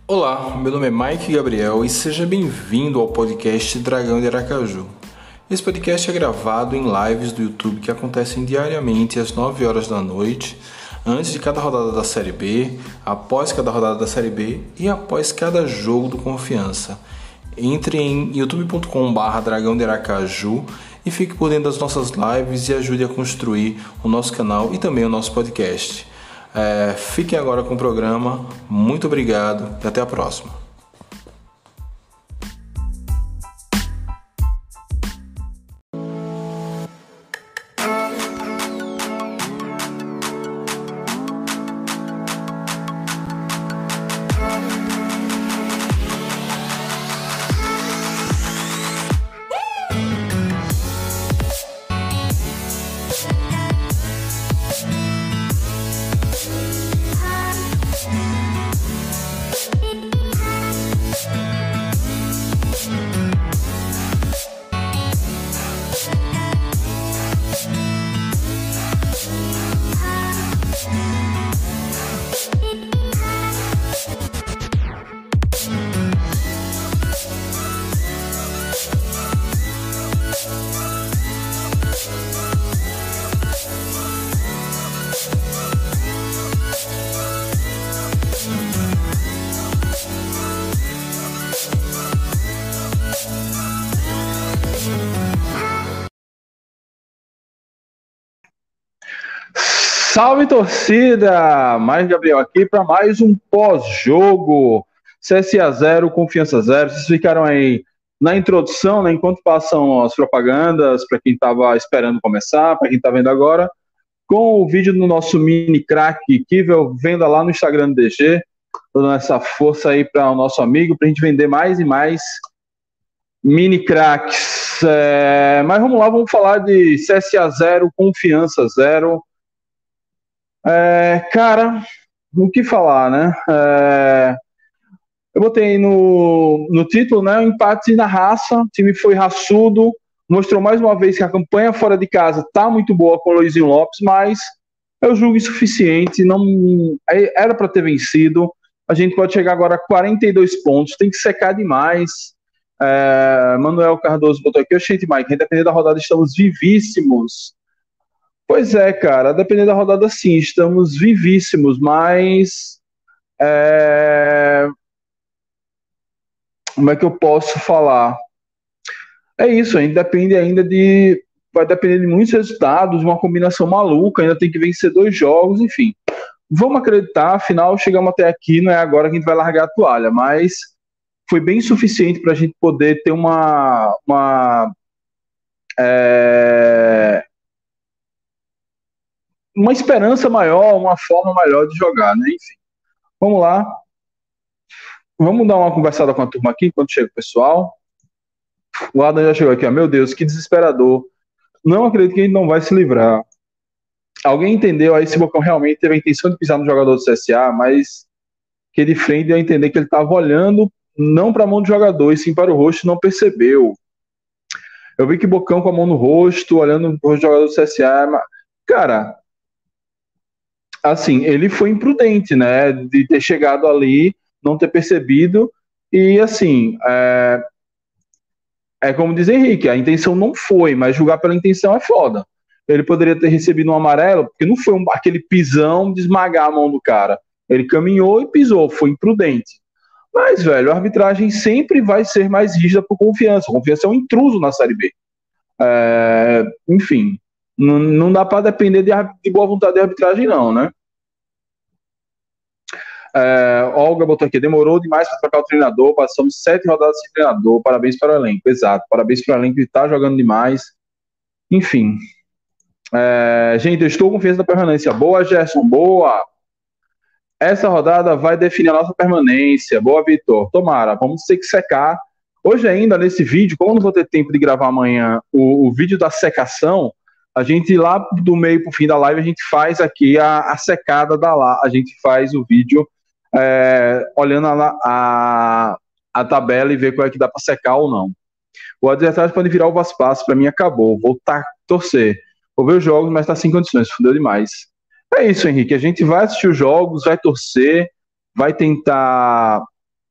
Olá, meu nome é Mike Gabriel e seja bem-vindo ao podcast Dragão de Aracaju. Esse podcast é gravado em lives do YouTube que acontecem diariamente às 9 horas da noite, antes de cada rodada da Série B, após cada rodada da Série B e após cada jogo do Confiança. Entre em youtube.com/Dragão de Aracaju e fique por dentro das nossas lives e ajude a construir o nosso canal e também o nosso podcast. Fiquem agora com o programa. Muito obrigado e até a próxima. Salve, torcida! Mais Gabriel aqui para mais um pós-jogo. CSA 0, Confiança 0. Vocês ficaram aí na introdução, né, enquanto passam as propagandas, para quem estava esperando começar, para quem está vendo agora, com o vídeo do nosso mini crack Kivel, venda lá no Instagram do DG, dando essa força aí para o nosso amigo, para a gente vender mais e mais mini cracks. Mas vamos lá, vamos falar de CSA 0, Confiança 0. Cara, o que falar, né? Eu botei no título, né? Um empate na raça, o time foi raçudo, mostrou mais uma vez que a campanha fora de casa tá muito boa com o Luizinho Lopes, mas eu julgo insuficiente, não era para ter vencido. A gente pode chegar agora a 42 pontos, tem que secar demais. Manuel Cardoso botou aqui, gente, Mike, independente da rodada, estamos vivíssimos. Pois é, cara, dependendo da rodada, sim, estamos vivíssimos, mas como é que eu posso falar? É isso, a gente depende ainda vai depender de muitos resultados, uma combinação maluca, ainda tem que vencer 2 jogos, enfim. Vamos acreditar, afinal, chegamos até aqui, não é agora que a gente vai largar a toalha, mas foi bem suficiente para a gente poder ter uma esperança maior, uma forma melhor de jogar, né? Enfim, vamos lá. Vamos dar uma conversada com a turma aqui, enquanto chega o pessoal. O Adam já chegou aqui, ó. Meu Deus, que desesperador. Não acredito que a gente não vai se livrar. Alguém entendeu aí se o Bocão realmente teve a intenção de pisar no jogador do CSA, mas que de frente deu a entender que ele estava olhando não para a mão do jogador, e sim para o rosto, e não percebeu. Eu vi que Bocão com a mão no rosto, olhando para o jogador do CSA, mas, cara, assim, ele foi imprudente, né, de ter chegado ali, não ter percebido, e assim, como diz Henrique, a intenção não foi, mas julgar pela intenção é foda. Ele poderia ter recebido um amarelo, porque não foi aquele pisão de esmagar a mão do cara. Ele caminhou e pisou, foi imprudente. Mas, velho, a arbitragem sempre vai ser mais rígida por Confiança. Confiança é um intruso na Série B. Enfim, não dá para depender de boa vontade de arbitragem, não, né? Olga botou aqui, demorou demais para trocar o treinador, passamos 7 rodadas sem treinador, parabéns para o elenco. Exato, parabéns para o elenco que está jogando demais. Enfim, gente, eu estou com confiança na permanência. Boa, Gerson, boa. Essa rodada vai definir a nossa permanência. Boa, Vitor. Tomara, vamos ter que secar. Hoje ainda, nesse vídeo, como eu não vou ter tempo de gravar amanhã o vídeo da secação, a gente lá do meio para o fim da live, a gente faz aqui a secada a gente faz o vídeo olhando a tabela e ver qual é que dá para secar ou não. O adversário pode virar o Vaspasso, para mim acabou. Vou torcer. Vou ver os jogos, mas tá sem condições, fudeu demais. É isso, Henrique. A gente vai assistir os jogos, vai torcer, vai tentar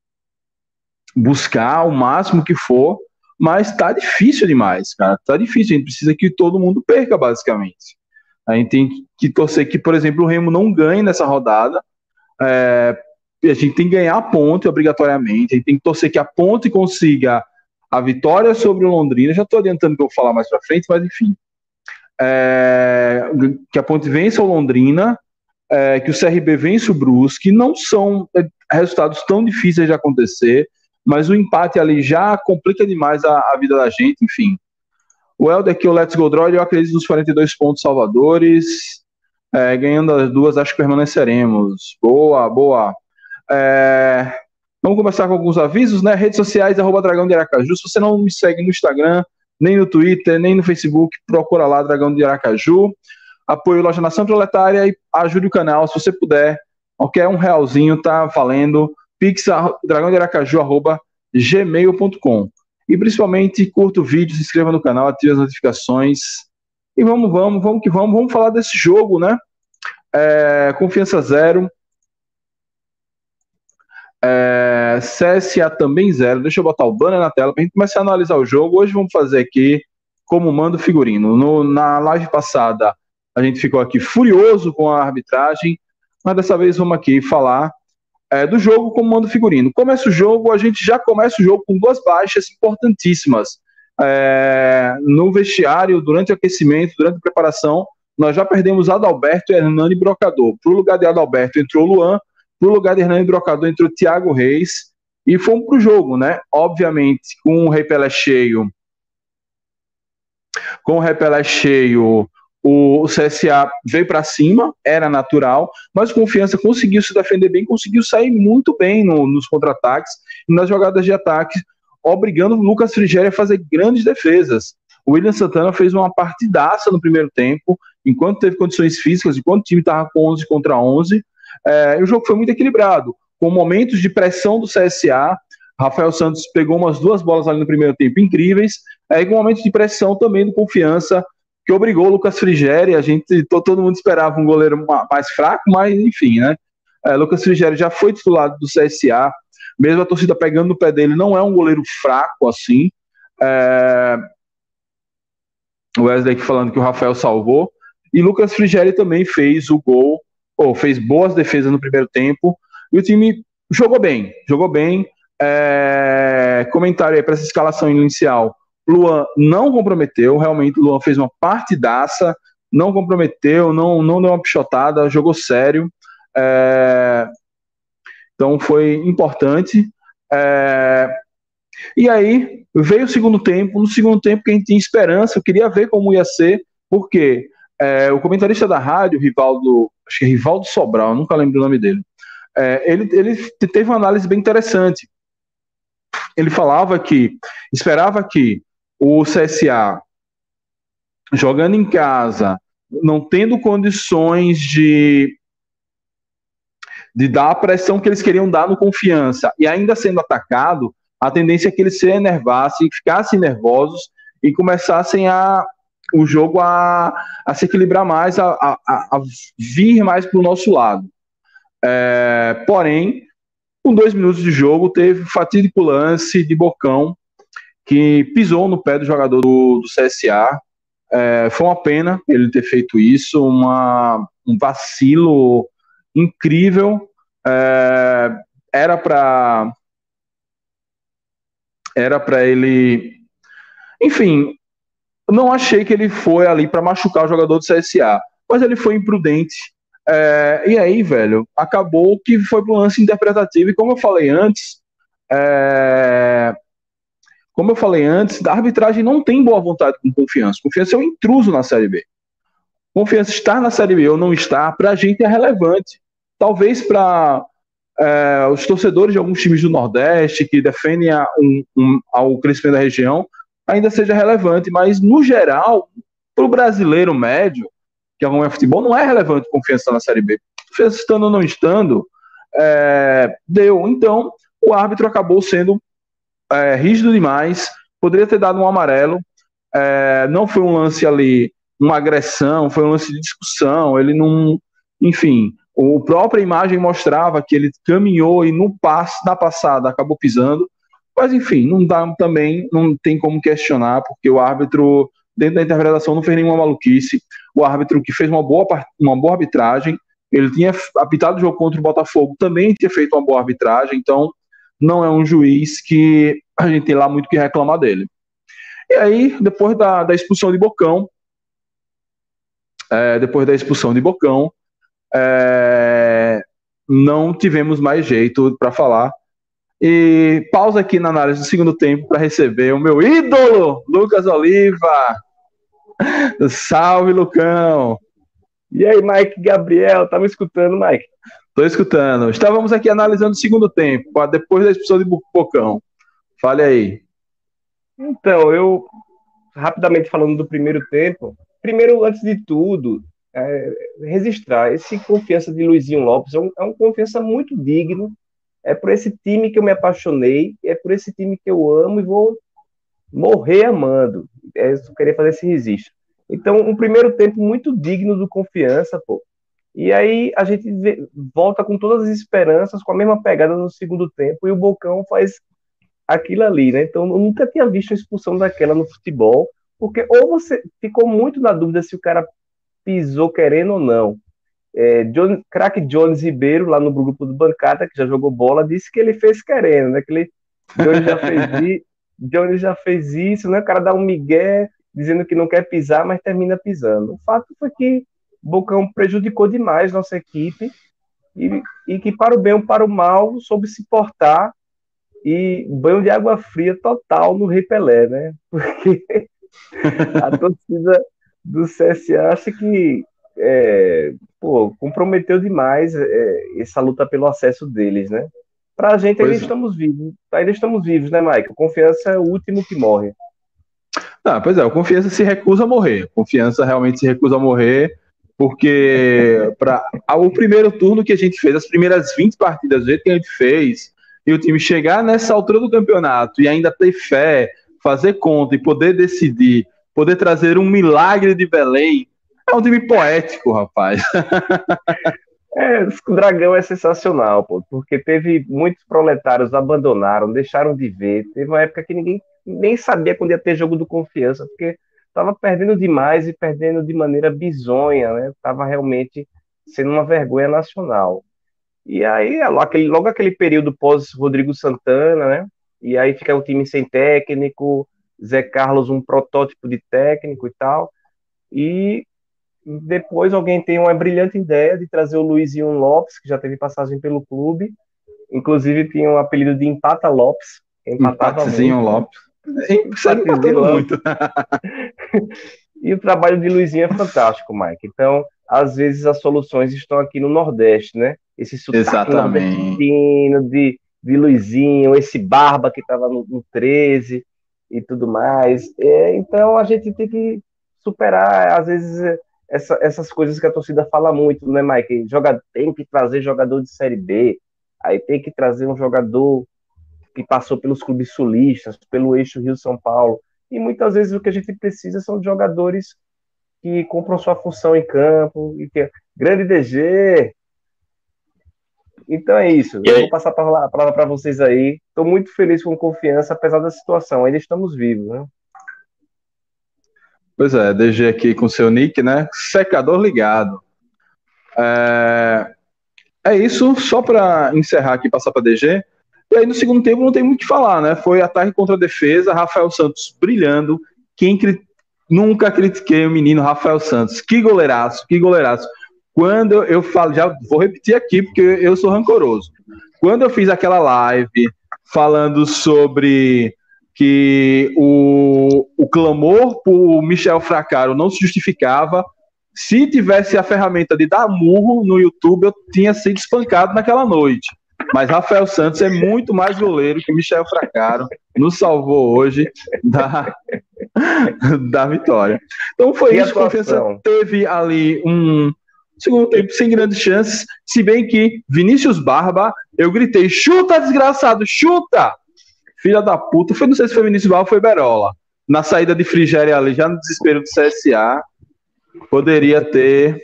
buscar o máximo que for, mas tá difícil demais, cara. Tá difícil. A gente precisa que todo mundo perca, basicamente. A gente tem que torcer que, por exemplo, o Remo não ganhe nessa rodada. A gente tem que ganhar a Ponte obrigatoriamente. A gente tem que torcer que a Ponte consiga a vitória sobre o Londrina. Já estou adiantando que eu vou falar mais para frente, mas enfim. Que a Ponte vença o Londrina, que o CRB vença o Brusque. Não são resultados tão difíceis de acontecer, mas o empate ali já complica demais a vida da gente, enfim. O Helder aqui, o Let's Go Droid, eu acredito nos 42 pontos salvadores. Ganhando as duas, acho que permaneceremos. Boa, boa. Vamos começar com alguns avisos, né? Redes sociais, @Dragão de Aracaju. Se você não me segue no Instagram, nem no Twitter, nem no Facebook, procura lá Dragão de Aracaju. Apoio Loja Nação Proletária e ajude o canal, se você puder. Ok, R$1 tá valendo. Pix, dragãodearacaju@gmail.com. E principalmente, curta o vídeo, se inscreva no canal, ative as notificações. E vamos que vamos. Vamos falar desse jogo, né? Confiança 0. CSA também 0. Deixa eu botar o banner na tela para a gente começar a analisar o jogo. Hoje vamos fazer aqui como manda o figurino. Na live passada, a gente ficou aqui furioso com a arbitragem, mas dessa vez vamos aqui falar do jogo como manda o figurino. Começa o jogo, a gente já começa o jogo com duas baixas importantíssimas. No vestiário, durante o aquecimento, durante a preparação, nós já perdemos Adalberto e Hernani Brocador. Para o lugar de Adalberto entrou Luan, para o lugar de Hernani Brocador entrou Thiago Reis, e fomos para o jogo, né? Obviamente, com o repelé cheio, o CSA veio para cima, era natural, mas o Confiança conseguiu se defender bem, conseguiu sair muito bem nos contra-ataques e nas jogadas de ataque, obrigando o Lucas Frigério a fazer grandes defesas. O William Santana fez uma partidaça no primeiro tempo, enquanto teve condições físicas, enquanto o time estava com 11 contra 11. O jogo foi muito equilibrado, com momentos de pressão do CSA. Rafael Santos pegou umas 2 bolas ali no primeiro tempo incríveis, e com momentos de pressão também do Confiança, que obrigou o Lucas Frigério. Todo mundo esperava um goleiro mais fraco, mas enfim, né? Lucas Frigério já foi titular do CSA, mesmo a torcida pegando no pé dele, não é um goleiro fraco assim. O Wesley aqui falando que o Rafael salvou, e Lucas Frigério também fez o gol, fez boas defesas no primeiro tempo, e o time jogou bem. Comentário aí para essa escalação inicial: Luan não comprometeu, realmente o Luan fez uma partidaça, não comprometeu, não deu uma pichotada, jogou sério, então foi importante. E aí veio o segundo tempo. No segundo tempo, que a gente tinha esperança, eu queria ver como ia ser, porque o comentarista da rádio, acho que é Rivaldo Sobral, eu nunca lembro o nome dele, ele teve uma análise bem interessante. Ele falava que esperava que o CSA, jogando em casa, não tendo condições de dar a pressão que eles queriam dar no Confiança, e ainda sendo atacado, a tendência é que eles se enervassem, ficassem nervosos e começassem o jogo a se equilibrar mais, a vir mais para o nosso lado. Porém, com 2 minutos de jogo, teve o fatídico lance de Bocão, que pisou no pé do jogador do CSA. Foi uma pena ele ter feito isso, um vacilo incrível. Era para ele... Enfim, não achei que ele foi ali para machucar o jogador do CSA, mas ele foi imprudente. E aí, velho, acabou que foi para um lance interpretativo. E como eu falei antes, a arbitragem não tem boa vontade com Confiança. Confiança é um intruso na Série B. Confiança estar na Série B ou não estar, pra gente é relevante. Talvez para os torcedores de alguns times do Nordeste que defendem ao crescimento da região, ainda seja relevante, mas no geral, para o brasileiro médio que acompanha futebol, não é relevante Confiança na Série B. Confiança estando ou não estando, deu. Então, o árbitro acabou sendo rígido demais, poderia ter dado um amarelo. Não foi um lance ali, uma agressão, foi um lance de discussão. Ele não... Enfim, a própria imagem mostrava que ele caminhou e na passada acabou pisando. Mas, enfim, não dá também, não tem como questionar, porque o árbitro, dentro da interpretação, não fez nenhuma maluquice. O árbitro que fez uma boa arbitragem, ele tinha apitado o jogo contra o Botafogo, também tinha feito uma boa arbitragem, então não é um juiz que a gente tem lá muito o que reclamar dele. E aí, depois da expulsão de Bocão, não tivemos mais jeito para falar. E pausa aqui na análise do segundo tempo para receber o meu ídolo, Lucas Oliva. Salve, Lucão! E aí, Mike Gabriel, tá me escutando, Mike? Tô escutando. Estávamos aqui analisando o segundo tempo, depois da expulsão de Bocão. Fale aí. Então, eu, rapidamente falando do primeiro tempo, primeiro, antes de tudo, registrar esse confiança de Luizinho Lopes, é um confiança muito digno, é por esse time que eu me apaixonei, é por esse time que eu amo e vou morrer amando. Eu queria fazer esse registro. Então, um primeiro tempo muito digno do Confiança, pô. E aí a gente volta com todas as esperanças, com a mesma pegada no segundo tempo, e o Bocão faz aquilo ali, né? Então, eu nunca tinha visto a expulsão daquela no futebol, porque ou você ficou muito na dúvida se o cara pisou querendo ou não. Craque Jones Ribeiro, lá no grupo do Bancada, que já jogou bola, disse que ele fez querendo, né? Que ele, Jones já fez isso, né? O cara dá um migué, dizendo que não quer pisar, mas termina pisando. O fato foi que o Bocão prejudicou demais nossa equipe e que, para o bem ou para o mal, soube se portar e banho de água fria total no Rei Pelé, né? Porque a torcida do CSA acha que comprometeu demais essa luta pelo acesso deles, né? Pra gente ainda estamos vivos, né, Mike? Confiança é o último que morre. Pois é, o Confiança se recusa a morrer. Confiança realmente se recusa a morrer, porque o primeiro turno que a gente fez, as primeiras 20 partidas, do jeito que a gente fez, e o time chegar nessa altura do campeonato e ainda ter fé, fazer conta e poder decidir, poder trazer um milagre de Belém, é um time poético, rapaz. O Dragão é sensacional, pô, porque teve muitos proletários abandonaram, deixaram de ver. Teve uma época que ninguém nem sabia quando ia ter jogo do Confiança, porque estava perdendo demais e perdendo de maneira bizonha, né? Tava realmente sendo uma vergonha nacional. E aí, logo aquele período pós-Rodrigo Santana, né? E aí fica o time sem técnico, Zé Carlos um protótipo de técnico e tal. E depois alguém tem uma brilhante ideia de trazer o Luizinho Lopes, que já teve passagem pelo clube. Inclusive tinha um apelido de Empata Lopes. Empatezinho Lopes. Empatando muito. E o trabalho de Luizinho é fantástico, Mike. Então, às vezes as soluções estão aqui no Nordeste, né? Esse sotaque nordestino de Luizinho, esse Barba que estava no 13 e tudo mais. Então, a gente tem que superar, às vezes, essas coisas que a torcida fala muito, né, Mike? Tem que trazer jogador de Série B, aí tem que trazer um jogador que passou pelos clubes sulistas, pelo eixo Rio-São Paulo. E muitas vezes o que a gente precisa são de jogadores que cumpram sua função em campo. Grande DG! Então é isso. Eu vou passar a palavra para vocês aí. Estou muito feliz com Confiança, apesar da situação. Ainda estamos vivos, né? Pois é, DG aqui com seu nick, né? Secador ligado. É isso, só para encerrar aqui, passar para DG. E aí no segundo tempo não tem muito o que falar, né? Foi ataque contra a defesa, Rafael Santos brilhando. Nunca critiquei o menino Rafael Santos. Que goleiraço, que goleiraço. Quando eu falo, já vou repetir aqui porque eu sou rancoroso. Quando eu fiz aquela live falando sobre que o clamor por Michel Fracaro não se justificava, se tivesse a ferramenta de dar murro no YouTube, eu tinha sido espancado naquela noite. Mas Rafael Santos é muito mais goleiro que Michel Fracaro, nos salvou hoje da vitória. Então foi isso, Confiança teve ali um segundo tempo sem grandes chances, se bem que Vinícius Barba, eu gritei, chuta desgraçado, chuta! Filha da puta, não sei se foi Vinícius Barba ou foi Berola. Na saída de Frigéria ali, já no desespero do CSA, poderia ter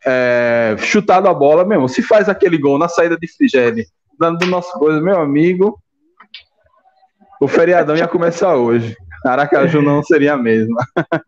chutado a bola mesmo. Se faz aquele gol na saída de Frigério, dando do nosso coisa, meu amigo, o feriadão ia começar hoje. Aracaju não seria a mesma.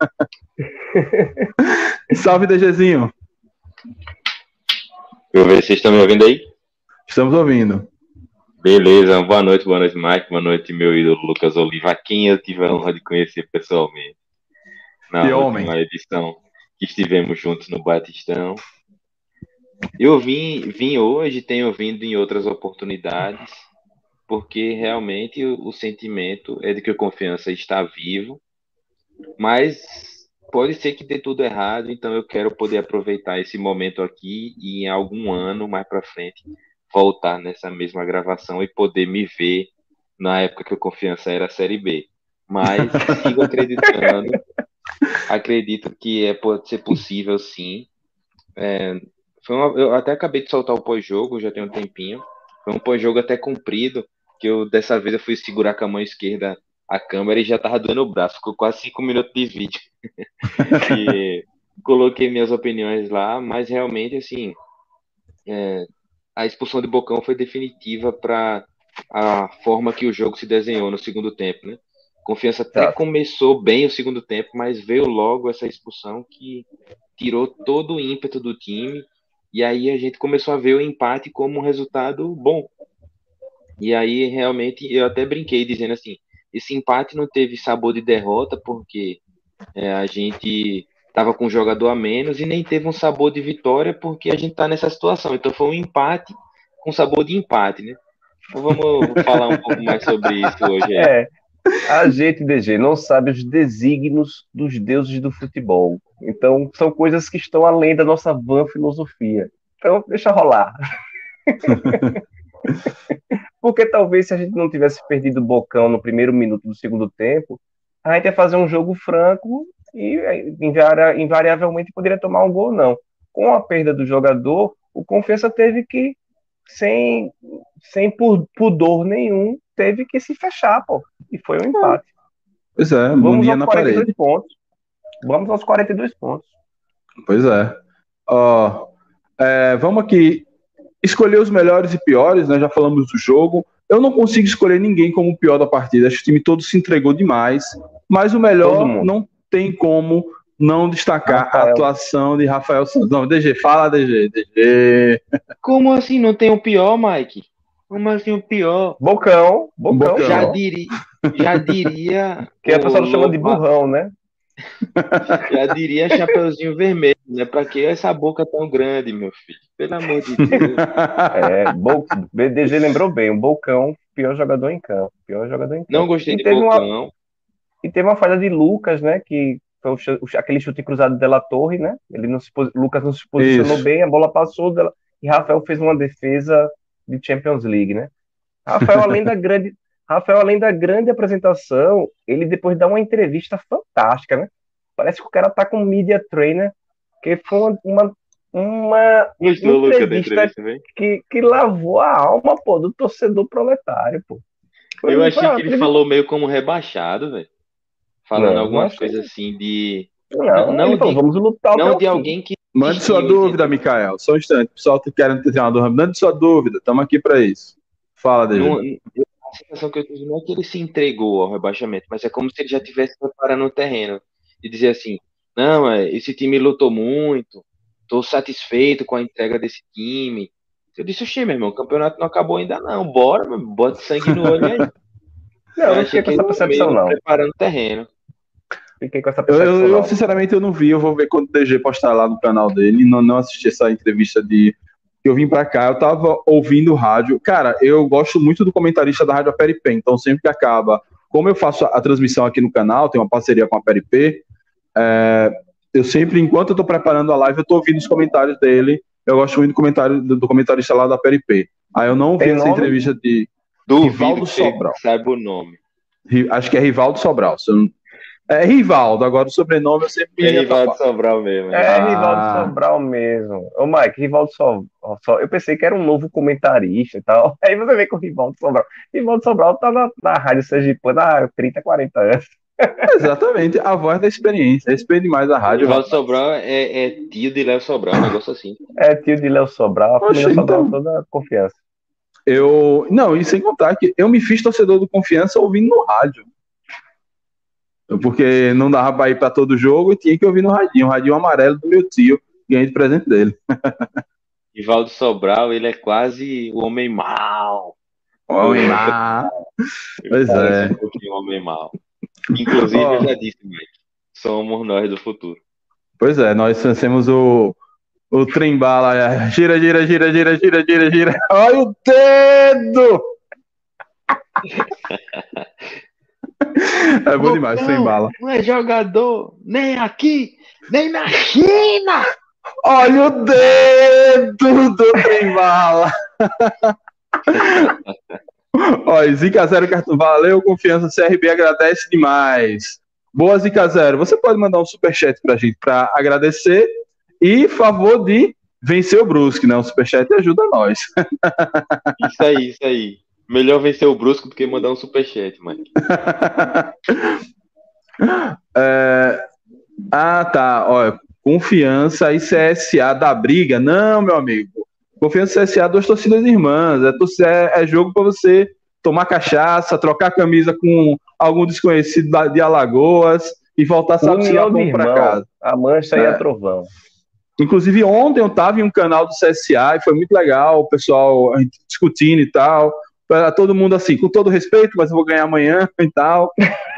Salve, DGzinho. Deixa eu ver se vocês estão me ouvindo aí. Estamos ouvindo. Beleza, boa noite, Mike, boa noite, meu ídolo Lucas Oliva, a quem eu tive a honra de conhecer pessoalmente na última edição que estivemos juntos no Batistão. Eu vim hoje, tenho vindo em outras oportunidades, porque realmente o sentimento é de que a Confiança está vivo, mas pode ser que dê tudo errado, então eu quero poder aproveitar esse momento aqui e em algum ano mais para frente voltar nessa mesma gravação e poder me ver na época que a Confiança era a Série B. Mas sigo acreditando, acredito que pode ser possível, sim. Eu até acabei de soltar o pós-jogo, já tem um tempinho. Foi um pós-jogo até comprido, que dessa vez eu fui segurar com a mão esquerda a câmera e já tava doendo o braço. Ficou quase 5 minutos de vídeo. E coloquei minhas opiniões lá, mas realmente, assim, a expulsão de Bocão foi definitiva para a forma que o jogo se desenhou no segundo tempo, né? Confiança até começou bem o segundo tempo, mas veio logo essa expulsão que tirou todo o ímpeto do time, e aí a gente começou a ver o empate como um resultado bom. E aí, realmente, eu até brinquei dizendo assim, esse empate não teve sabor de derrota, porque a gente estava com um jogador a menos, e nem teve um sabor de vitória, porque a gente está nessa situação. Então foi um empate com sabor de empate, né? Então vamos falar um pouco mais sobre isso hoje aí. A gente, DG, não sabe os desígnios dos deuses do futebol. Então, são coisas que estão além da nossa vã filosofia. Então, deixa rolar. Porque talvez se a gente não tivesse perdido o Bocão no primeiro minuto do segundo tempo, a gente ia fazer um jogo franco e invariavelmente poderia tomar um gol, não. Com a perda do jogador, o Confiança teve que, sem pudor nenhum, teve que se fechar, pô. E foi um empate. Pois é, vamos aos na 42 parede. pontos. Vamos aos 42 pontos. Pois é. Vamos aqui escolher os melhores e piores, né? Já falamos do jogo. Eu não consigo escolher ninguém como o pior da partida. Acho que o time todo se entregou demais. Mas o melhor não tem como não destacar a atuação de Rafael Santos. Não, DG, fala, DG. Como assim não tem o pior, Mike? Como assim o pior? Bocão. Já diria que a pessoa chama de burrão, né? Já diria Chapeuzinho Vermelho, né? Pra que essa boca tão grande, meu filho? Pelo amor de Deus. BDG lembrou bem, o Bocão, pior jogador em campo. Não gostei de Bocão. E teve uma falha de Lucas, né? Que foi aquele chute cruzado de La Torre, né? Lucas não se posicionou bem, a bola passou dela, e Rafael fez uma defesa de Champions League, né? Rafael, além da grande apresentação, ele depois dá uma entrevista fantástica, né? Parece que o cara tá com media trainer, que foi uma entrevista que lavou a alma, pô, do torcedor proletário, pô. Eu achei que ele falou meio como rebaixado, velho. Falando algumas coisas assim de... vamos lutar não de alguém que... Mande sua dúvida, Mikael. Só um instante. O pessoal tá querendo ter uma dúvida. Mande sua dúvida. Estamos aqui para isso. Fala, DG. A sensação que eu tive não é que ele se entregou ao rebaixamento, mas é como se ele já estivesse preparando o terreno. E dizer assim, não, esse time lutou muito, tô satisfeito com a entrega desse time. Eu disse, oxê, meu irmão, o campeonato não acabou ainda não. Bora, meu, bota sangue no olho aí. Não, eu fiquei com essa percepção, não. Preparando o terreno. Fiquei com essa percepção, eu sinceramente, eu não vi. Eu vou ver quando o DG postar lá no canal dele. Não assisti essa entrevista eu vim pra cá, eu tava ouvindo rádio. Cara, eu gosto muito do comentarista da Rádio Aperipê, então sempre que acaba, como eu faço a transmissão aqui no canal, tenho uma parceria com a Aperipê, eu sempre, enquanto eu tô preparando a live, eu tô ouvindo os comentários dele. Eu gosto muito do comentarista lá da Aperipê. Aí eu não vi essa entrevista de Rivaldo Sobral. Sabe o nome. Acho que é Rivaldo Sobral. É Rivaldo, agora o sobrenome eu sempre... É Rivaldo Sobral mesmo. Rivaldo Sobral mesmo. Ô, Mike, Rivaldo Sobral... Eu pensei que era um novo comentarista e tal. Aí você vê com o Rivaldo Sobral. Rivaldo Sobral tá na Rádio Sergipana há 30, 40 anos. Exatamente, a voz da experiência. Respeito demais a rádio. Divaldo Sobral é tio de Léo Sobral, um negócio assim. É tio de Léo Sobral, a família Sobral então, toda confiança. Não, e sem contar que eu me fiz torcedor do Confiança ouvindo no rádio. Porque não dava pra ir pra todo jogo e tinha que ouvir no radinho. O radinho amarelo do meu tio, ganhei de presente dele. Divaldo Sobral, ele é quase o homem mau. O homem mau. Pois é. O homem mau. Inclusive, eu já disse, Mike, somos nós do futuro. Pois é, nós temos o trem-bala. Gira, gira, gira, gira, gira, gira, gira. Olha o dedo! É bom demais, trem-bala. Não é jogador nem aqui, nem na China! Olha o dedo do trem-bala! Olha, Zica 0 cartão. Valeu, Confiança. CRB agradece demais. Boa, Zica 0. Você pode mandar um superchat pra gente pra agradecer e favor de vencer o Brusque, né? O superchat ajuda nós. Isso aí. Melhor vencer o Brusque do que mandar um superchat, mano. Tá. Olha, Confiança e CSA da briga. Não, meu amigo. Confiança e CSA, duas torcidas irmãs. É jogo para você tomar cachaça, trocar camisa com algum desconhecido de Alagoas e voltar sabe para casa. A mancha e a trovão. Inclusive, ontem eu estava em um canal do CSA e foi muito legal, o pessoal discutindo e tal. Todo mundo assim, com todo respeito, mas eu vou ganhar amanhã e tal.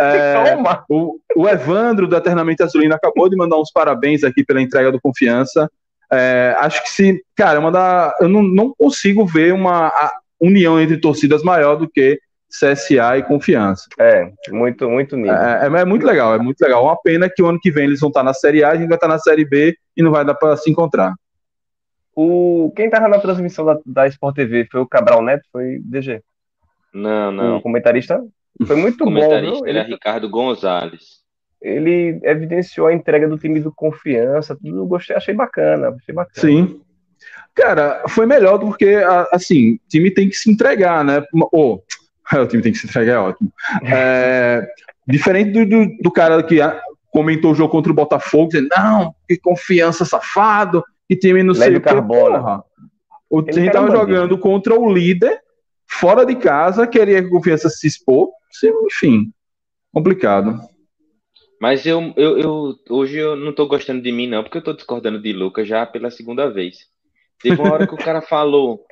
O Evandro, do Eternamente Azulino, acabou de mandar uns parabéns aqui pela entrega do Confiança. Acho que eu não consigo ver uma união entre torcidas maior do que CSA e Confiança. Muito, muito nível. É muito legal, é muito legal. Uma pena que o ano que vem eles vão estar na Série A, a gente vai estar na Série B e não vai dar para se encontrar. Quem estava na transmissão da Sport TV foi o Cabral Neto? Foi DG? Não. O comentarista? Foi muito bom, viu? Ele é Ricardo Gonzalez. Ele evidenciou a entrega do time do Confiança, tudo gostei, achei bacana. Sim. Cara, foi melhor porque, assim, o time tem que se entregar, né? O time tem que se entregar, é ótimo. Diferente do cara que comentou o jogo contra o Botafogo, dizendo, não, que Confiança safado, que time não sei o que, porra. O time tava jogando contra o líder, fora de casa, queria que a Confiança se expor, enfim, complicado. Mas hoje eu não tô gostando de mim, não, porque eu tô discordando de Lucas já pela segunda vez. Teve uma hora que o cara falou,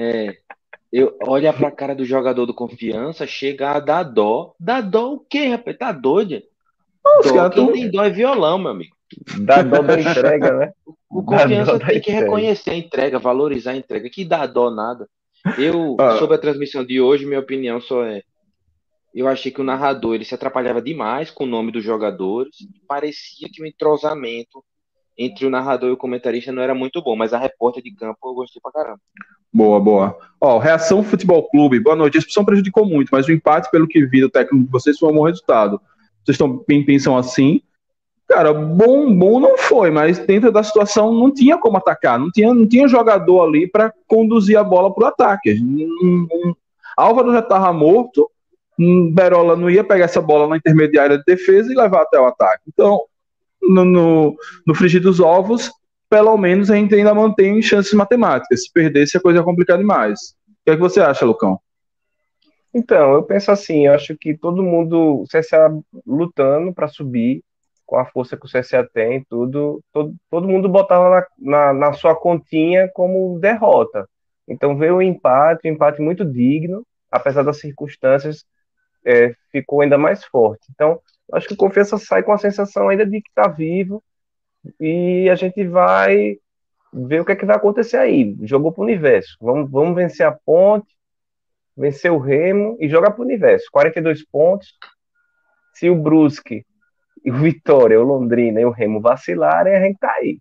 olha pra cara do jogador do Confiança, chega a dar dó. Dá dó o quê, rapaz? Tá doido? Quem tem dó é violão, meu amigo. Dá dó da entrega, né? O Confiança tem que reconhecer a entrega, valorizar a entrega, que dá dó nada. Sobre a transmissão de hoje, minha opinião só eu achei que o narrador ele se atrapalhava demais com o nome dos jogadores. Parecia que o entrosamento entre o narrador e o comentarista não era muito bom, mas a repórter de campo eu gostei pra caramba. Boa. Reação Futebol Clube. Boa noite. A expulsão prejudicou muito, mas o empate, pelo que vi do técnico de vocês, foi um bom resultado. Vocês pensam assim? Cara, bom não foi, mas dentro da situação não tinha como atacar, não tinha jogador ali para conduzir a bola pro ataque. Álvaro já estava morto, Berola não ia pegar essa bola na intermediária de defesa e levar até o ataque. Então, no frigir dos ovos, pelo menos a gente ainda mantém chances matemáticas. Se perdesse, a coisa ia complicar demais. O que é que você acha, Lucão? Então, eu penso assim, eu acho que todo mundo, o CSA lutando para subir, com a força que o CSA tem, todo mundo botava na sua continha como derrota. Então veio um empate muito digno, apesar das circunstâncias, ficou ainda mais forte. Então, acho que o Confiança sai com a sensação ainda de que está vivo e a gente vai ver o que é que vai acontecer aí. Jogou para o universo. Vamos vencer a Ponte, vencer o Remo e jogar para o universo. 42 pontos. Se o Brusque, o Vitória, o Londrina e o Remo vacilarem, a gente tá aí.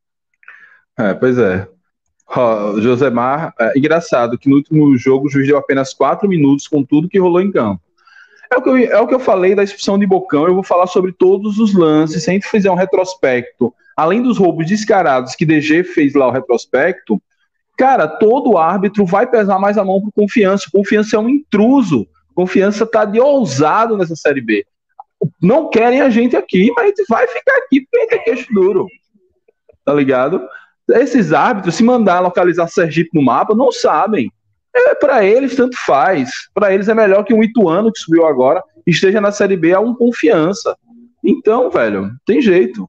Pois é. Josemar, engraçado que no último jogo o juiz deu apenas 4 minutos com tudo que rolou em campo. É o que eu falei da expulsão de Bocão, eu vou falar sobre todos os lances, se a gente fizer um retrospecto, além dos roubos descarados que DG fez lá o retrospecto, cara, todo árbitro vai pesar mais a mão pro Confiança. Confiança é um intruso. Confiança tá de ousado nessa Série B. não querem a gente aqui, mas a gente vai ficar aqui porque a gente é queixo duro. Tá ligado? Esses árbitros, se mandar localizar Sergipe no mapa, não sabem. Para eles, tanto faz. Para eles é melhor que um Ituano que subiu agora esteja na Série B a um Confiança. Então, velho, tem jeito.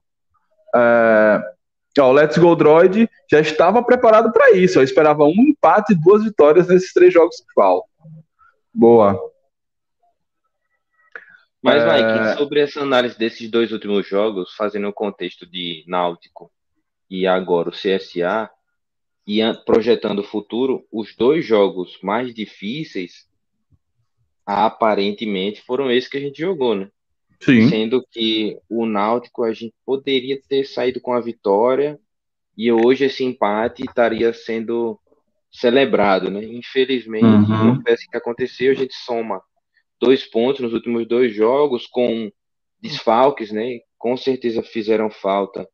O Let's Go Droid já estava preparado para isso. Eu esperava um empate e 2 vitórias nesses 3 jogos que faltam. Boa. Mas, Mike, sobre essa análise desses 2 últimos jogos, fazendo o contexto de Náutico e agora o CSA, e projetando o futuro, os 2 jogos mais difíceis, aparentemente, foram esses que a gente jogou, né? Sim. Sendo que o Náutico a gente poderia ter saído com a vitória e hoje esse empate estaria sendo celebrado, né? Infelizmente, não foi assim que aconteceu. A gente soma 2 pontos nos últimos 2 jogos com desfalques, né? Com certeza fizeram falta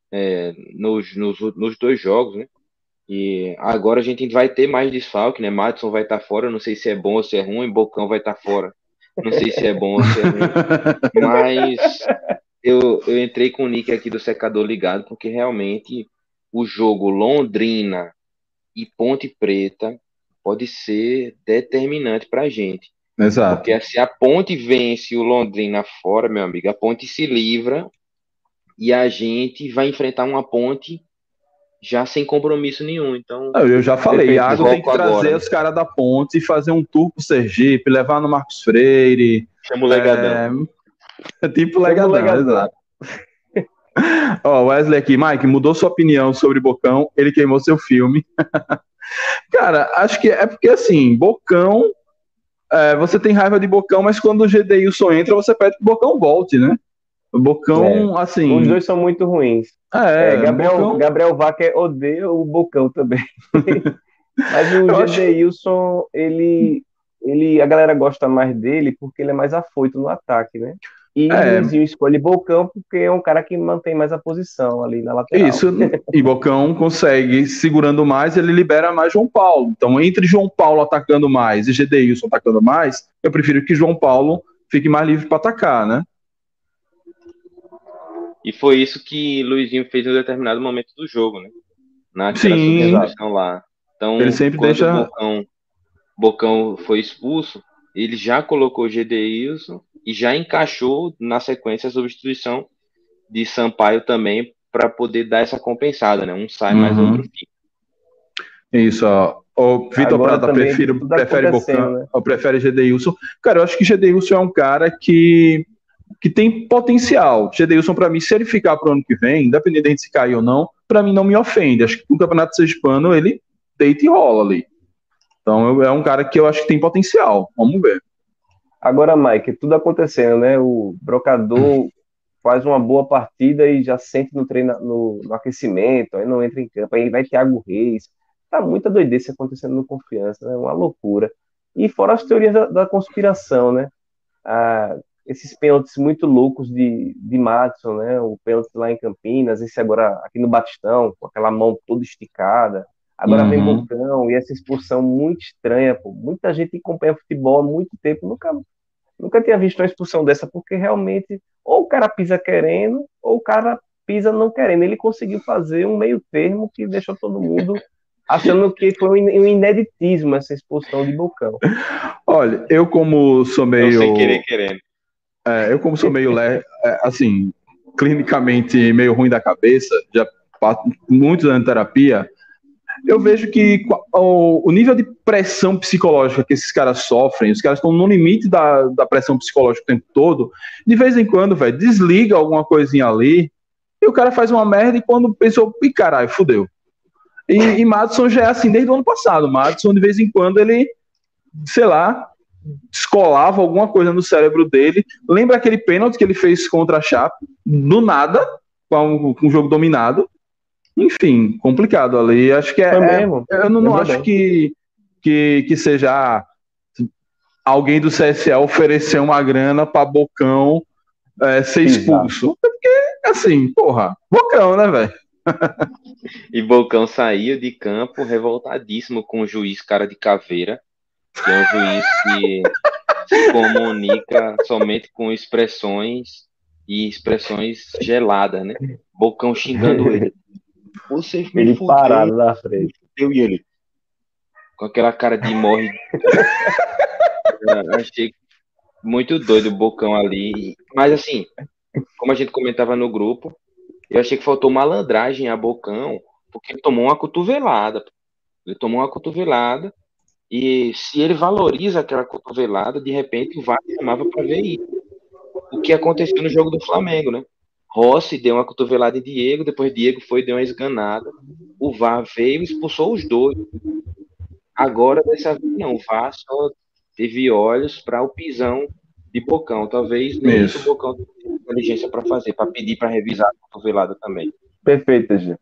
nos 2 jogos, né? E agora a gente vai ter mais desfalque, né? Madison vai estar fora, não sei se é bom ou se é ruim, Bocão vai estar fora. Não sei se é bom ou se é ruim, mas eu entrei com o nick aqui do secador ligado, porque realmente o jogo Londrina e Ponte Preta pode ser determinante pra gente. Exato. Porque se a Ponte vence o Londrina fora, meu amigo, a Ponte se livra e a gente vai enfrentar uma Ponte já sem compromisso nenhum. Então, eu já falei, Iago tem que trazer agora, os caras da Ponte e fazer um tour pro Sergipe, levar no Marcos Freire. Chama o Legadão. Tipo Legadão, exato. Wesley aqui, Mike, mudou sua opinião sobre Bocão, ele queimou seu filme. Cara, acho que é porque assim, Bocão, você tem raiva de Bocão, mas quando o Gedeilson entra, você pede que o Bocão volte, né? O Bocão, assim... Os 2 são muito ruins. Gabriel Wacker odeia o Bocão também. Mas o Gedeilson, a galera gosta mais dele porque ele é mais afoito no ataque, né? E o Luizinho escolhe Bocão porque é um cara que mantém mais a posição ali na lateral. Isso, e Bocão consegue, segurando mais, ele libera mais João Paulo. Então, entre João Paulo atacando mais e Gedeilson atacando mais, eu prefiro que João Paulo fique mais livre para atacar, né? E foi isso que Luizinho fez em um determinado momento do jogo, né? Naquela substituição lá. Então, ele sempre quando deixa... o Bocão foi expulso, ele já colocou o Gedeilson e já encaixou na sequência a substituição de Sampaio também para poder dar essa compensada, né? Um sai, mais outro fica. Isso, ó. O Vitor Prata prefere Bocão, né? Ou prefere Gedeilson. Cara, eu acho que Gedeilson é um cara que tem potencial. Gedeilson, para mim, se ele ficar pro ano que vem, independente de se cair ou não, para mim não me ofende. Acho que no Campeonato Sergipano ele deita e rola ali. Então é um cara que eu acho que tem potencial. Vamos ver. Agora, Mike, tudo acontecendo, né? O Brocador faz uma boa partida e já sente no aquecimento, aí não entra em campo, aí vai Thiago Reis. Tá muita doideira acontecendo no Confiança, né? Uma loucura. E fora as teorias da conspiração, né? Esses pênaltis muito loucos de Madison, né? O pênalti lá em Campinas, esse agora aqui no Batistão, com aquela mão toda esticada. Agora vem Bocão e essa expulsão muito estranha, pô. Muita gente acompanha futebol há muito tempo, nunca tinha visto uma expulsão dessa, porque realmente ou o cara pisa querendo, ou o cara pisa não querendo. Ele conseguiu fazer um meio termo que deixou todo mundo achando que foi um ineditismo essa expulsão de Bocão. Olha, eu como sou meio... Eu sem querer querendo. Eu como sou meio, assim, clinicamente meio ruim da cabeça, já passo muitos anos de terapia, eu vejo que o nível de pressão psicológica que esses caras sofrem, os caras estão no limite da pressão psicológica o tempo todo, de vez em quando, velho, desliga alguma coisinha ali, e o cara faz uma merda e quando pensou, ih, caralho, fudeu. E Madison já é assim desde o ano passado. Madison, de vez em quando, ele, sei lá, descolava alguma coisa no cérebro dele. Lembra aquele pênalti que ele fez contra a Chape? Do nada, com o jogo dominado. Enfim, complicado ali. Acho que mesmo. Eu não acho que seja alguém do CSA oferecer uma grana para Bocão ser expulso. Porque, assim, porra, Bocão, né, velho? E Bocão saiu de campo revoltadíssimo com o juiz cara de caveira, que é um juiz que se comunica somente com expressões geladas, né? Bocão xingando ele. Você me Ele fudeu, parado na frente. eu e ele. Com aquela cara de morre. Achei muito doido o Bocão ali. Mas assim, como a gente comentava no grupo, eu achei que faltou malandragem a Bocão, porque ele tomou uma cotovelada. Ele tomou uma cotovelada e se ele valoriza aquela cotovelada, de repente o VAR chamava para ver isso. O que aconteceu no jogo do Flamengo, né? Rossi deu uma cotovelada em Diego, depois Diego foi e deu uma esganada. O VAR veio e expulsou os dois. Agora, dessa vez, não. O VAR só teve olhos para o pisão de Bocão. Talvez nem isso o Bocão tenha inteligência para fazer, para pedir para revisar a cotovelada também. Perfeito, Gê.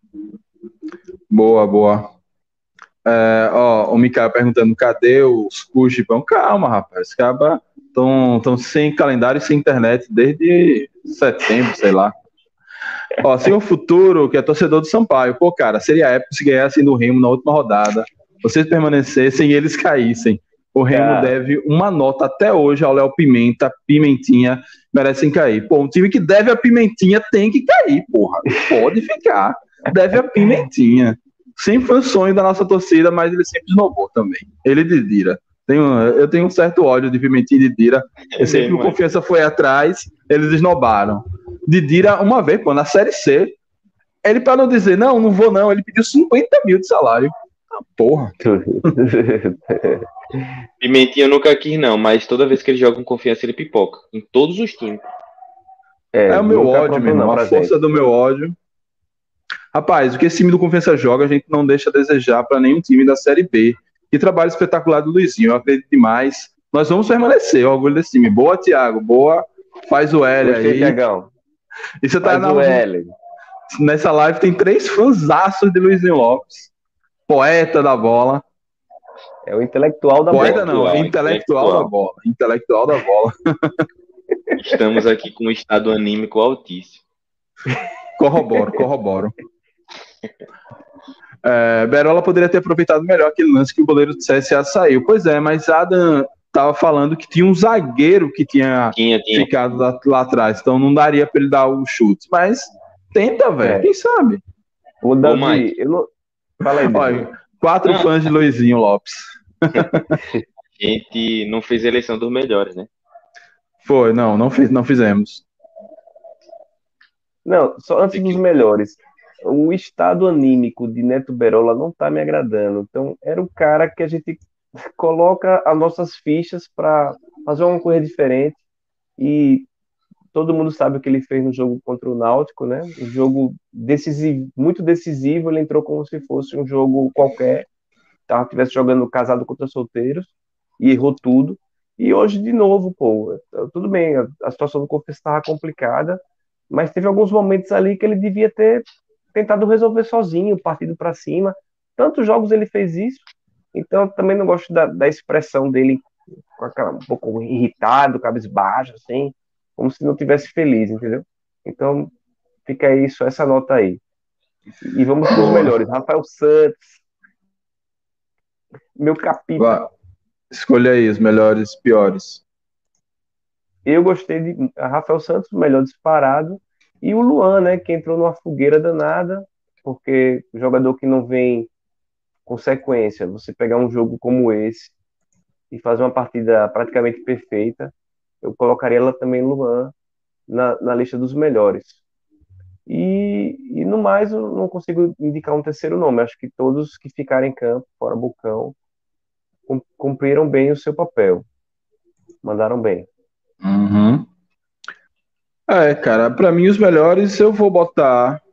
Boa. O Mikael perguntando, cadê os Cujipão? Calma, rapaz. Os cabas estão sem calendário e sem internet desde setembro, sei lá. Sem o Futuro, que é torcedor do Sampaio. Pô, cara, seria épico se ganhassem do Remo na última rodada. Vocês permanecessem e eles caíssem. O Remo deve uma nota até hoje ao Léo Pimenta, Pimentinha, merecem cair. Pô, um time que deve a Pimentinha tem que cair, porra. Não pode ficar. Deve a Pimentinha. Sempre foi um sonho da nossa torcida, mas ele sempre esnobou também. Ele e Didira. Eu tenho um certo ódio de Pimentinha e Didira. Eu sempre o Confiança foi atrás, eles esnobaram. Didira, uma vez, pô, na Série C, ele, para não dizer, não vou não, ele pediu 50 mil de salário. Porra. Pimentinha eu nunca quis, não, mas toda vez que ele joga com Confiança, ele pipoca. Em todos os times. É o meu ódio, meu irmão. A força do meu ódio. Rapaz, o que esse time do Confiança joga, a gente não deixa a desejar para nenhum time da Série B. Que trabalho espetacular do Luizinho, eu acredito demais. Nós vamos permanecer, o orgulho desse time. Boa, Thiago, boa. Faz o L aí. Thiagão. E você tá nessa live, tem 3 fãzaços de Luizinho Lopes. Poeta da bola. É o intelectual da Poeta bola. Poeta não, intelectual da bola. Intelectual da bola. Estamos aqui com um estado anímico altíssimo. Corroboro. Berola poderia ter aproveitado melhor aquele lance que o goleiro do CSA saiu. Pois é, mas Adam tava falando que tinha um zagueiro que tinha. Ficado lá atrás, então não daria para ele dar o chute. Mas tenta, velho, quem sabe? O Davi, eu não... Fala aí, olha, 4 fãs de Luizinho Lopes. A gente não fez eleição dos melhores, né? Foi, não fizemos. Não, só antes dos melhores. O estado anímico de Neto Berola não tá me agradando. Então, era o cara que a gente coloca as nossas fichas para fazer uma coisa diferente. E todo mundo sabe o que ele fez no jogo contra o Náutico, né? Um jogo decisivo, muito decisivo. Ele entrou como se fosse um jogo qualquer. Estivesse jogando casado contra solteiros e errou tudo. E hoje, de novo, pô, tudo bem, a situação do Confiança estava complicada, mas teve alguns momentos ali que ele devia ter tentado resolver sozinho, partido para cima. Tantos jogos ele fez isso, então eu também não gosto da expressão dele com aquela, um pouco irritado, cabisbaixo, assim, como se não tivesse feliz, entendeu? Então, fica isso, essa nota aí. E vamos para os melhores. Rafael Santos, meu capita. Escolha aí os melhores, piores. Eu gostei de Rafael Santos, o melhor disparado, e o Luan, né, que entrou numa fogueira danada, porque jogador que não vem com sequência, você pegar um jogo como esse e fazer uma partida praticamente perfeita, eu colocaria ela também, Luan, na lista dos melhores. E no mais, eu não consigo indicar um terceiro nome. Acho que todos que ficaram em campo, fora Bocão, cumpriram bem o seu papel. Mandaram bem. Uhum. Cara, pra mim os melhores eu vou botar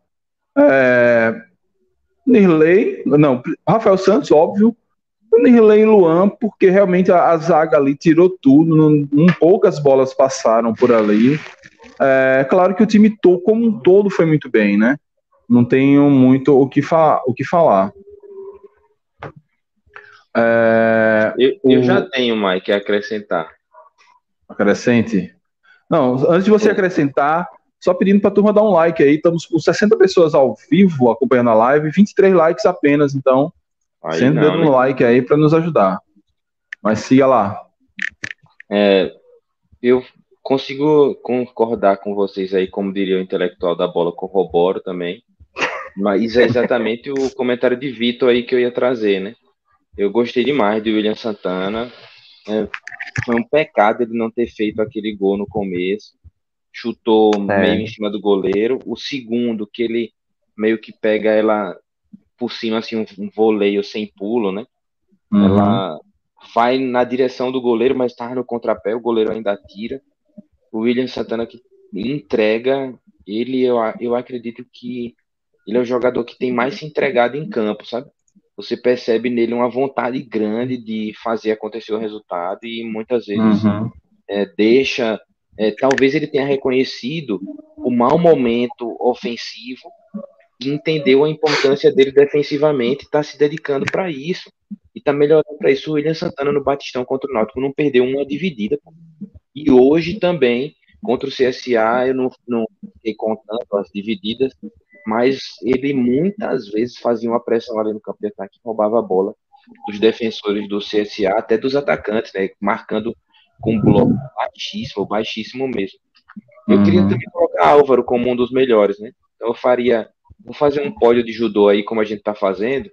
Nirley, não, Rafael Santos, óbvio, Nirley e Luan, porque realmente a zaga ali tirou tudo, poucas bolas passaram por ali. Claro que o time como um todo foi muito bem, né? Não tenho muito o que falar. Eu já tenho, Mike, a acrescentar. Acrescente? Não, antes de você acrescentar, só pedindo para a turma dar um like aí. Estamos com 60 pessoas ao vivo acompanhando a live, 23 likes apenas, então sendo dando um like aí para nos ajudar. Mas siga lá. Eu consigo concordar com vocês aí, como diria o intelectual da bola, corroboro também. Mas é exatamente o comentário de Vitor aí que eu ia trazer, né? Eu gostei demais de William Santana. Foi um pecado ele não ter feito aquele gol no começo. Chutou meio em cima do goleiro. O segundo, que ele meio que pega ela por cima, assim, um voleio sem pulo, né? Uhum. Ela vai na direção do goleiro, mas tá no contrapé, o goleiro ainda tira. O William Santana que entrega, eu acredito que ele é o jogador que tem mais se entregado em campo, sabe? Você percebe nele uma vontade grande de fazer acontecer o resultado e muitas vezes deixa. Talvez ele tenha reconhecido o mau momento ofensivo e entendeu a importância dele defensivamente, está se dedicando para isso e está melhorando para isso. O William Santana no Batistão contra o Náutico não perdeu uma dividida. E hoje também, contra o CSA, eu não fiquei contando as divididas, mas ele muitas vezes fazia uma pressão ali no campo de ataque, roubava a bola dos defensores do CSA, até dos atacantes, né, marcando com um bloco baixíssimo mesmo. Eu queria também colocar Álvaro como um dos melhores, né? Então vou fazer um pódio de judô aí, como a gente está fazendo,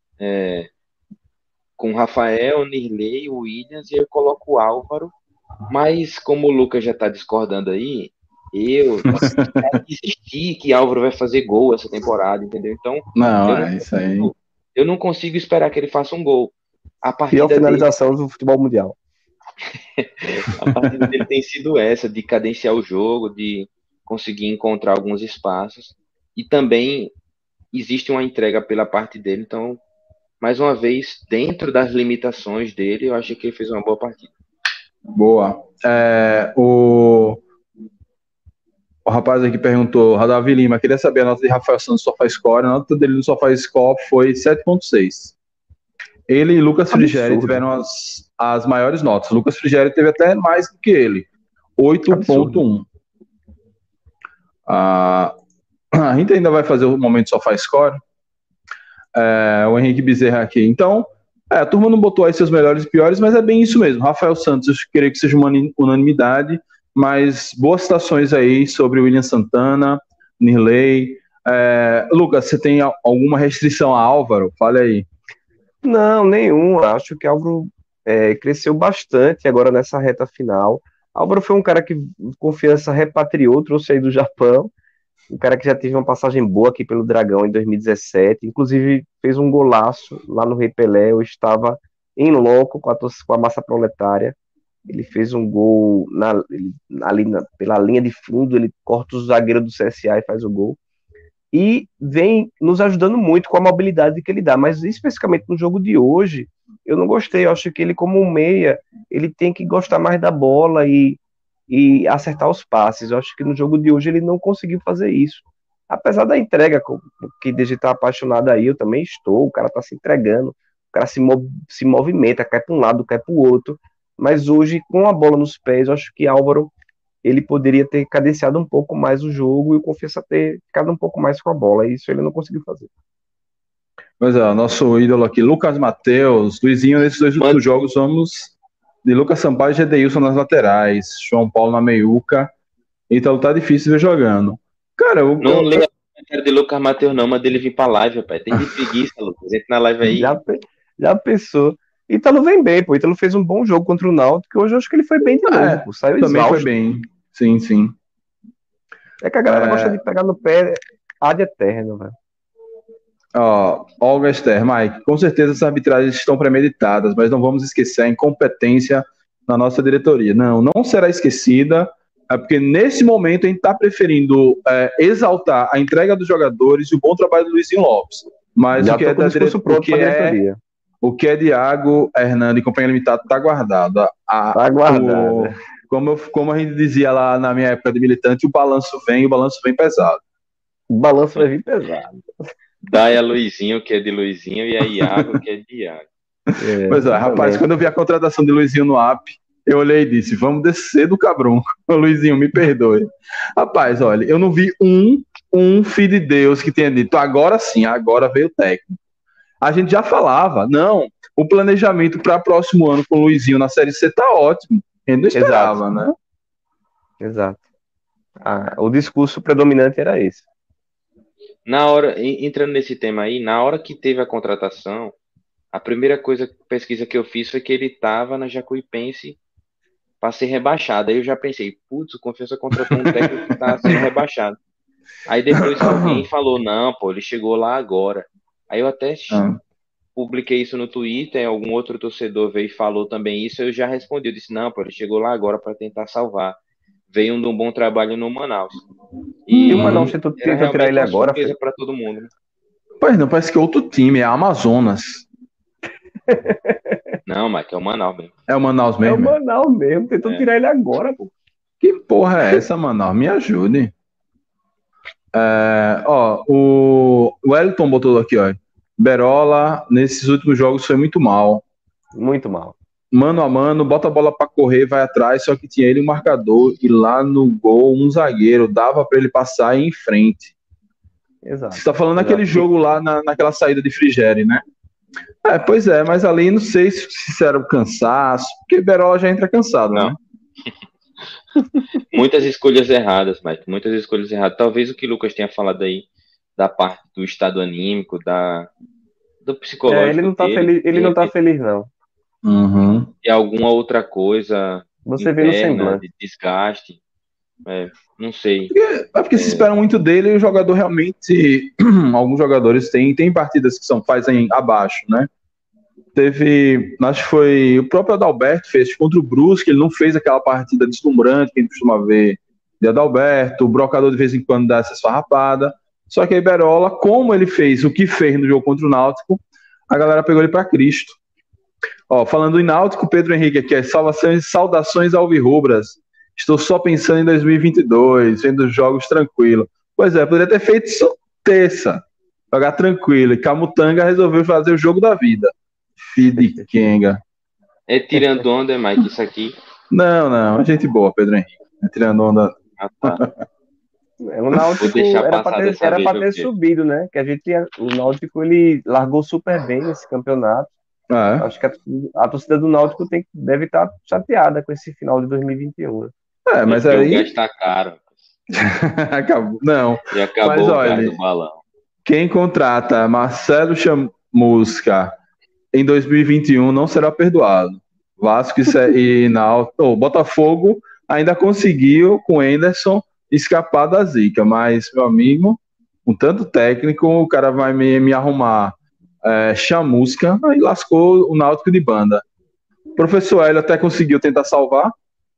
com o Rafael, Nirley, o Williams, e eu coloco o Álvaro. Mas como o Lucas já está discordando aí, eu desisti que Álvaro vai fazer gol essa temporada, entendeu? Então, isso aí. Eu não consigo esperar que ele faça um gol. A pior finalização do futebol mundial. A partida dele tem sido essa, de cadenciar o jogo, de conseguir encontrar alguns espaços. E também existe uma entrega pela parte dele. Então, mais uma vez, dentro das limitações dele, eu acho que ele fez uma boa partida. Boa. O rapaz aqui perguntou, Davi Lima, queria saber a nota de Rafael Santos no SofaScore. A nota dele no SofaScore foi 7.6. Ele e Lucas Frigério tiveram as maiores notas. Lucas Frigério teve até mais do que ele, 8.1. A gente ainda vai fazer o momento SofaScore. O Henrique Bezerra aqui. Então, a turma não botou aí seus melhores e piores, mas é bem isso mesmo. Rafael Santos, eu queria que seja uma unanimidade, mas boas citações aí sobre William Santana, Nirley. Lucas, você tem alguma restrição a Álvaro? Fale aí. Não, nenhum. Acho que Álvaro cresceu bastante agora nessa reta final. Álvaro foi um cara que confiança repatriou, trouxe aí do Japão. Um cara que já teve uma passagem boa aqui pelo Dragão em 2017, inclusive fez um golaço lá no Rei Pelé. Eu estava em loco com a massa proletária. Ele fez um gol pela linha de fundo, ele corta o zagueiro do CSA e faz o gol. E vem nos ajudando muito com a mobilidade que ele dá, mas especificamente no jogo de hoje, eu não gostei. Eu acho que ele, como um meia, ele tem que gostar mais da bola e acertar os passes. Eu acho que no jogo de hoje ele não conseguiu fazer isso. Apesar da entrega, que desde estar apaixonado aí, eu também estou, o cara tá se entregando, o cara se movimenta, cai para um lado, cai para o outro, mas hoje, com a bola nos pés, eu acho que Álvaro, ele poderia ter cadenciado um pouco mais o jogo e o Confiança ter ficado um pouco mais com a bola, e isso ele não conseguiu fazer. Pois é, nosso ídolo aqui, Lucas Matheus, Luizinho, nesses dois últimos jogos, vamos de Lucas Sampaio e Gedeilson nas laterais, João Paulo na meiuca, então tá difícil ver jogando. Cara, não leio o comentário de Lucas Matheus não, mas dele vir pra live, rapaz, tem de preguiça, Lucas, entra na live aí. Já pensou. Ítalo vem bem, pô, Ítalo fez um bom jogo contra o Náutico, que hoje eu acho que ele foi bem de novo, pô, saiu também exausto. Foi bem, sim. É que a galera gosta de pegar no pé ad eterno, velho. Olga Esther, Mike, com certeza essas arbitragens estão premeditadas, mas não vamos esquecer a incompetência na nossa diretoria. Não será esquecida, porque nesse momento a gente está preferindo exaltar a entrega dos jogadores e o bom trabalho do Luizinho Lopes. Mas já o que é da diretoria, o que é de Iago, Hernando e Companhia Limitada está guardado. Está guardado. Como a gente dizia lá na minha época de militante, o balanço vem pesado. O balanço vai vir pesado. Dai a Luizinho, que é de Luizinho, e a Iago, que é de Iago. Pois é, rapaz, quando eu vi a contratação de Luizinho no AP, eu olhei e disse, vamos descer do cabrão. Luizinho, me perdoe. Rapaz, olha, eu não vi um filho de Deus que tenha dito, agora sim, agora veio o técnico. A gente já falava, não, o planejamento para próximo ano com o Luizinho na Série C tá ótimo. A gente não esperava, né? Exato. O discurso predominante era esse. Na hora, entrando nesse tema aí, na hora que teve a contratação, a primeira pesquisa que eu fiz foi que ele estava na Jacuipense para ser rebaixado. Aí eu já pensei, putz, o Confiança contratou um técnico que está sendo rebaixado. Aí depois alguém falou, não, pô, ele chegou lá agora. Aí eu até publiquei isso no Twitter, algum outro torcedor veio e falou também isso, eu já respondi, eu disse, não, pô, ele chegou lá agora para tentar salvar. Veio de um bom trabalho no Manaus. E o Manaus tentou tirar ele agora. Para todo mundo. Né? Pois não, parece que é outro time, é Amazonas. Não, Mike, é o Manaus mesmo. É o Manaus mesmo? É o Manaus mesmo, tentou tirar ele agora, pô. Que porra é essa, Manaus? Me ajude. O Wellington botou aqui, ó. Berola, nesses últimos jogos foi muito mal. Muito mal. Mano a mano, bota a bola pra correr, vai atrás, só que tinha ele um marcador e lá no gol um zagueiro, dava pra ele passar e ir em frente. Exato. Você tá falando daquele jogo lá, naquela saída de Frigeri, né? Pois é, mas ali não sei se era o cansaço, porque Berola já entra cansado, não. Né? Muitas escolhas erradas, Mike, muitas escolhas erradas. Talvez o que o Lucas tenha falado aí, da parte do estado anímico, do psicológico. Ele não tá feliz, não tá feliz, não. Uhum. E alguma outra coisa você interna, vê no semblante. De desgaste, não sei. Porque se espera muito dele e o jogador realmente, alguns jogadores têm partidas que fazem abaixo, né? Acho que foi o próprio Adalberto fez contra o Brusque, ele não fez aquela partida deslumbrante que a gente costuma ver de Adalberto, o Brocador de vez em quando dá essa esfarrapada, só que a Berola, como ele fez o que fez no jogo contra o Náutico, a galera pegou ele para Cristo. Falando em Náutico, Pedro Henrique aqui, saudações alvirrubras, estou só pensando em 2022, vendo os jogos tranquilo. Pois é, poderia ter feito isso terça, jogar tranquilo, e Camutanga resolveu fazer o jogo da vida. Filho de Kenga. É tirando onda, Mike, isso aqui? Não, é gente boa, Pedro Henrique. É tirando onda. Tá. O Náutico era para ter subido, né? Que o Náutico ele largou super bem nesse campeonato. Acho que a torcida do Náutico deve estar chateada com esse final de 2021. Mas aí. O gás tá caro. Acabou. Não. E acabou mas, o gás do balão. Quem contrata Marcelo Chamusca em 2021 não será perdoado. Vasco e Náutico. Botafogo ainda conseguiu, com Henderson, escapar da zica. Mas, meu amigo, com tanto técnico, o cara vai me arrumar Chamusca e lascou o Náutico de banda. O professor Hélio até conseguiu tentar salvar.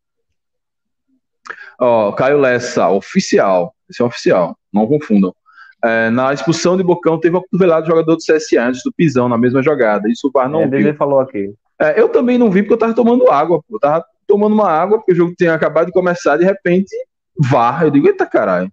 Caio Lessa, oficial. Esse é oficial, não confundam. Na expulsão de Bocão, teve uma cotovelada do jogador do CSA antes do pisão, na mesma jogada. Isso o VAR não viu. Ele falou aqui. Eu também não vi porque eu tava tomando água. Eu tava tomando uma água porque o jogo tinha acabado de começar, de repente, VAR. Eu digo, eita caralho.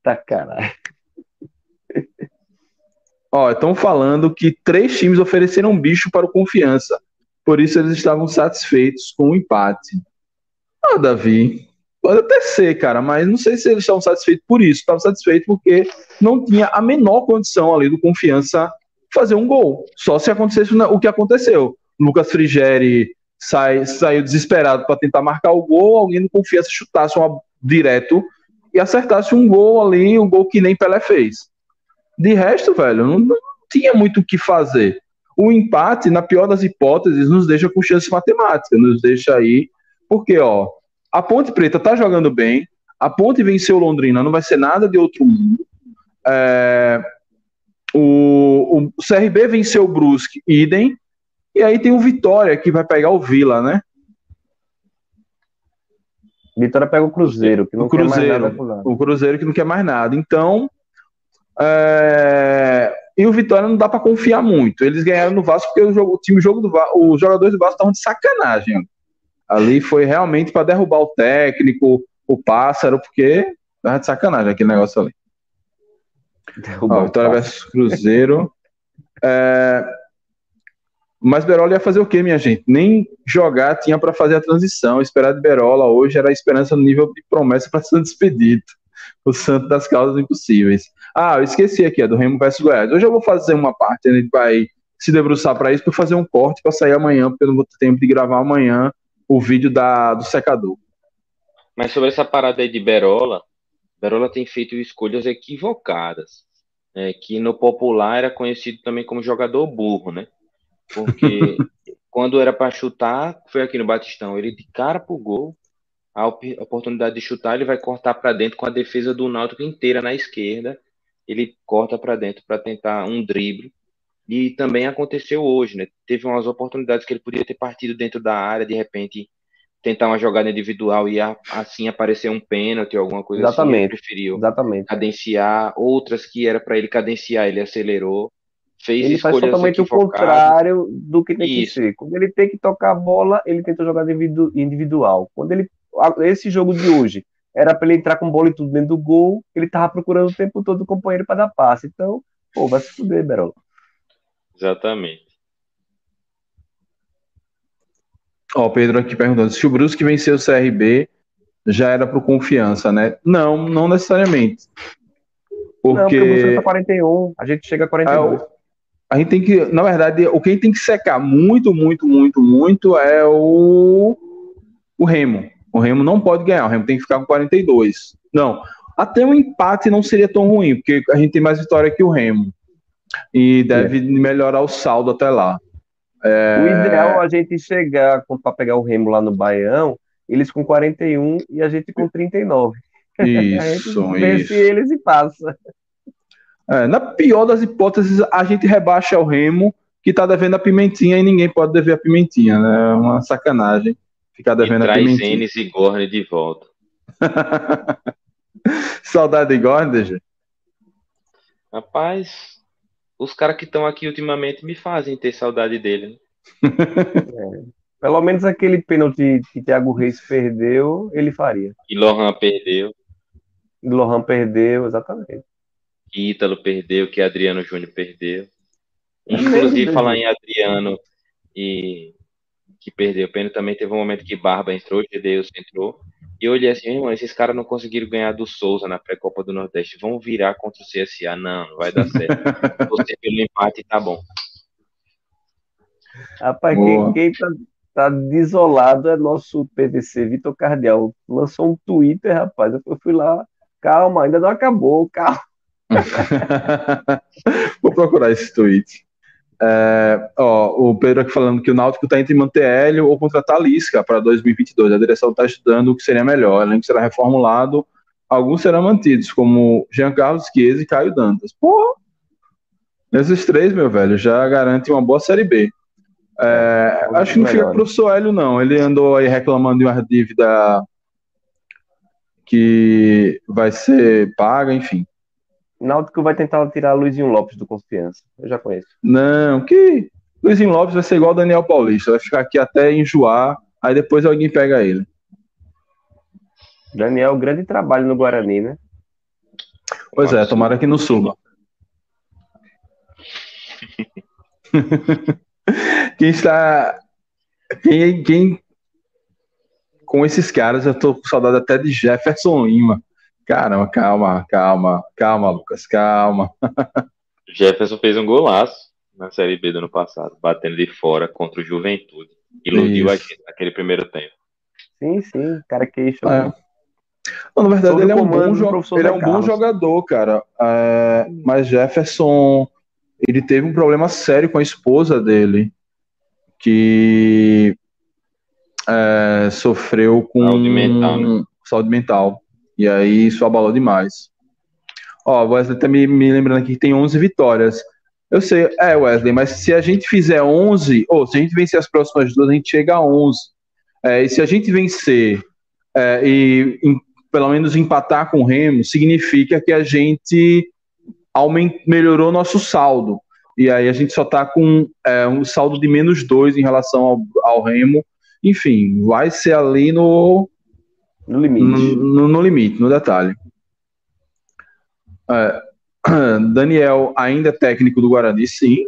Estão falando que 3 times ofereceram bicho para o Confiança. Por isso eles estavam satisfeitos com o empate. Davi, pode até ser, cara, mas não sei se eles estavam satisfeitos por isso. Estavam satisfeitos porque não tinha a menor condição ali do Confiança fazer um gol. Só se acontecesse o que aconteceu. Lucas Frigeri saiu desesperado para tentar marcar o gol, alguém do Confiança chutasse direto e acertasse um gol ali, um gol que nem Pelé fez. De resto, velho, não tinha muito o que fazer. O empate, na pior das hipóteses, nos deixa com chance matemática, nos deixa aí, porque, a Ponte Preta tá jogando bem, a Ponte venceu Londrina, não vai ser nada de outro mundo. O CRB venceu o Brusque, idem, e aí tem o Vitória, que vai pegar o Vila, né? Vitória pega o Cruzeiro, que não quer mais nada com nada. O Cruzeiro que não quer mais nada. Então, e o Vitória não dá para confiar muito. Eles ganharam no Vasco porque os jogadores do Vasco estavam de sacanagem. Ali foi realmente para derrubar o técnico, o Pássaro, porque estava de sacanagem aquele negócio ali. Vitória versus Cruzeiro. Mas Berola ia fazer o quê, minha gente? Nem jogar tinha para fazer a transição. Esperar de Berola hoje era a esperança no nível de promessa para ser despedido. O santo das causas impossíveis. Eu esqueci aqui, do Remo versus Goiás. Hoje eu vou fazer uma parte, a gente vai se debruçar para isso, para fazer um corte para sair amanhã, porque eu não vou ter tempo de gravar amanhã o vídeo do secador. Mas sobre essa parada aí de Berola, Berola tem feito escolhas equivocadas, que no popular era conhecido também como jogador burro, né? Porque quando era para chutar, foi aqui no Batistão, ele de cara pro gol, a oportunidade de chutar, ele vai cortar para dentro com a defesa do Náutico inteira na esquerda, ele corta para dentro para tentar um drible. E também aconteceu hoje, né? Teve umas oportunidades que ele podia ter partido dentro da área, de repente tentar uma jogada individual e assim aparecer um pênalti, alguma coisa assim. Ele Exatamente, preferiu exatamente. cadenciar, outras que era para ele cadenciar, ele acelerou, fez Ele faz escolhas totalmente o equivocadas. contrário do que tem que Isso, ser. Quando ele tem que tocar a bola, ele tenta jogar individual. Esse jogo de hoje era para ele entrar com bola e tudo dentro do gol, ele tava procurando o tempo todo o companheiro para dar passe. Então, pô, vai se fuder, Berola. exatamente. Ó, o Pedro aqui perguntando se o Brusque venceu o CRB já era pro Confiança, né? Não, não necessariamente. Não, porque o Brusque tá Porque 41, a gente chega a 42. a gente tem que, na verdade, o que tem que secar muito, muito, muito, muito é o Remo. O Remo não pode ganhar, o Remo tem que ficar com 42. Não, até um empate não seria tão ruim, porque a gente tem mais vitória que o Remo. E deve melhorar o saldo até lá. O ideal é a gente chegar para pegar o Remo lá no Baião, eles com 41 e a gente com 39. A gente Isso, vence isso. eles e passa. Na pior das hipóteses, a gente rebaixa o Remo, que tá devendo a Pimentinha, e ninguém pode dever a Pimentinha, né? É uma sacanagem ficar devendo a Traz Pimentinha. Enes e Gorne de volta. Saudade de Gordon. Rapaz, os caras que estão aqui ultimamente me fazem ter saudade dele, né? Pelo menos aquele pênalti que Thiago Reis perdeu, ele faria. E Lohan perdeu, E Lohan perdeu, exatamente. que Ítalo perdeu, que Adriano Júnior perdeu. Inclusive, falar em Adriano e que perdeu o pênalti, também teve um momento que Barba entrou, Gedeus entrou. E eu olhei assim, irmão, esses caras não conseguiram ganhar do Souza na pré-copa do Nordeste. Vão virar contra o CSA. Não, não vai dar certo. Você pelo empate, tá bom. Rapaz, quem tá desolado é nosso PVC, Vitor Cardial. Lançou um Twitter, rapaz. Eu fui lá, calma, ainda não acabou, calma. Vou procurar esse tweet. O Pedro aqui falando que o Náutico está entre manter Hélio ou contratar Lisca para 2022. A direção está estudando o que seria melhor. O elenco será reformulado, alguns serão mantidos, como Jean Carlos Chiesa e Caio Dantas. Porra! Esses três, meu velho, já garante uma boa Série B. Acho que não fica pro Soélio, não. Ele andou aí reclamando de uma dívida que vai ser paga, enfim. Náutico vai tentar tirar Luizinho Lopes do Confiança. Eu já conheço. Não, que Luizinho Lopes vai ser igual o Daniel Paulista. Vai ficar aqui até enjoar, aí depois alguém pega ele. Daniel, grande trabalho no Guarani, né? Pois é, tomara que não suba. Quem com esses caras, eu tô com saudade até de Jefferson Lima. Caramba, calma, Lucas, calma. Jefferson fez um golaço na Série B do ano passado, batendo de fora contra o Juventude. Iludiu a gente naquele primeiro tempo. Sim, cara queixo. Não, na verdade, ele é um bom jogador, cara. Mas Jefferson, ele teve um problema sério com a esposa dele, que sofreu com saúde mental. E aí isso abalou demais. Ó, o Wesley tá me lembrando aqui que tem 11 vitórias. Eu sei, Wesley, mas se a gente fizer 11, ou se a gente vencer as próximas duas, a gente chega a 11. E se a gente vencer pelo menos empatar com o Remo, significa que a gente melhorou nosso saldo. E aí a gente só tá com um saldo de -2 em relação ao Remo. Enfim, vai ser ali no limite. No limite, no detalhe. Daniel ainda é técnico do Guarani, sim.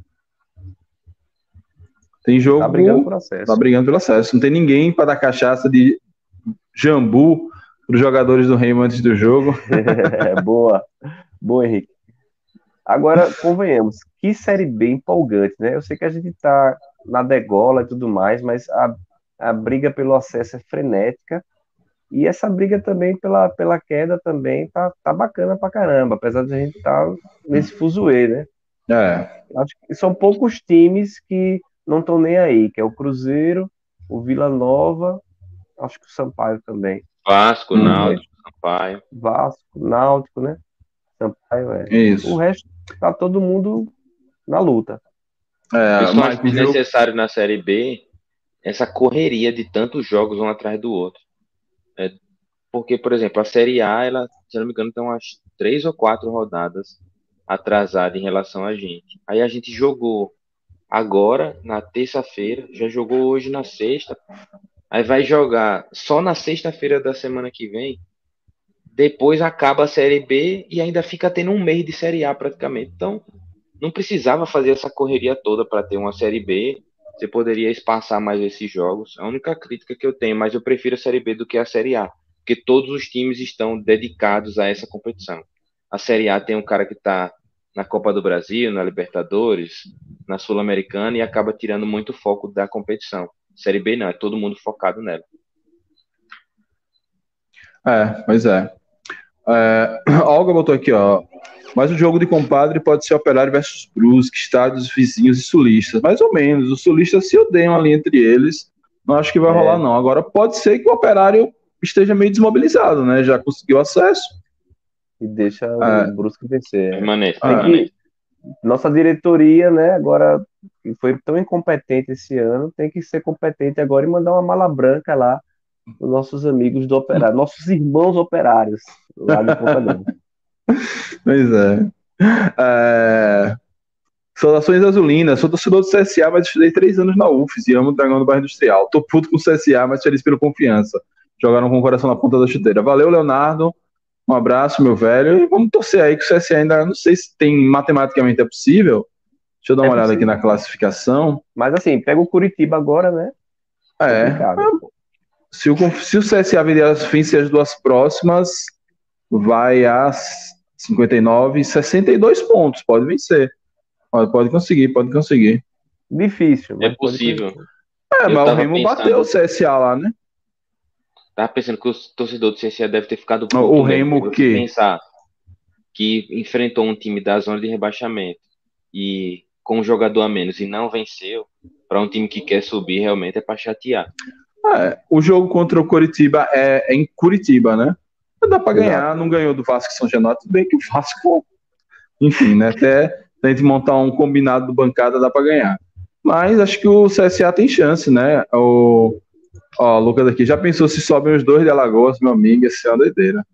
Tem jogo. Tá brigando por acesso. Tá brigando pelo acesso. Não tem ninguém para dar cachaça de jambu para os jogadores do Remo antes do jogo. Boa, Henrique. Agora, convenhamos, que Série B empolgante, né? Eu sei que a gente tá na degola e tudo mais, mas a briga pelo acesso é frenética, e essa briga também pela queda também tá bacana pra caramba, apesar de a gente estar nesse fuzuê, né? Acho que são poucos times que não estão nem aí, que é o Cruzeiro, o Vila Nova, acho que o Sampaio também. Vasco, Náutico, Sampaio. Vasco, Náutico, né? Sampaio, Isso. O resto tá todo mundo na luta. Isso é desnecessário na Série B, essa correria de tantos jogos um atrás do outro. Porque, por exemplo, a Série A, ela, se não me engano, tem umas 3 ou 4 rodadas atrasadas em relação a gente. Aí a gente jogou agora, na terça-feira, já jogou hoje na sexta, aí vai jogar só na sexta-feira da semana que vem, depois acaba a Série B e ainda fica tendo um mês de Série A praticamente. Então, não precisava fazer essa correria toda para ter uma Série B, você poderia espaçar mais esses jogos. A única crítica que eu tenho, mas eu prefiro a Série B do que a Série A, porque todos os times estão dedicados a essa competição. A Série A tem um cara que está na Copa do Brasil, na Libertadores, na Sul-Americana e acaba tirando muito foco da competição. Série B não, é todo mundo focado nela. Pois é. A Olga botou aqui, ó. Mas o jogo de compadre pode ser Operário versus Brusque, estádios vizinhos e sulistas. Mais ou menos. Os sulistas se odeiam ali entre eles. Não acho que vai rolar, não. Agora, pode ser que o Operário esteja meio desmobilizado, né? Já conseguiu acesso. E deixa o Brusque vencer. Permanece. Nossa diretoria, né, agora foi tão incompetente esse ano, tem que ser competente agora e mandar uma mala branca lá para os nossos amigos do Operário, nossos irmãos operários lá de Ponta Grossa. Pois Saudações azulinas, sou torcedor do CSA, mas estudei 3 anos na UFES e amo o Dragão do Bairro Industrial. Tô puto com o CSA, mas feliz pela confiança. Jogaram com o coração na ponta da chuteira. Valeu, Leonardo. Um abraço, meu velho. E vamos torcer aí que o CSA ainda, não sei se tem matematicamente é possível. Deixa eu dar uma olhada aqui na classificação. Mas assim, pega o Curitiba agora, né? Se o CSA vencer as 2 próximas, vai a 59, 62 pontos. Pode vencer. Pode conseguir. Difícil. É possível. Mas o Remo bateu o CSA lá, né? Tava pensando que o torcedor do CSA deve ter ficado puto. O Remo que? Pensar que enfrentou um time da zona de rebaixamento e com um jogador a menos e não venceu, para um time que quer subir, realmente é para chatear. O jogo contra o Curitiba é em Curitiba, né? Dá para ganhar, não ganhou do Vasco São Januário, tudo bem que o Vasco, enfim, né? Até a gente montar um combinado do bancada dá para ganhar. Mas acho que o CSA tem chance, né? O Lucas aqui, já pensou se sobem os 2 de Alagoas, meu amigo? Essa é uma doideira.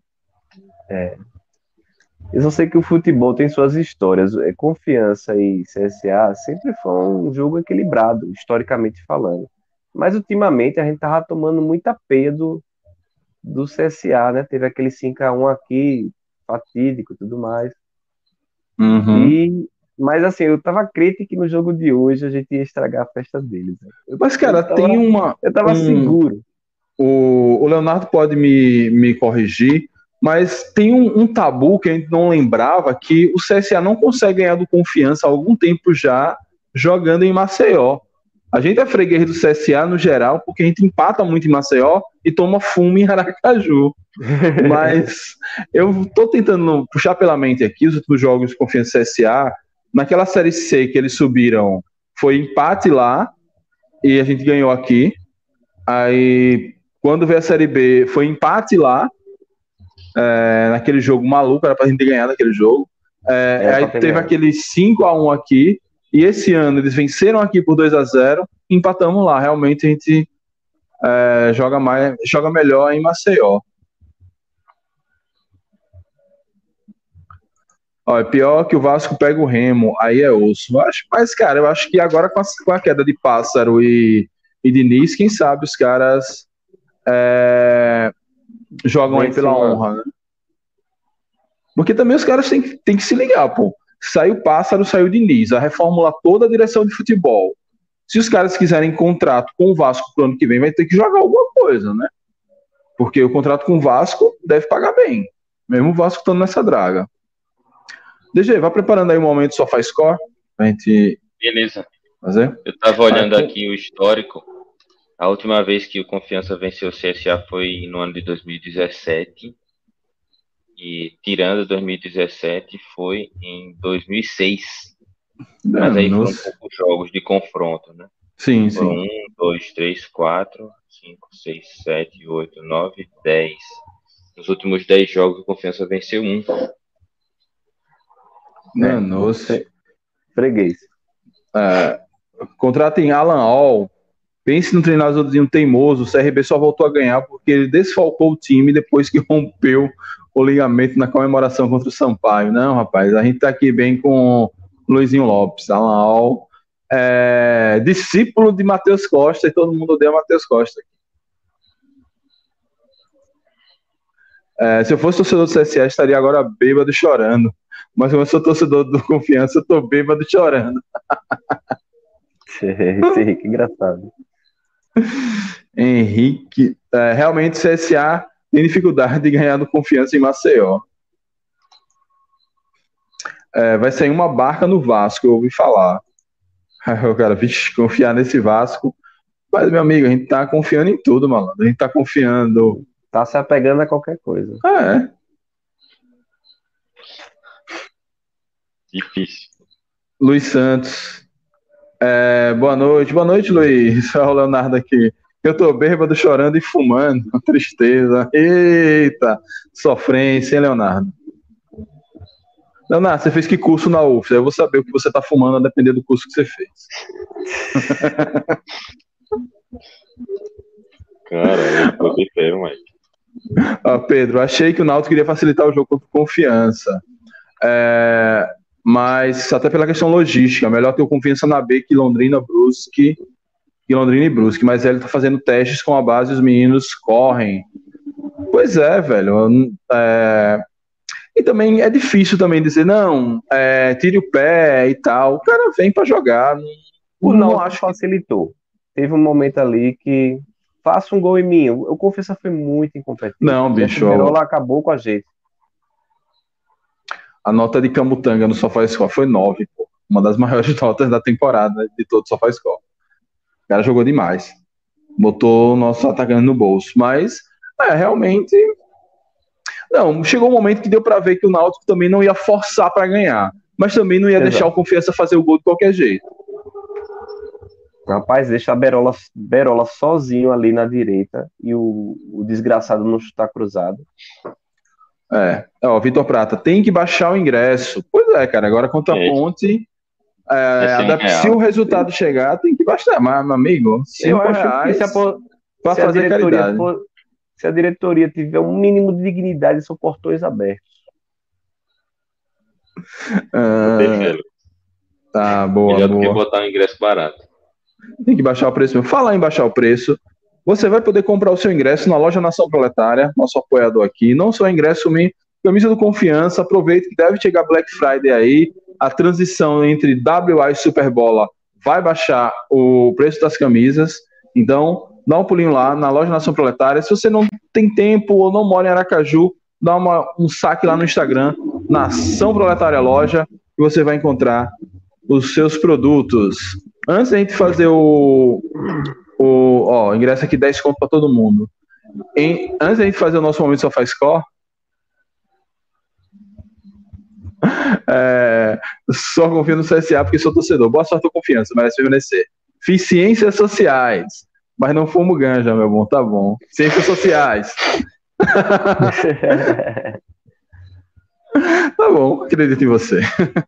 Eu só sei que o futebol tem suas histórias. Confiança e CSA sempre foi um jogo equilibrado, historicamente falando. Mas ultimamente a gente tava tomando muita peia do CSA, né? Teve aquele 5-1 aqui, fatídico e tudo mais. Mas assim, eu tava crente que no jogo de hoje a gente ia estragar a festa deles. Mas, cara, eu tava seguro. O Leonardo pode me corrigir, mas tem um tabu que a gente não lembrava, que o CSA não consegue ganhar do Confiança há algum tempo já jogando em Maceió. A gente é freguês do CSA no geral, porque a gente empata muito em Maceió e toma fumo em Aracaju. Mas eu tô tentando puxar pela mente aqui os últimos jogos de Confiança CSA. Naquela Série C que eles subiram, foi empate lá e a gente ganhou aqui. Aí, quando veio a Série B, foi empate lá, naquele jogo maluco, era pra gente ganhar naquele jogo. Aí teve aquele 5-1 aqui, e esse ano eles venceram aqui por 2-0, empatamos lá. Realmente a gente joga melhor em Maceió. É pior que o Vasco pega o Remo, aí é osso. Mas, cara, eu acho que agora com a queda de Pássaro e Diniz, quem sabe os caras jogam aí pela honra, né? Porque também os caras têm que se ligar, pô. Saiu Pássaro, saiu Diniz, a reformula toda a direção de futebol. Se os caras quiserem contrato com o Vasco pro ano que vem, vai ter que jogar alguma coisa, né? Porque o contrato com o Vasco deve pagar bem, mesmo o Vasco estando nessa draga. DG, vai preparando aí um momento SofaScore pra gente Beleza. fazer. Eu tava olhando aqui o histórico A última vez que o Confiança venceu o CSA foi no ano de 2017. E tirando 2017 foi em 2006. Mas aí foram poucos jogos de confronto, né? Sim, foram sim. 1, 2, 3, 4, 5, 6, 7, 8, 9, 10. Nos últimos 10 jogos, o Confiança venceu um. Nossa. Freguês. Contratem Alan Hall. Pense no treinadorzinho teimoso. O CRB só voltou a ganhar porque ele desfalcou o time depois que rompeu o ligamento na comemoração contra o Sampaio. Não, rapaz, a gente tá aqui bem com o Luizinho Lopes. Alan Hall, discípulo de Matheus Costa, e todo mundo odeia Matheus Costa. Se eu fosse torcedor do CSA, estaria agora bêbado e chorando. Mas como eu sou torcedor do Confiança, eu tô bêbado e chorando. Esse Henrique é engraçado. Henrique, realmente o CSA tem dificuldade de ganhar do Confiança em Maceió. Vai sair uma barca no Vasco, eu ouvi falar. O cara, vixe, confiar nesse Vasco. Mas, meu amigo, a gente tá confiando em tudo, malandro. A gente tá confiando. Tá se apegando a qualquer coisa. Difícil. Luiz Santos. Boa noite, Luiz. Olha o Leonardo aqui. Eu tô bêbado, chorando e fumando. Tristeza. Eita, sofrência, hein, Leonardo? Leonardo, você fez que curso na UFS? Eu vou saber o que você tá fumando a depender do curso que você fez. Caramba, eu tô inteiro, mas... Pedro, achei que o Náutico queria facilitar o jogo contra Confiança. Mas até pela questão logística, melhor ter o Confiança na B que Londrina e Brusque, mas ele tá fazendo testes com a base, os meninos correm. Pois é, velho. E também é difícil também dizer, não, tire o pé e tal. O cara vem pra jogar. O Náutico facilitou. Teve um momento ali que faça um gol em mim. O Confiança foi muito incompetente. Não, bicho. O Berola acabou com a gente. A nota de Camutanga no SofaScore foi 9, pô. Uma das maiores notas da temporada de todo o SofaScore. O cara jogou demais. Botou o nosso atacante no bolso. Mas, realmente... Não, chegou um momento que deu pra ver que o Náutico também não ia forçar pra ganhar. Mas também não ia deixar o Confiança fazer o gol de qualquer jeito. Rapaz, deixa a Berola sozinho ali na direita e o desgraçado não chutar cruzado. Vitor Prata, tem que baixar o ingresso. Pois é, cara, agora contra a Ponte, se o resultado chegar, tem que baixar. Mas, meu amigo, R$5 pra fazer caridade. Se a diretoria tiver um mínimo de dignidade, são portões abertos. Tá, boa. Melhor do que botar um ingresso barato. Tem que baixar o preço. Falar em baixar o preço, você vai poder comprar o seu ingresso na loja Nação Proletária, nosso apoiador aqui. Não só ingresso, camisa do Confiança. Aproveita que deve chegar Black Friday aí. A transição entre WA e Superbola vai baixar o preço das camisas. Então, dá um pulinho lá na loja Nação Proletária. Se você não tem tempo ou não mora em Aracaju, dá um saque lá no Instagram, Nação Proletária Loja, e você vai encontrar os seus produtos. Antes da gente fazer ingresso aqui 10 conto para todo mundo. Antes da gente fazer o nosso momento SofaScore, só confio no CSA porque sou torcedor. Boa sorte ou Confiança, merece permanecer. Fiz ciências sociais, mas não fumo ganja, meu bom, tá bom. Ciências sociais. Tá bom, acredito em você.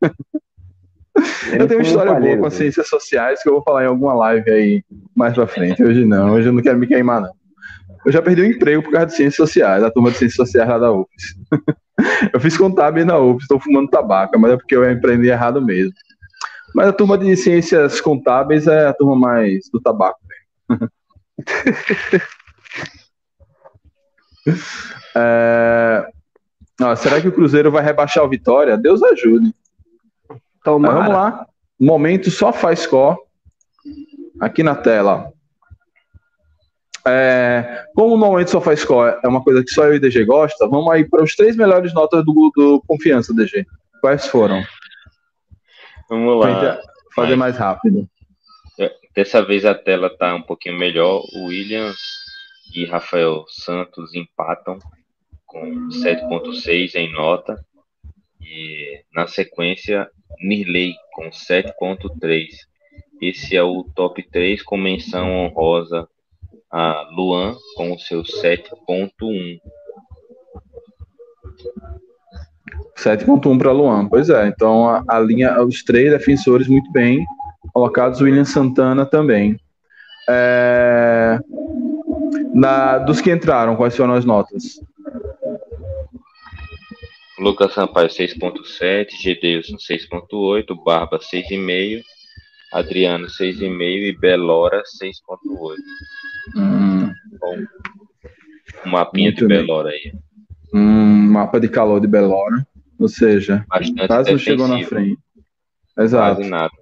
Eu tenho uma história boa com as ciências sociais que eu vou falar em alguma live aí mais pra frente. Hoje eu não quero me queimar, não. Eu já perdi o emprego por causa de ciências sociais, a turma de ciências sociais lá da UFS. Eu fiz contábil na UFS, estou fumando tabaco, mas é porque eu aprendi errado mesmo. Mas a turma de ciências contábeis é a turma mais do tabaco mesmo. Será que o Cruzeiro vai rebaixar o Vitória? Deus ajude. Mas vamos lá. Momento SofaScore. Aqui na tela. Como o momento SofaScore é uma coisa que só eu e o DG gosta, vamos aí para os 3 melhores notas do Confiança, DG. Quais foram? Vamos lá. Fazer mais rápido. Dessa vez a tela tá um pouquinho melhor. O Williams e Rafael Santos empatam com 7,6 em nota. E na sequência, Nirley com 7,3. Esse é o top 3 com menção honrosa a Luan com o seu 7,1. 7,1 para Luan. Pois é, então a linha, os 3 defensores muito bem colocados, William Santana também. Dos que entraram, quais foram as notas? Lucas Sampaio 6,7, Gedeilson 6,8, Barba 6,5, Adriano 6,5 e Belora 6,8. Bom, um mapinha muito de bem. Belora aí. Mapa de calor de Belora, ou seja, bastante quase não chegou na frente. Exato. Quase nada.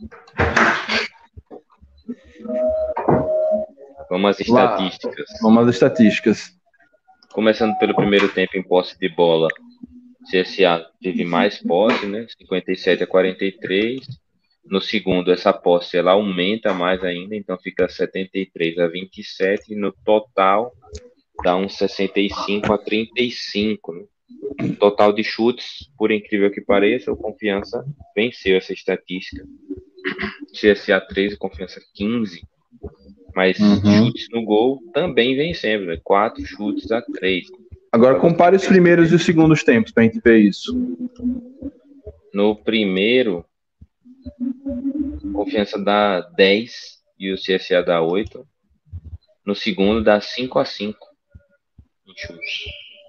Vamos às estatísticas. Vamos às estatísticas. Começando pelo primeiro tempo em posse de bola, CSA teve mais posse, né? 57-43. No segundo, essa posse ela aumenta mais ainda, então fica 73-27. E no total, dá uns 65-35. Né? Total de chutes, por incrível que pareça, o Confiança venceu essa estatística. CSA 13, Confiança 15. Mas chutes no gol também vencemos, né? 4 chutes a 3. Agora compare os primeiros e os segundos tempos pra gente ver isso. No primeiro, Confiança dá 10 e o CSA dá 8. No segundo, dá 5-5 em chutes.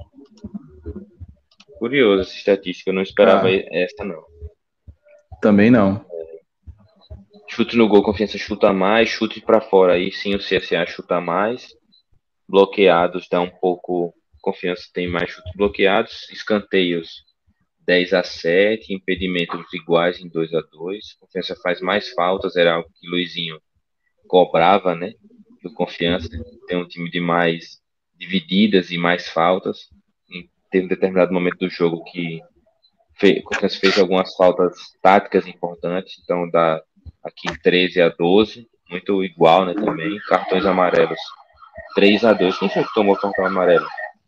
Curioso essa estatística, eu não esperava essa, não. Também não. Chute no gol, Confiança chuta mais, chute para fora, aí sim o CSA chuta mais. Bloqueados dá um pouco, Confiança tem mais chutes bloqueados. Escanteios 10-7, impedimentos iguais em 2-2. Confiança faz mais faltas, era algo que Luizinho cobrava, né? Do Confiança tem um time de mais divididas e mais faltas. Teve um determinado momento do jogo que Confiança fez algumas faltas táticas importantes, então dá aqui 13-12, muito igual, né, também. Cartões amarelos 3-2. Quem foi que tomou cartão amarelo?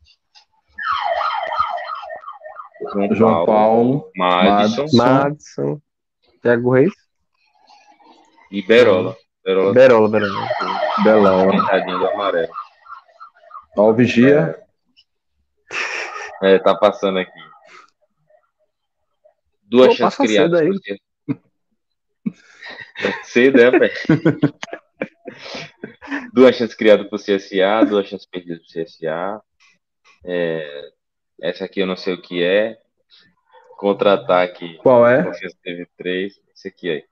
João Paulo, Madison, Thiago Reis e Berola. Berola. Tadinho do amarelo. Ó, o Vigia. Tá passando aqui. Duas chances criadas. Cedo, velho? Duas chances criadas por CSA, 2 chances perdidas por CSA. Essa aqui eu não sei o que é. Contra-ataque. Qual é? Confiança teve 3. Esse aqui aí.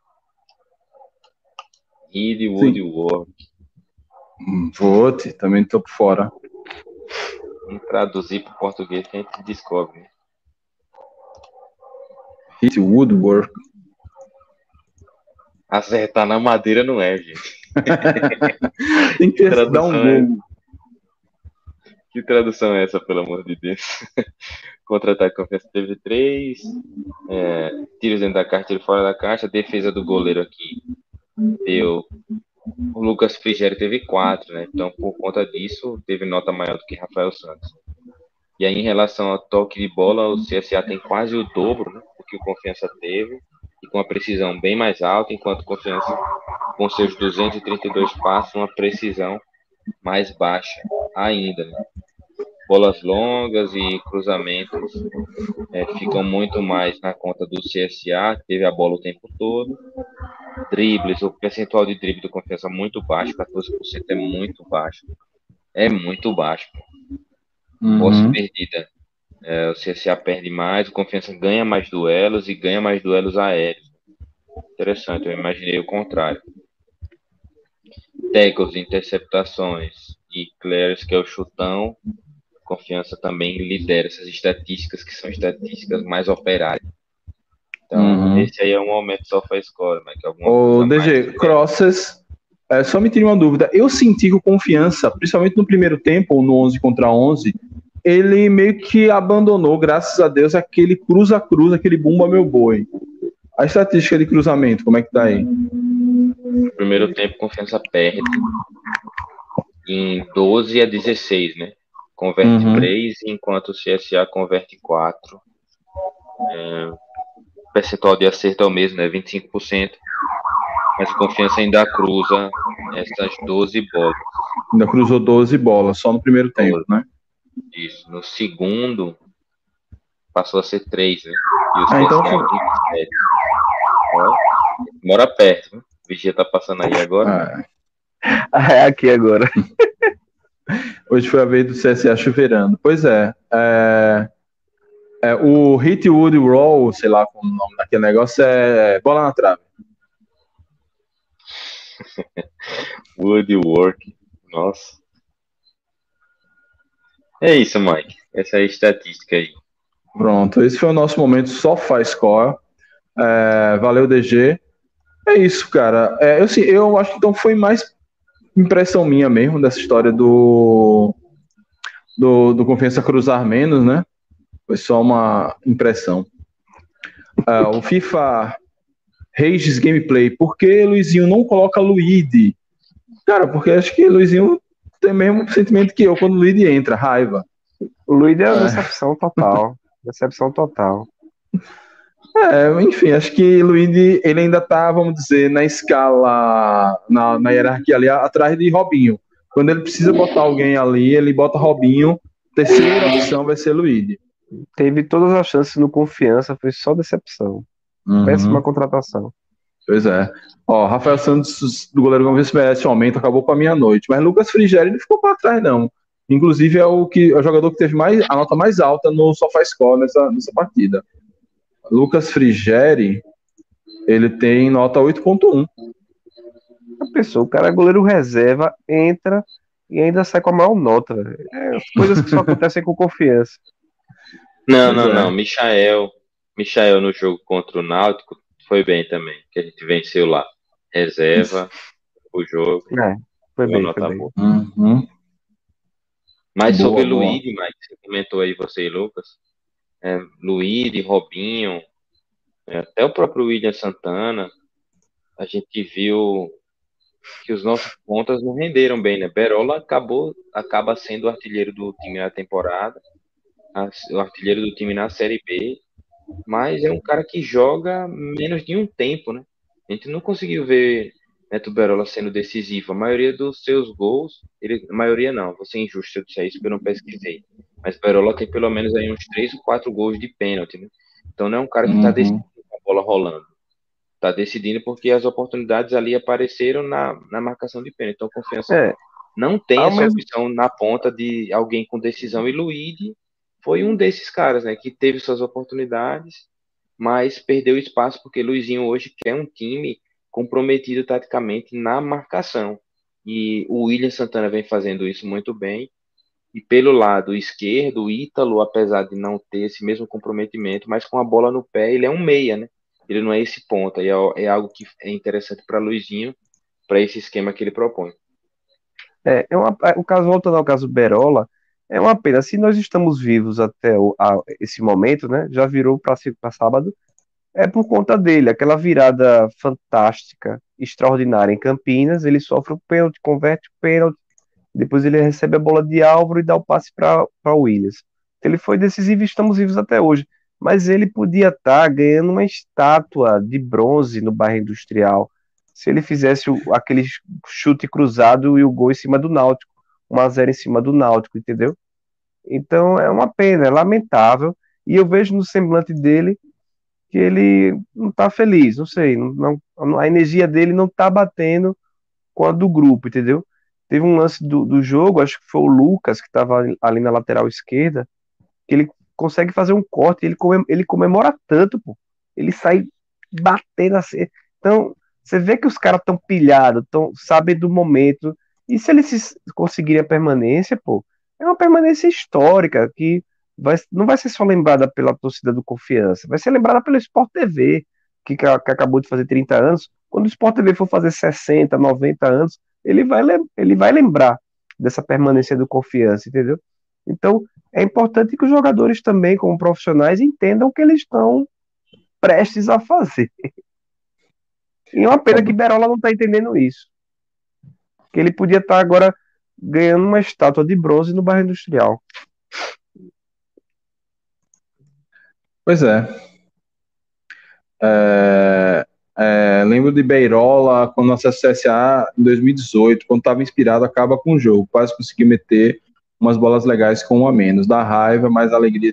Reed Woodwork. Vote, também tô por fora. Vamos traduzir para o português que a gente descobre. Reed Woodwork. Acertar na madeira não é, gente. Tem que dar um gol. Que tradução é essa, pelo amor de Deus? Contra-ataque, Confiança teve 3. Tiros dentro da caixa, tiro fora da caixa. Defesa do goleiro aqui deu. O Lucas Frigério teve 4, né? Então, por conta disso, teve nota maior do que Rafael Santos. E aí, em relação ao toque de bola, o CSA tem quase o dobro, né, do que o Confiança teve, e com uma precisão bem mais alta, enquanto o Confiança, com seus 232 passos, uma precisão mais baixa ainda, né? Bolas longas e cruzamentos ficam muito mais na conta do CSA, teve a bola o tempo todo. Dribles, o percentual de drible do Confiança é muito baixo, 14% é muito baixo. É muito baixo. Posse perdida. O CSA perde mais, o Confiança ganha mais duelos e ganha mais duelos aéreos. Interessante, eu imaginei o contrário. Tackles, interceptações e clears, que é o chutão. Confiança também lidera essas estatísticas, que são estatísticas mais operárias. Então, esse aí é um momento só para score, mas que o DG, crosses, só me tira uma dúvida. Eu senti que o Confiança, principalmente no primeiro tempo, ou no 11 contra 11, ele meio que abandonou, graças a Deus, aquele cruza-cruza, aquele bumba meu boi. A estatística de cruzamento, como é que tá aí? No primeiro tempo, Confiança perde em 12-16, né? Converte 3, enquanto o CSA converte 4. O percentual de acerto é o mesmo, né? 25%. Mas Confiança ainda cruza essas 12 bolas. Ainda cruzou 12 bolas, só no primeiro tempo, né? Isso. No segundo, passou a ser 3, né? E o CSA então 27. Mora perto, né? O Vigia tá passando aí agora. É aqui agora. Hoje foi a vez do CSA chuveirando. Pois é. O Hit Wood Roll, sei lá como o nome daquele negócio, é bola na trave. Woodwork. Nossa. É isso, Mike. Essa é a estatística aí. Pronto, esse foi o nosso momento só faz score. Valeu, DG. É isso, cara. Eu acho que então foi mais impressão minha mesmo dessa história do Confiança cruzar menos, né? Foi só uma impressão. O FIFA Rages Gameplay. Por que Luizinho não coloca Luigi? Cara, porque acho que Luizinho tem o mesmo sentimento que eu quando o Luigi entra, raiva. O Luigi é uma decepção total. Decepção total. Enfim, acho que Luigi, ele ainda tá, vamos dizer, na escala, na hierarquia ali, atrás de Robinho. Quando ele precisa botar alguém ali, ele bota Robinho. Terceira opção vai ser Luigi. Teve todas as chances no Confiança, foi só decepção. Péssima contratação. Pois é. Rafael Santos, do goleiro Confiança, merece um aumento, acabou com a minha noite. Mas Lucas Frigério não ficou para trás, não. Inclusive, é o jogador que teve a nota mais alta no SofaScore nessa partida. Lucas Frigério, ele tem nota 8.1. A pessoa, o cara é goleiro reserva, entra e ainda sai com a maior nota. As coisas que só acontecem com Confiança. Não. Michael no jogo contra o Náutico foi bem também, que a gente venceu lá. Reserva o jogo. Foi bem, foi bem. Mas sobre o Luigi, Mike, você comentou aí, você e Lucas. Luigi, Robinho, até o próprio William Santana, a gente viu que os nossos pontas não renderam bem, né? Berola acaba sendo o artilheiro do time na temporada, o artilheiro do time na Série B, mas é um cara que joga menos de um tempo, né? A gente não conseguiu ver Neto Berola sendo decisivo. A maioria dos seus gols, a maioria não, vou ser injusto se eu disser isso porque eu não pesquisei, mas Berola tem pelo menos aí uns 3 ou 4 gols de pênalti, né? Então não é um cara que está decidindo com a bola rolando. Está decidindo porque as oportunidades ali apareceram na marcação de pênalti. Então Confiança não tem essa opção na ponta de alguém com decisão. E Luigi foi um desses caras, né, que teve suas oportunidades, mas perdeu espaço porque Luizinho hoje quer um time comprometido taticamente na marcação. E o William Santana vem fazendo isso muito bem. E pelo lado esquerdo, o Ítalo, apesar de não ter esse mesmo comprometimento, mas com a bola no pé, ele é um meia, né? Ele não é esse ponta. E é algo que é interessante para Luizinho, para esse esquema que ele propõe. O caso, voltando ao caso Berola, é uma pena. Se nós estamos vivos até esse momento, né? Já virou para sábado. É por conta dele, aquela virada fantástica, extraordinária em Campinas, ele sofre o pênalti, converte o pênalti, depois ele recebe a bola de Álvaro e dá o passe para o Williams. Ele foi decisivo e estamos vivos até hoje. Mas ele podia estar ganhando uma estátua de bronze no bairro Industrial se ele fizesse aquele chute cruzado e o gol em cima do Náutico, 1-0 em cima do Náutico, entendeu? Então é uma pena, é lamentável. E eu vejo no semblante dele que ele não está feliz, não sei, a energia dele não está batendo com a do grupo, entendeu? Teve um lance do jogo, acho que foi o Lucas, que estava ali na lateral esquerda, que ele consegue fazer um corte, ele comemora tanto, pô. Ele sai batendo assim. Então, você vê que os caras estão pilhados, sabem do momento, e se eles conseguirem a permanência, pô, é uma permanência histórica, que não vai ser só lembrada pela torcida do Confiança, vai ser lembrada pelo Sport TV, que acabou de fazer 30 anos. Quando o Sport TV for fazer 60, 90 anos, ele vai lembrar dessa permanência do Confiança, entendeu? Então, é importante que os jogadores também, como profissionais, entendam o que eles estão prestes a fazer. E é uma pena que Berola não tá entendendo isso. Que ele podia estar agora ganhando uma estátua de bronze no bairro industrial. Pois é. Lembro de Beirola quando acesso CSA em 2018, quando estava inspirado, acaba com o jogo. Quase consegui meter umas bolas legais com um a menos. Dá raiva, mas alegria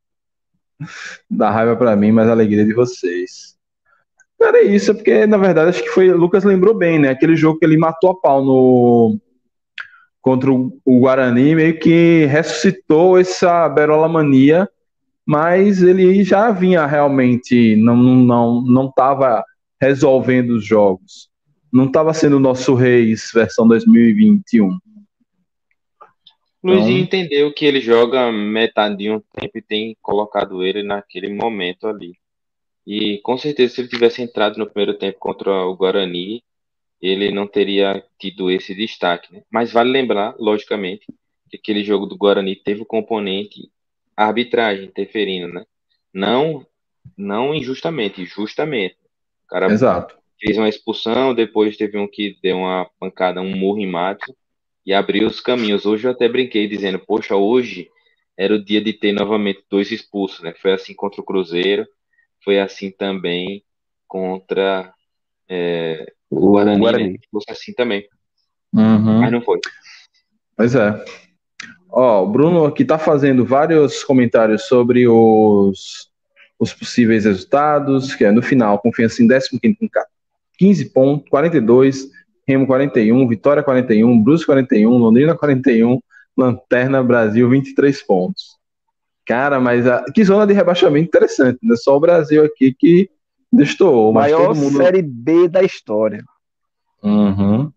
dá raiva para mim, mas alegria de vocês. Cara, é isso, é porque na verdade acho que foi. Lucas lembrou bem, né? Aquele jogo que ele matou a pau contra o Guarani, meio que ressuscitou essa Berola mania, mas ele já vinha realmente, não estava resolvendo os jogos. Não estava sendo o nosso Reis versão 2021. Luizinho entendeu que ele joga metade de um tempo e tem colocado ele naquele momento ali. E com certeza, se ele tivesse entrado no primeiro tempo contra o Guarani, ele não teria tido esse destaque, né? Mas vale lembrar, logicamente, que aquele jogo do Guarani teve o componente arbitragem interferindo, né? Não injustamente, justamente. O cara Exato. fez uma expulsão, depois teve um que deu uma pancada, um murro em Matos, e abriu os caminhos. Hoje eu até brinquei dizendo, poxa, hoje era o dia de ter novamente 2 expulsos, né? Foi assim contra o Cruzeiro, foi assim também contra o Guarani, né? Fosse assim também. Mas não foi. Pois é. Ó, o Bruno aqui tá fazendo vários comentários sobre os possíveis resultados, que é no final, Confiança em 15º com 15 pontos, 42, Remo 41, Vitória 41, Brusque 41, Londrina 41, Lanterna Brasil 23 pontos. Cara, mas que zona de rebaixamento interessante, né? Só o Brasil aqui que destoou. Mas maior todo mundo... Série B da história. Uhum.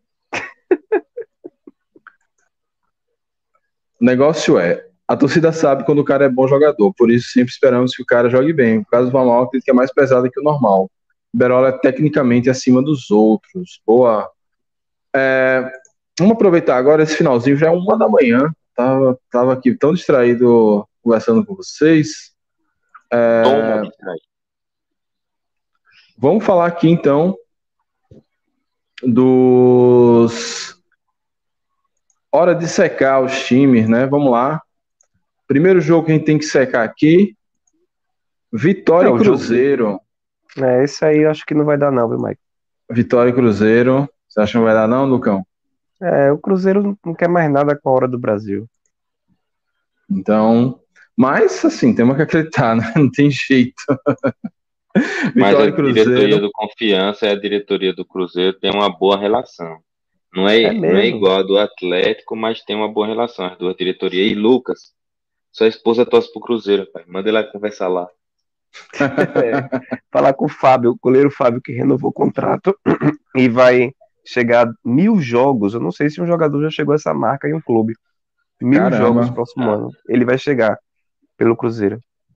O negócio é, a torcida sabe quando o cara é bom jogador, por isso sempre esperamos que o cara jogue bem. O caso do Vamal, acredito que é mais pesado que o normal. O Berola é tecnicamente acima dos outros. Boa. Vamos aproveitar agora esse finalzinho, já é 1h. Tava aqui tão distraído conversando com vocês. Toma, vamos falar aqui então dos... Hora de secar os times, né? Vamos lá. Primeiro jogo que a gente tem que secar aqui, Vitória e Cruzeiro. Esse aí eu acho que não vai dar não, viu, Mike? Vitória e Cruzeiro. Você acha que não vai dar não, Lucão? O Cruzeiro não quer mais nada com a Hora do Brasil. Então, mas assim, temos que acreditar, né? Não tem jeito. Mas a diretoria do Confiança e a diretoria do Cruzeiro tem uma boa relação. Não é igual a do Atlético, mas tem uma boa relação, as duas diretorias. E Lucas, sua esposa torce pro Cruzeiro, pai. Manda ela conversar lá. Falar com o Fábio, o goleiro Fábio, que renovou o contrato e vai chegar a 1.000 jogos. Eu não sei se um jogador já chegou a essa marca em um clube. 1.000 jogos no próximo ano. Ele vai chegar pelo Cruzeiro.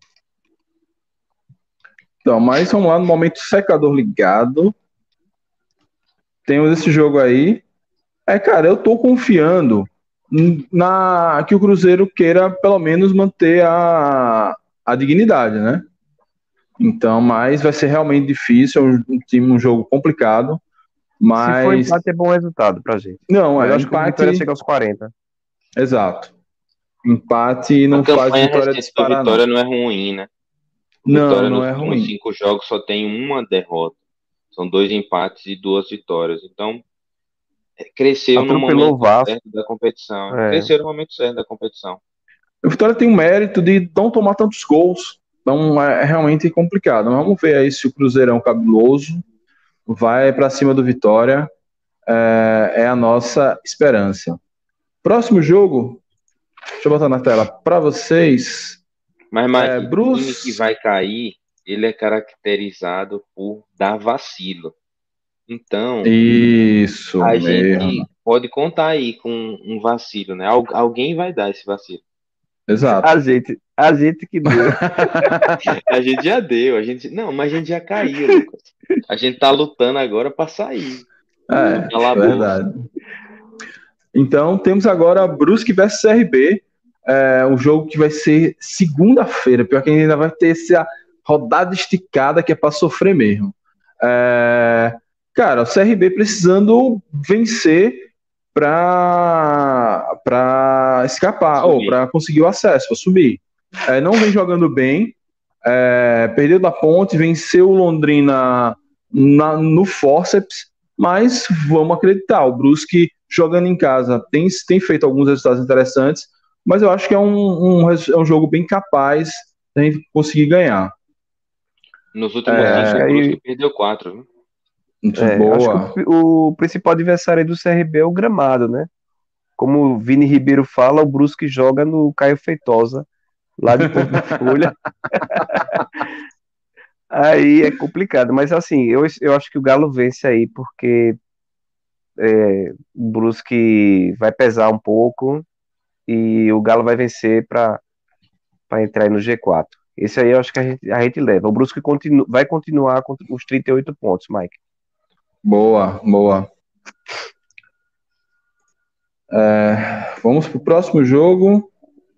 Então, mas vamos lá no momento secador ligado. Temos esse jogo aí. Cara, eu tô confiando que o Cruzeiro queira pelo menos manter a dignidade, né? Então, mas vai ser realmente difícil, um jogo complicado. Mas... Se for empate, é bom resultado pra gente. Não, eu acho empate... que a Vitória chega aos 40. Exato. Empate não faz Vitória disparar, Vitória não é ruim, né? Vitória não é ruim. Nos 5 jogos só tem uma derrota. São 2 empates e 2 vitórias. Então, cresceu no momento certo da competição. Cresceu no momento certo da competição. A Vitória tem o mérito de não tomar tantos gols. Então é realmente complicado. Mas vamos ver aí se o Cruzeirão cabuloso vai para cima do Vitória. É a nossa esperança. Próximo jogo, deixa eu botar na tela para vocês. Mas o time que vai cair, ele é caracterizado por dar vacilo. Então, isso a gente pode contar aí com um vacilo, né? Alguém vai dar esse vacilo. Exato. A gente que deu. A gente já deu, não, mas a gente já caiu, Lucas. A gente tá lutando agora para sair. Verdade. Então, temos agora Brusque vs CRB, um jogo que vai ser segunda-feira, pior que ainda vai ter essa rodada esticada que é para sofrer mesmo. Cara, o CRB precisando vencer para escapar, ou para conseguir o acesso, para subir. Não vem jogando bem, perdeu da Ponte, venceu o Londrina no forceps, mas vamos acreditar, o Brusque jogando em casa tem feito alguns resultados interessantes, mas eu acho que é um jogo bem capaz de a gente conseguir ganhar. Nos últimos 5, o Brusque perdeu 4, viu? Muito boa. Acho que o principal adversário do CRB é o gramado, né? Como o Vini Ribeiro fala, o Brusque joga no Caio Feitosa, lá de Porto da Folha. Aí é complicado, mas assim, eu acho que o Galo vence aí, porque o Brusque vai pesar um pouco e o Galo vai vencer para entrar aí no G4. Esse aí eu acho que a gente leva. O Brusque vai continuar com os 38 pontos, Mike. Boa. Vamos para o próximo jogo.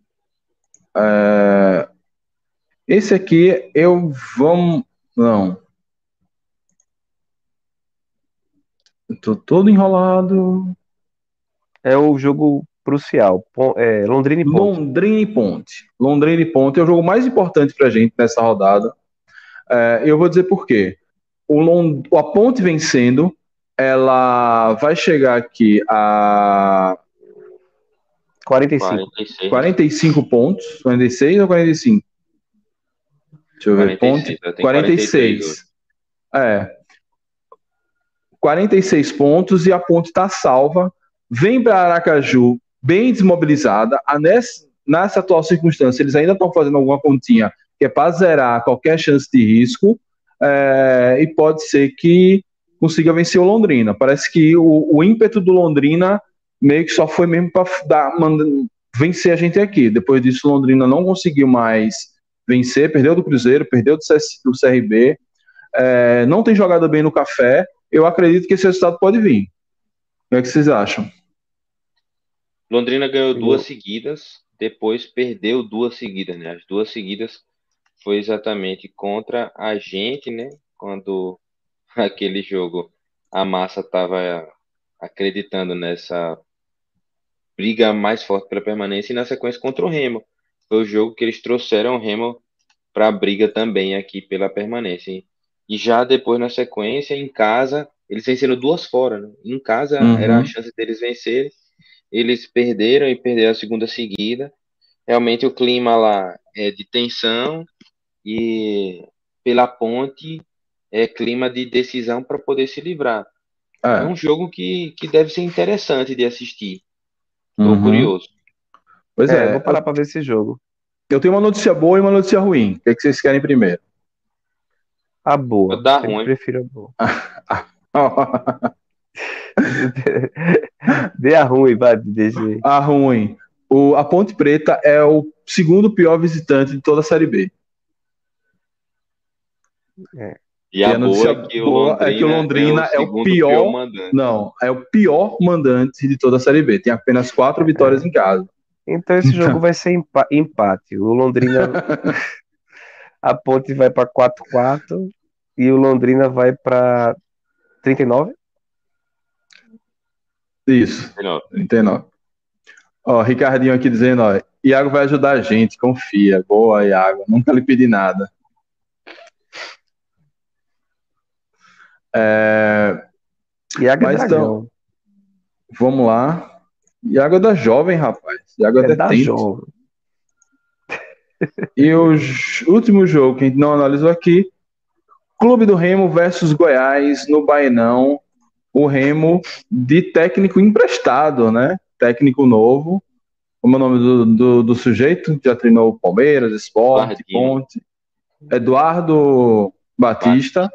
Esse aqui Não. Tô todo enrolado. É o jogo crucial. Londrina e Ponte. Londrina e Ponte é o jogo mais importante pra gente nessa rodada. Eu vou dizer por quê. A Ponte vencendo, ela vai chegar aqui a 45 pontos. 46 ou 45? Deixa eu ver. Ponte. 46. 46 pontos e a Ponte está salva. Vem para Aracaju bem desmobilizada. Nessa atual circunstância, eles ainda estão fazendo alguma continha que é para zerar qualquer chance de risco. E pode ser que consiga vencer o Londrina. Parece que o ímpeto do Londrina meio que só foi mesmo para vencer a gente aqui. Depois disso, o Londrina não conseguiu mais vencer, perdeu do Cruzeiro, perdeu do CRB, não tem jogado bem no Café. Eu acredito que esse resultado pode vir. O que é que vocês acham? Londrina ganhou 2 seguidas, depois perdeu 2 seguidas, né? As 2 seguidas foi exatamente contra a gente, né? Quando aquele jogo a massa estava acreditando nessa briga mais forte pela permanência, e na sequência contra o Remo. Foi o jogo que eles trouxeram o Remo para a briga também aqui pela permanência. E já depois, na sequência, em casa, eles venceram 2 fora, né? Em casa era a chance deles vencerem. Eles perderam e perderam a segunda seguida. Realmente o clima lá é de tensão e pela Ponte é clima de decisão para poder se livrar. É um jogo que deve ser interessante de assistir. Estou curioso. Pois vou parar para ver esse jogo. Eu tenho uma notícia boa e uma notícia ruim. O que é que vocês querem primeiro? A boa. Eu dá ruim. Prefiro a boa. Dê a ruim, vai, DG. A ruim. A Ponte Preta é o segundo pior visitante de toda a Série B. E a boa é que o Londrina é o pior mandante. Não, é o pior mandante de toda a Série B. Tem apenas 4 vitórias em casa. Então esse jogo vai ser empate. O Londrina... a Ponte vai para 4-4 e o Londrina vai para 39? Isso, 39. Ó, Ricardinho aqui dizendo, ó, Iago vai ajudar a gente, confia. Boa, Iago, nunca lhe pedi nada. Iago é dragão. Então, vamos lá. Iago é da jovem, rapaz. Iago é da jovem. E o último jogo que a gente não analisou aqui, Clube do Remo versus Goiás no Baenão. O Remo de técnico emprestado, né? Técnico novo. Como é o nome do sujeito? Já treinou Palmeiras, Sport, Ponte. Eduardo Batista.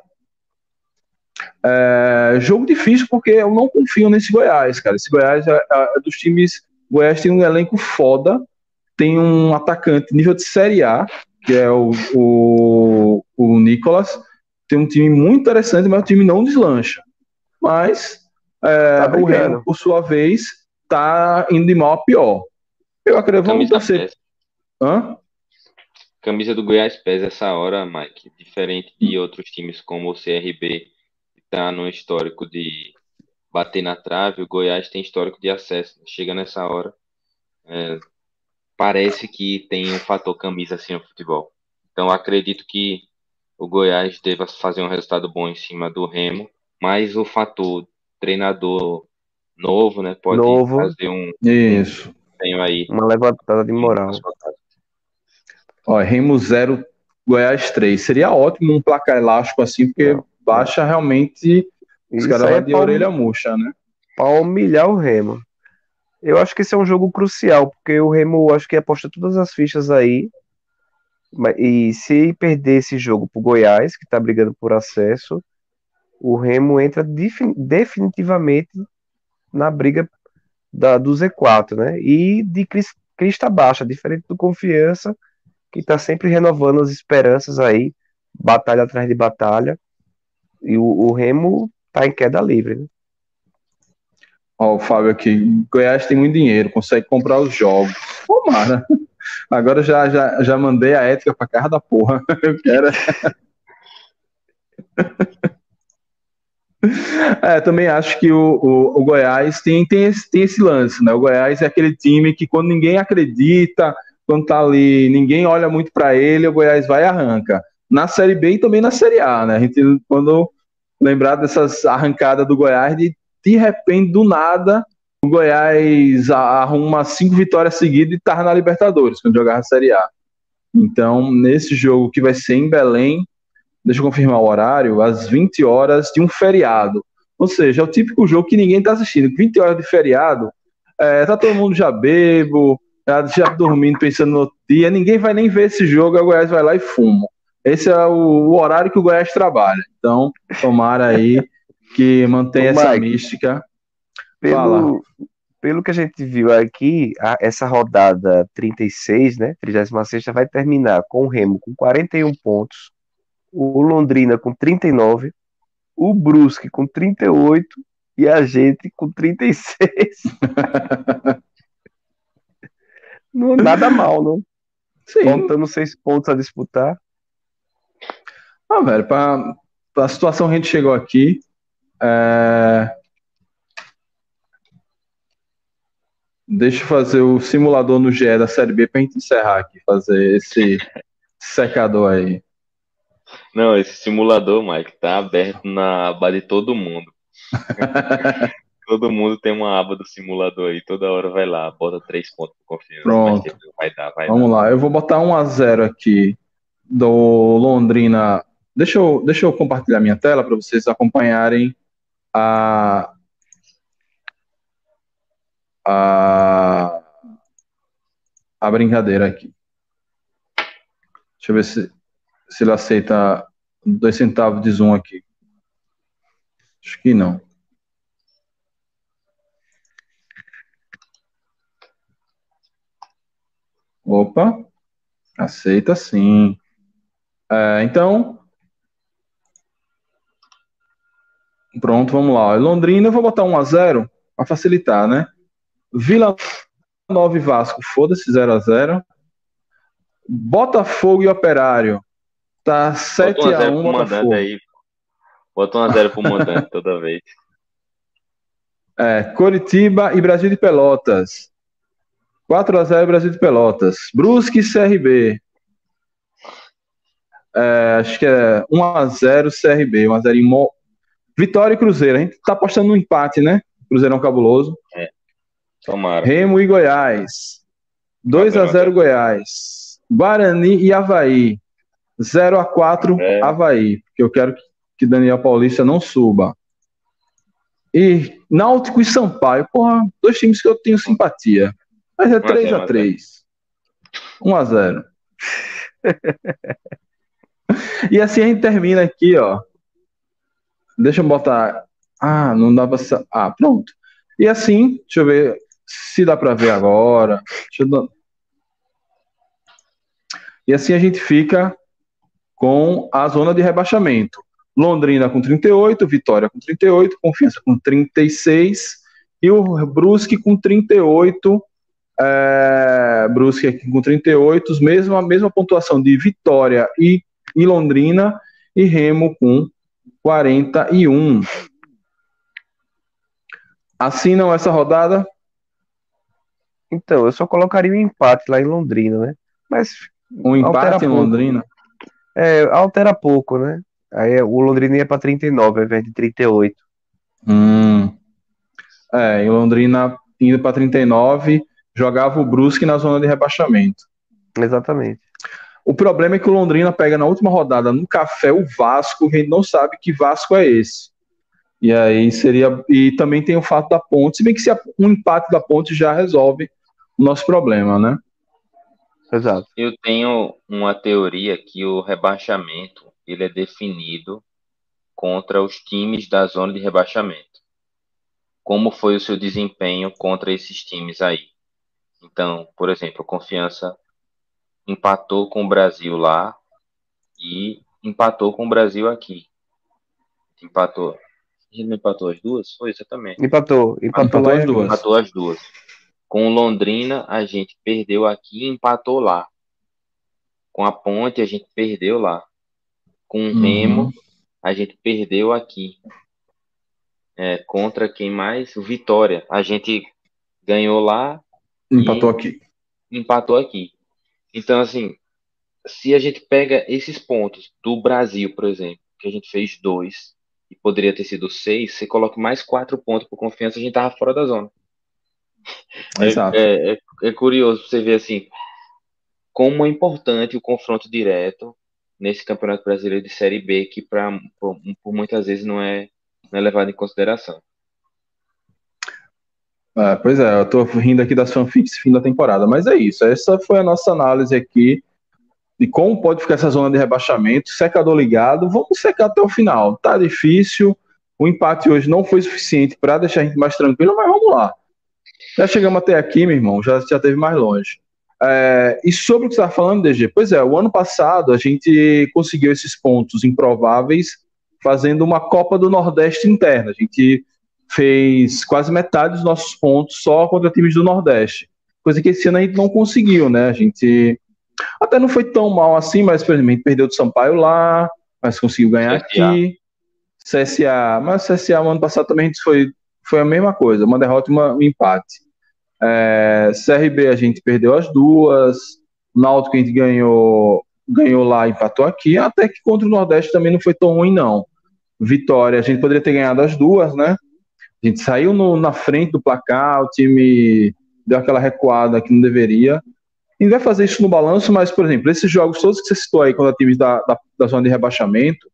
Jogo difícil porque eu não confio nesse Goiás, cara. Esse Goiás é dos times. O Goiás tem um elenco foda. Tem um atacante nível de Série A, que é o Nicolas. Tem um time muito interessante, mas o time não deslancha. Mas o Remo, por sua vez, tá indo de mal a pior. Eu acredito que vamos torcer. Camisa do Goiás pesa essa hora, Mike. Diferente de outros times como o CRB está no histórico de bater na trave, o Goiás tem histórico de acesso. Chega nessa hora, parece que tem um fator camisa assim no futebol. Então acredito que o Goiás deva fazer um resultado bom em cima do Remo, mas o fator treinador novo, né, pode fazer Isso. Tenho aí uma levantada de moral. Ó, Remo 0, Goiás 3. Seria ótimo um placar elástico assim, porque baixa realmente os caras vão de orelha murcha, né? Pra humilhar o Remo. Eu acho que esse é um jogo crucial, porque o Remo acho que aposta todas as fichas aí. E se perder esse jogo pro Goiás, que tá brigando por acesso, o Remo entra definitivamente na briga do Z4, né? E de crista baixa, diferente do Confiança, que tá sempre renovando as esperanças aí, batalha atrás de batalha. E o Remo tá em queda livre, né? Ó, o Fábio aqui. Goiás tem muito dinheiro, consegue comprar os jogos. Tomara. Agora já mandei a ética pra casa da porra. Eu quero. Também acho que o Goiás tem esse lance, né? O Goiás é aquele time que quando ninguém acredita, quando tá ali, ninguém olha muito para ele, o Goiás vai e arranca. Na Série B e também na Série A, né? A gente, quando lembrar dessas arrancadas do Goiás, de repente, do nada, o Goiás arruma 5 vitórias seguidas e tá na Libertadores, quando jogar a Série A. Então, nesse jogo que vai ser em Belém, deixa eu confirmar o horário, às 20 horas de um feriado. Ou seja, é o típico jogo que ninguém está assistindo. 20 horas de feriado, tá todo mundo já bebo, já dormindo, pensando no outro dia, ninguém vai nem ver esse jogo, o Goiás vai lá e fuma. Esse é o horário que o Goiás trabalha. Então, tomara aí que mantenha essa mística. Pelo que a gente viu aqui, essa rodada 36, né, 36ª, vai terminar com o Remo com 41 pontos, o Londrina com 39, o Brusque com 38 e a gente com 36. Não, nada mal, não? Sim. Contando 6 pontos a disputar. Velho, pra situação que a gente chegou aqui, deixa eu fazer o simulador no GE da Série B pra gente encerrar aqui, fazer esse secador aí. Não, esse simulador, Mike, tá aberto na aba de todo mundo. Todo mundo tem uma aba do simulador aí, toda hora vai lá, bota 3 pontos por Confiança. Pronto. Vai Vamos dar. lá, eu vou botar 1-0 aqui do Londrina. Deixa eu compartilhar minha tela para vocês acompanharem a brincadeira aqui. Deixa eu ver se ele aceita 2 centavos de zoom aqui. Acho que não. Opa, aceita sim. Então, pronto, vamos lá. Londrina, eu vou botar 1-0 para facilitar, né? Vila Nova e Vasco, foda-se, 0-0. Botafogo e Operário, tá 7-1 Botafogo. Aí. Bota 1-0 pro mandante toda vez. Coritiba e Brasil de Pelotas, 4-0 Brasil de Pelotas. Brusque e CRB, acho que é 1-0 CRB, 1-0 em Vitória e Cruzeiro. A gente tá apostando no empate, né? Cruzeirão cabuloso. Tomara. Remo e Goiás, 2-0 Goiás. Guarani e Avaí, 0-4 Avaí, porque eu quero que Daniel Paulista não suba. E Náutico e Sampaio, porra, 2 times que eu tenho simpatia. Mas é 3-3. 1-0. E assim a gente termina aqui, ó. Deixa eu botar. Não dá pra. Pronto. E assim, deixa eu ver se dá pra ver agora. E assim a gente fica com a zona de rebaixamento. Londrina com 38, Vitória com 38, Confiança com 36 e o Brusque com 38. Brusque aqui com 38, a mesma pontuação de Vitória e Londrina, e Remo com 41. Assinam essa rodada? Então, eu só colocaria um empate lá em Londrina, né? Mas Um empate em Londrina? Altera pouco, né? Aí o Londrina ia para 39 ao invés de 38. Em Londrina indo para 39, jogava o Brusque na zona de rebaixamento. Exatamente. O problema é que o Londrina pega na última rodada no Café o Vasco, que a gente não sabe que Vasco é esse. E aí seria. E também tem o fato da Ponte, se bem que um empate da Ponte já resolve o nosso problema, né? Exato. Eu tenho uma teoria que o rebaixamento ele é definido contra os times da zona de rebaixamento. Como foi o seu desempenho contra esses times aí? Então, por exemplo, a Confiança empatou com o Brasil lá e empatou com o Brasil aqui. Empatou. A gente não empatou as duas? Foi, exatamente. Empatou lá as duas. Empatou as duas. Com o Londrina, a gente perdeu aqui e empatou lá. Com a Ponte, a gente perdeu lá. Com o Remo, a gente perdeu aqui. Contra quem mais? O Vitória. A gente ganhou lá e empatou aqui. Então, assim, se a gente pega esses pontos do Brasil, por exemplo, que a gente fez 2 e poderia ter sido 6, você coloca mais 4 pontos por Confiança, a gente tava fora da zona. Exato. É curioso você ver assim como é importante o confronto direto nesse Campeonato Brasileiro de Série B, que por muitas vezes não é levado em consideração. Pois é, eu tô rindo aqui das fanfics fim da temporada, mas é isso. Essa foi a nossa análise aqui de como pode ficar essa zona de rebaixamento. Secador ligado, vamos secar até o final. Tá difícil, o empate hoje não foi suficiente para deixar a gente mais tranquilo, mas vamos lá. Já chegamos até aqui, meu irmão, já teve mais longe. E sobre o que você estava falando, DG, pois é, o ano passado a gente conseguiu esses pontos improváveis fazendo uma Copa do Nordeste interna. A gente fez quase metade dos nossos pontos só contra times do Nordeste, coisa que esse ano a gente não conseguiu, né? A gente até não foi tão mal assim, mas, por exemplo, a gente perdeu do Sampaio lá, mas conseguiu ganhar aqui. CSA, mas o CSA no ano passado também a gente foi a mesma coisa, uma derrota e um empate. CRB a gente perdeu as duas, Náutico a gente ganhou lá, empatou aqui, até que contra o Nordeste também não foi tão ruim não. Vitória, a gente poderia ter ganhado as duas, né? A gente saiu na frente do placar, o time deu aquela recuada que não deveria. A gente vai fazer isso no balanço, mas, por exemplo, esses jogos todos que você citou aí contra times da zona de rebaixamento,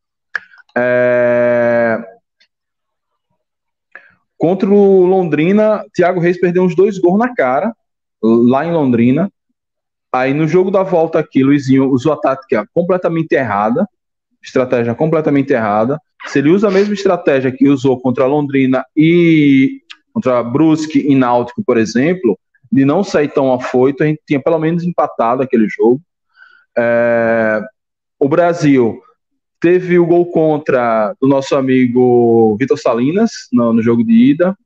contra o Londrina, Thiago Reis perdeu uns 2 gols na cara, lá em Londrina. Aí no jogo da volta aqui, Luizinho usou a tática completamente errada, estratégia completamente errada. Se ele usa a mesma estratégia que usou contra Londrina e contra Brusque e Náutico, por exemplo, de não sair tão afoito, a gente tinha pelo menos empatado aquele jogo. O Brasil teve o gol contra do nosso amigo Vitor Salinas no jogo de ida.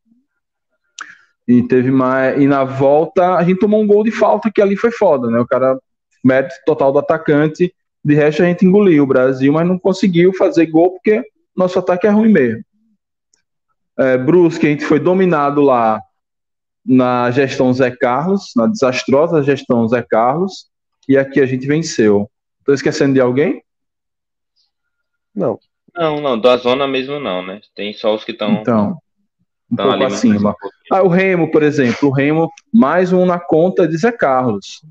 E na volta a gente tomou um gol de falta que ali foi foda, né? O cara, mérito total do atacante. De resto a gente engoliu o Brasil, mas não conseguiu fazer gol porque nosso ataque é ruim mesmo. Brusque, a gente foi dominado lá na gestão Zé Carlos, na desastrosa gestão Zé Carlos, e aqui a gente venceu. Estou esquecendo de alguém? Não, da zona mesmo não, né? Tem só os que estão um pouco acima. O Remo, por exemplo, o Remo, mais um na conta de Zé Carlos.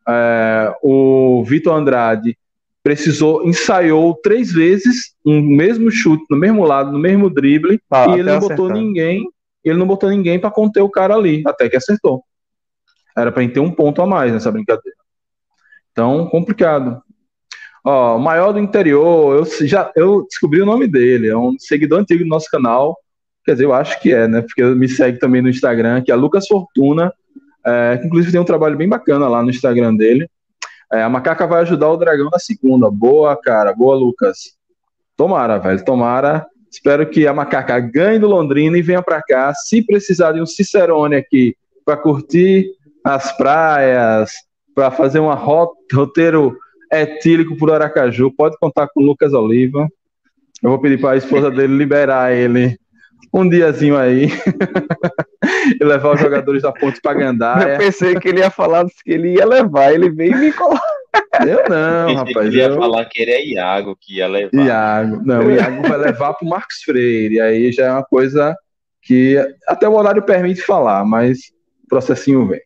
O Vitor Andrade ensaiou 3 vezes um mesmo chute no mesmo lado, no mesmo drible, e ele não botou ninguém para conter o cara ali, até que acertou. Era para gente ter um ponto a mais nessa brincadeira. Então, complicado. O maior do interior, eu descobri o nome dele, é um seguidor antigo do nosso canal, quer dizer, eu acho que né, porque me segue também no Instagram, que é Lucas Fortuna, que inclusive tem um trabalho bem bacana lá no Instagram dele. A Macaca vai ajudar o Dragão na segunda. Boa, cara. Boa, Lucas. Tomara, velho. Tomara. Espero que a Macaca ganhe do Londrina e venha pra cá. Se precisar de um Cicerone aqui pra curtir as praias, pra fazer um roteiro etílico por Aracaju, pode contar com o Lucas Oliva. Eu vou pedir para a esposa dele liberar ele um diazinho aí e levar os jogadores da Ponte para Gandaia. Eu pensei que ele ia falar que ele ia levar, ele veio e me colocar. Eu não, Pensei rapaz. que ele ia falar que era Iago que ia levar. Iago. Não, o Iago vai levar para o Marcos Freire. Aí já é uma coisa que até o horário permite falar, mas o processinho vem.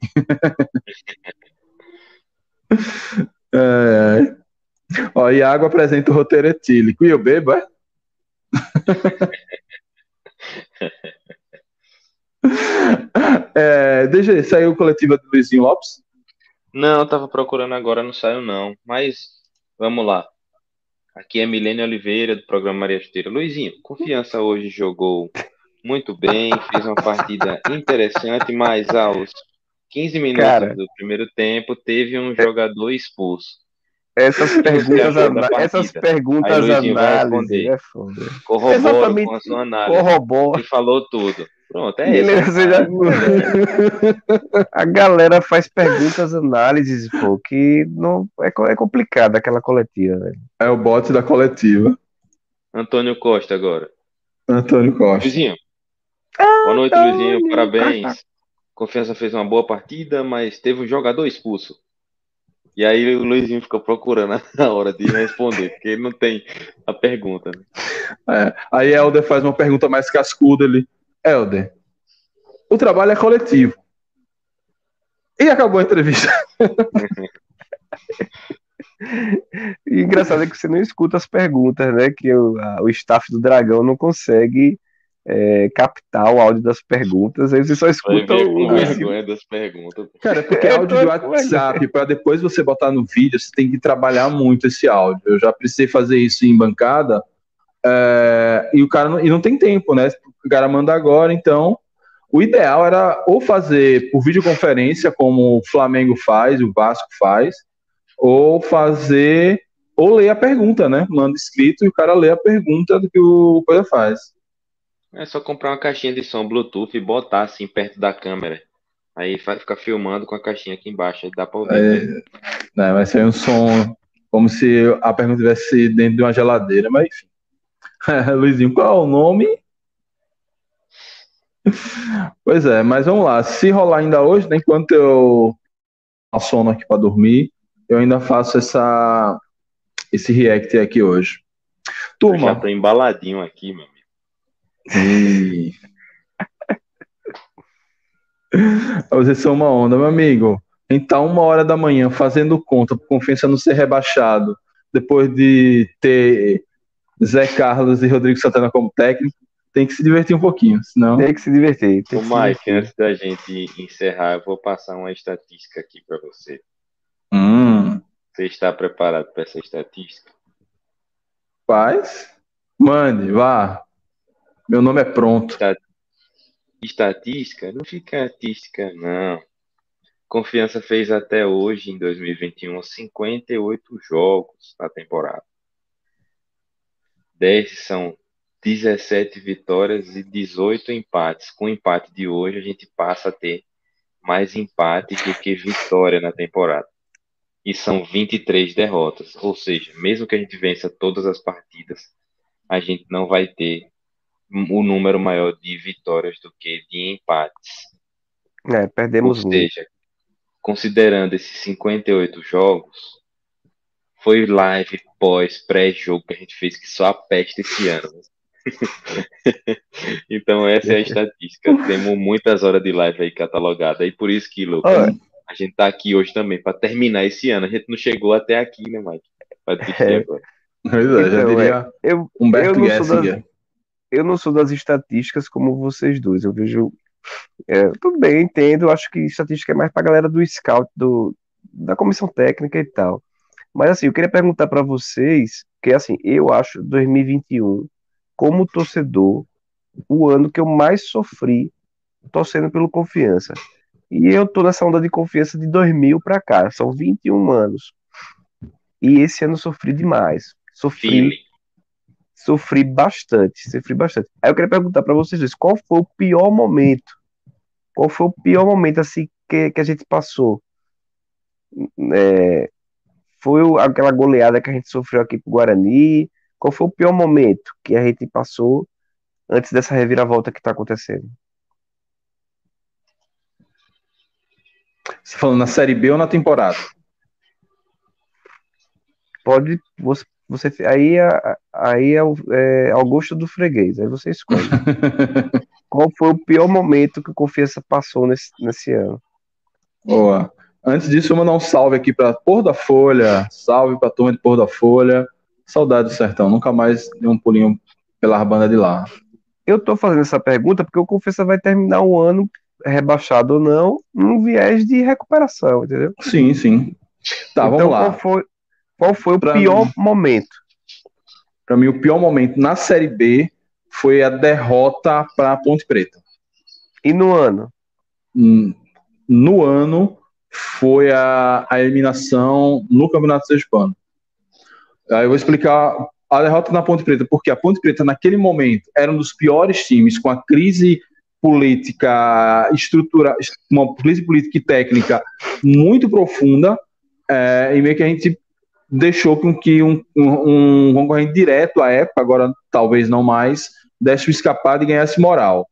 Ó, Iago apresenta o roteiro etílico. E eu bebo, é? DG, saiu coletiva do Luizinho Lopes? Não, eu tava procurando agora, não saiu não. Mas vamos lá. Aqui é Milene Oliveira, do programa Maria Chuteira. Luizinho, Confiança hoje jogou muito bem, fez uma partida interessante, mas aos 15 minutos Cara, do primeiro tempo teve um jogador expulso. essas O que você perguntas, achou da essas partida? Aí perguntas Luizinho vai análise, responder. é foda. Corrobora Exatamente, com a sua análise. corrobora. Ele falou tudo. Pronto, é Beleza, isso. você já... A galera faz perguntas análises, pô, que não é complicado aquela coletiva, velho. É o bote da coletiva. Antônio Costa agora. Antônio Costa. Luizinho. Boa noite, Luizinho. Parabéns. Confiança fez uma boa partida, mas teve um jogador expulso. E aí o Luizinho ficou procurando na hora de responder, porque ele não tem a pergunta. Né? Aí Helder faz uma pergunta mais cascuda ali. Helder, o trabalho é coletivo. E acabou a entrevista. E engraçado é que você não escuta as perguntas, né? Que o staff do Dragão não consegue captar o áudio das perguntas, aí você só escuta o vergonha das perguntas. Cara, porque áudio de WhatsApp, para depois você botar no vídeo, você tem que trabalhar muito esse áudio. Eu já precisei fazer isso em bancada, e o cara não tem tempo, né? O cara manda agora, então o ideal era ou fazer por videoconferência, como o Flamengo faz, o Vasco faz, ou ler a pergunta, né? Manda escrito e o cara lê a pergunta do que o coisa faz. É só comprar uma caixinha de som Bluetooth e botar assim perto da câmera. Aí vai ficar filmando com a caixinha aqui embaixo, aí dá pra ouvir. Vai sair um som como se a pergunta estivesse dentro de uma geladeira, mas enfim. Luizinho, qual é o nome? Pois é, mas vamos lá. Se rolar ainda hoje, né, enquanto eu sono aqui para dormir, eu ainda faço esse react aqui hoje. Turma. Eu já tô embaladinho aqui, meu amigo. Vocês são uma onda, meu amigo. Então, 1h da manhã, fazendo conta, por Confiança não ser rebaixado, depois de ter Zé Carlos e Rodrigo Santana como técnico, tem que se divertir um pouquinho, senão... Tem que se divertir. Ô, Mike, antes da gente encerrar, eu vou passar uma estatística aqui para você. Você está preparado para essa estatística? Mande, vá. Meu nome é pronto. Estatística? Não fica artística, não. Confiança fez até hoje, em 2021, 58 jogos na temporada. 10 são 17 vitórias e 18 empates. Com o empate de hoje, a gente passa a ter mais empates do que vitória na temporada. E são 23 derrotas. Ou seja, mesmo que a gente vença todas as partidas, a gente não vai ter o número maior de vitórias do que de empates. Perdemos muito. Ou seja, considerando esses 58 jogos, foi live pré-jogo que a gente fez que só a peste esse ano. Então essa é a estatística. Temos muitas horas de live aí catalogada. E por isso que, Lucas, a gente tá aqui hoje também para terminar esse ano. A gente não chegou até aqui, né, Mike? Para desistir agora. Já diria Humberto Gessinger. Eu não sou das estatísticas como vocês dois. Eu vejo... tudo bem, entendo. Acho que estatística é mais pra galera do scout, da comissão técnica e tal. Mas assim, eu queria perguntar para vocês, que assim, eu acho 2021, como torcedor, o ano que eu mais sofri torcendo pelo Confiança. E eu tô nessa onda de Confiança de 2000 para cá, são 21 anos. E esse ano sofri demais. Sofri bastante. Aí eu queria perguntar para vocês dois, qual foi o pior momento? Qual foi o pior momento assim que a gente passou? Foi aquela goleada que a gente sofreu aqui pro Guarani? Qual foi o pior momento que a gente passou antes dessa reviravolta que está acontecendo? Você tá falando na Série B ou na temporada? Pode, você aí é ao gosto do freguês, aí você escolhe. Qual foi o pior momento que o Confiança passou nesse ano? Boa. Antes disso, eu vou mandar um salve aqui para Pôr da Folha. Salve para a turma de Pôr da Folha. Saudade do sertão. Nunca mais dei um pulinho pela banda de lá. Eu tô fazendo essa pergunta porque o Confiança vai terminar o ano, rebaixado ou não, num viés de recuperação, entendeu? Sim, sim. Tá, Então, vamos lá. qual foi o Pra pior momento? Para mim, o pior momento na Série B foi a derrota para a Ponte Preta. E no ano? No ano, foi a eliminação no Campeonato Sergipano. Aí eu vou explicar a derrota na Ponte Preta, porque a Ponte Preta, naquele momento, era um dos piores times, com a crise política, uma crise política e técnica muito profunda, e meio que a gente deixou com que um concorrente direto à época, agora talvez não mais, desse o escapado e ganhasse moral.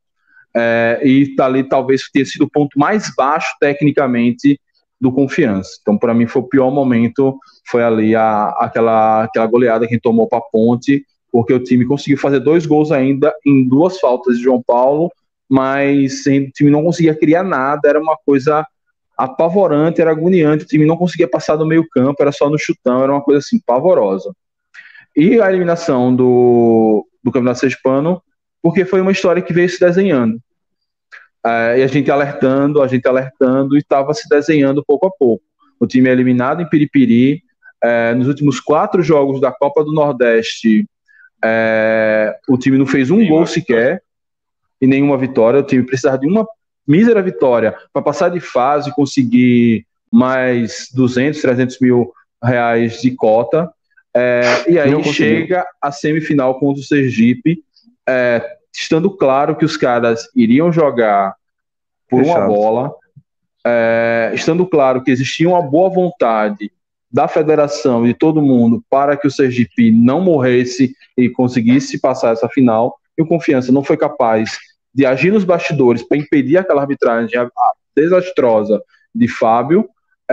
E ali talvez tenha sido o ponto mais baixo tecnicamente do Confiança. Então, para mim, foi o pior momento, foi ali aquela goleada que a gente tomou para a Ponte, porque o time conseguiu fazer 2 gols ainda em 2 faltas de João Paulo, mas o time não conseguia criar nada, era uma coisa apavorante, era agoniante, o time não conseguia passar do meio campo, era só no chutão, era uma coisa assim, pavorosa. E a eliminação do Campeonato Sergipano, porque foi uma história que veio se desenhando. E a gente alertando, e estava se desenhando pouco a pouco. O time é eliminado em Piripiri. Nos últimos 4 jogos da Copa do Nordeste, o time não fez um gol sequer e nenhuma vitória. O time precisava de uma mísera vitória para passar de fase e conseguir mais 200, 300 mil reais de cota. E aí chega a semifinal contra o Sergipe, estando claro que os caras iriam jogar por uma bola, estando claro que existia uma boa vontade da federação e de todo mundo para que o Sergipe não morresse e conseguisse passar essa final, e o Confiança não foi capaz de agir nos bastidores para impedir aquela arbitragem desastrosa de Fábio,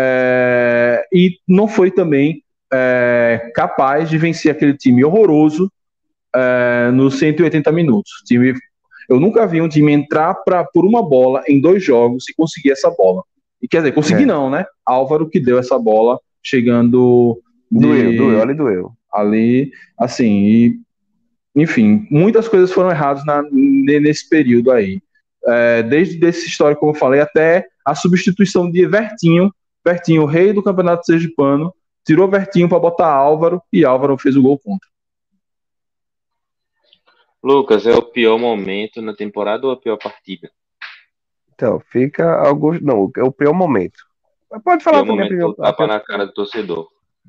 e não foi também capaz de vencer aquele time horroroso nos 180 minutos. Eu nunca vi um time entrar por uma bola em 2 jogos e conseguir essa bola. E quer dizer, conseguir não, né? Álvaro que deu essa bola chegando. Doeu. Ali, assim, enfim, muitas coisas foram erradas nesse período aí. Desde essa história, como eu falei, até a substituição de Vertinho, rei do Campeonato Sergipano, tirou Vertinho para botar Álvaro e Álvaro fez o gol contra. Lucas, é o pior momento na temporada ou a pior partida? Então, fica algo. Não, é o pior momento. Pode falar pior também. Momento tapa na cara do torcedor.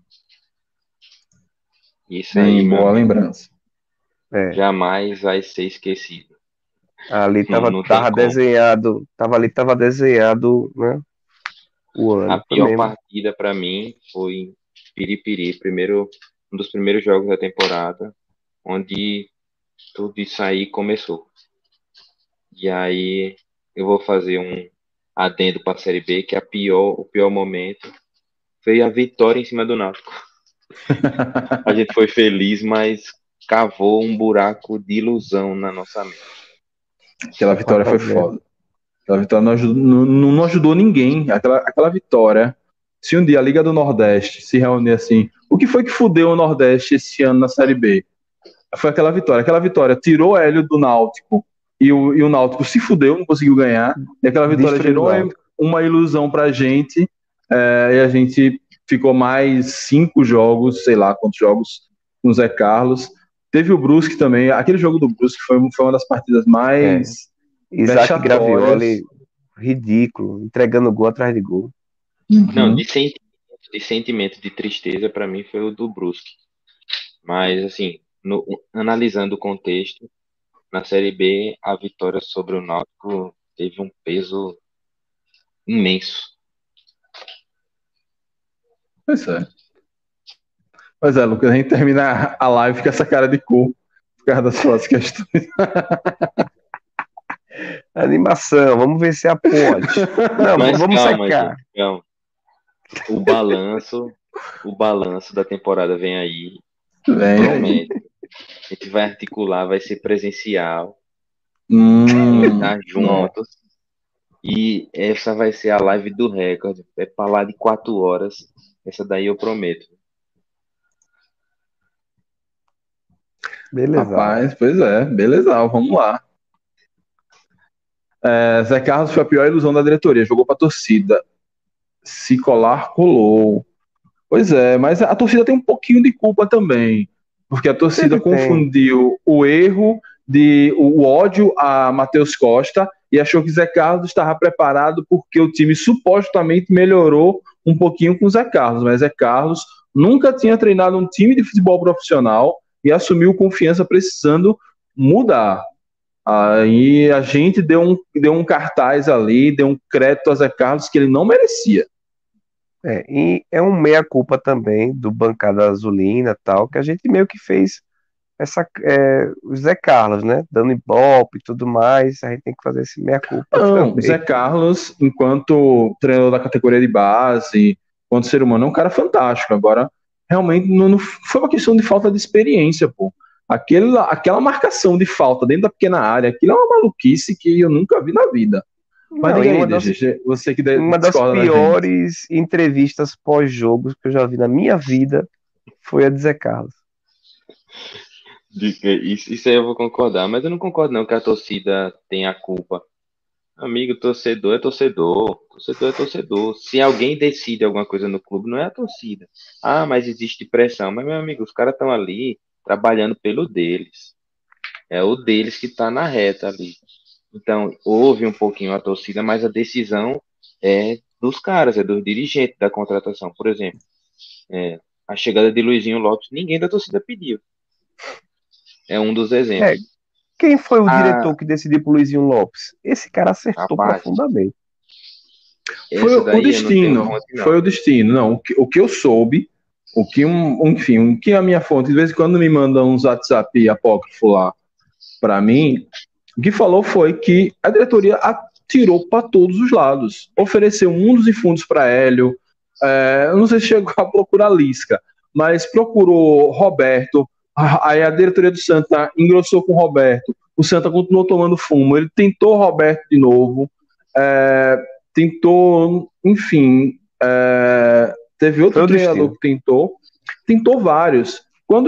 Isso Bem, aí, boa lembrança. Jamais vai ser esquecido. Ali tava desenhado, tava desenhado, né? O ano. A pior partida para mim foi Piripiri, um dos primeiros jogos da temporada, onde tudo isso aí começou. E aí eu vou fazer um adendo para a Série B, que o pior momento foi a vitória em cima do Náutico. A gente foi feliz, mas cavou um buraco de ilusão na nossa mente. Aquela vitória foi foda. Aquela vitória não ajudou ninguém. Aquela vitória. Se um dia a Liga do Nordeste se reunir assim, o que foi que fudeu o Nordeste esse ano na Série B? Foi aquela vitória. Aquela vitória tirou Hélio do Náutico e o Náutico se fudeu, não conseguiu ganhar. E aquela vitória gerou uma ilusão pra gente, e a gente ficou mais 5 jogos, sei lá quantos jogos, com o Zé Carlos. Teve o Brusque também. Aquele jogo do Brusque foi uma das partidas mais Isaac Gravioli, ridículo, entregando gol atrás de gol. Não, de sentimento de tristeza para mim foi o do Brusque. Mas assim, analisando o contexto, na Série B a vitória sobre o Náutico teve um peso imenso. Pois é. Pois é, Lucas, a gente termina a live com essa cara de cu por causa das suas questões. Animação, vamos ver se é a ponte. Não, Mas vamos calma, secar. gente, calma. O balanço da temporada vem aí. Promete. A gente vai articular, vai ser presencial. Vamos estar juntos. E essa vai ser a live do recorde. É pra lá de 4 horas. Essa daí eu prometo. Beleza. Rapaz, pois é, beleza, vamos lá. Zé Carlos foi a pior ilusão da diretoria, jogou pra torcida. Se colar, colou. Pois é, mas a torcida tem um pouquinho de culpa também, porque a torcida confundiu o erro o ódio a Matheus Costa e achou que Zé Carlos estava preparado porque o time supostamente melhorou um pouquinho com o Zé Carlos, mas Zé Carlos nunca tinha treinado um time de futebol profissional e assumiu confiança precisando mudar. Aí a gente deu um cartaz ali, deu um crédito a Zé Carlos que ele não merecia. E é um meia-culpa também do Bancada Azulina tal, que a gente meio que fez o Zé Carlos, né? Dando ibope e tudo mais, a gente tem que fazer esse meia-culpa também. Zé Carlos, enquanto treinador da categoria de base, enquanto ser humano, é um cara fantástico. Agora, realmente, não foi uma questão de falta de experiência, pô. Aquela marcação de falta dentro da pequena área, aquilo é uma maluquice que eu nunca vi na vida. Mas diga aí, você que uma das piores entrevistas pós-jogos que eu já vi na minha vida foi a de Zé Carlos. Isso aí eu vou concordar, mas eu não concordo não que a torcida tem a culpa. Amigo, torcedor é torcedor. Torcedor é torcedor. Se alguém decide alguma coisa no clube, não é a torcida. Mas existe pressão. Mas, meu amigo, os caras estão ali trabalhando pelo deles. É o deles que tá na reta ali. Então, houve um pouquinho a torcida, mas a decisão é dos caras, é dos dirigentes da contratação. Por exemplo, a chegada de Luizinho Lopes, ninguém da torcida pediu. É um dos exemplos. Quem foi o diretor que decidiu pro Luizinho Lopes? Esse cara acertou profundamente. Foi o destino. Foi o destino. Não, o que eu soube, enfim, o que a minha fonte, de vez em quando me manda uns WhatsApp apócrifo lá para mim, o que falou foi que a diretoria atirou para todos os lados. Ofereceu mundos e fundos para Hélio. Eu não sei se chegou a procurar Lisca, mas procurou Roberto. Aí a diretoria do Santa engrossou com o Roberto. O Santa continuou tomando fumo. Ele tentou Roberto de novo. Tentou, enfim. Teve outro treinador que tentou vários. Quando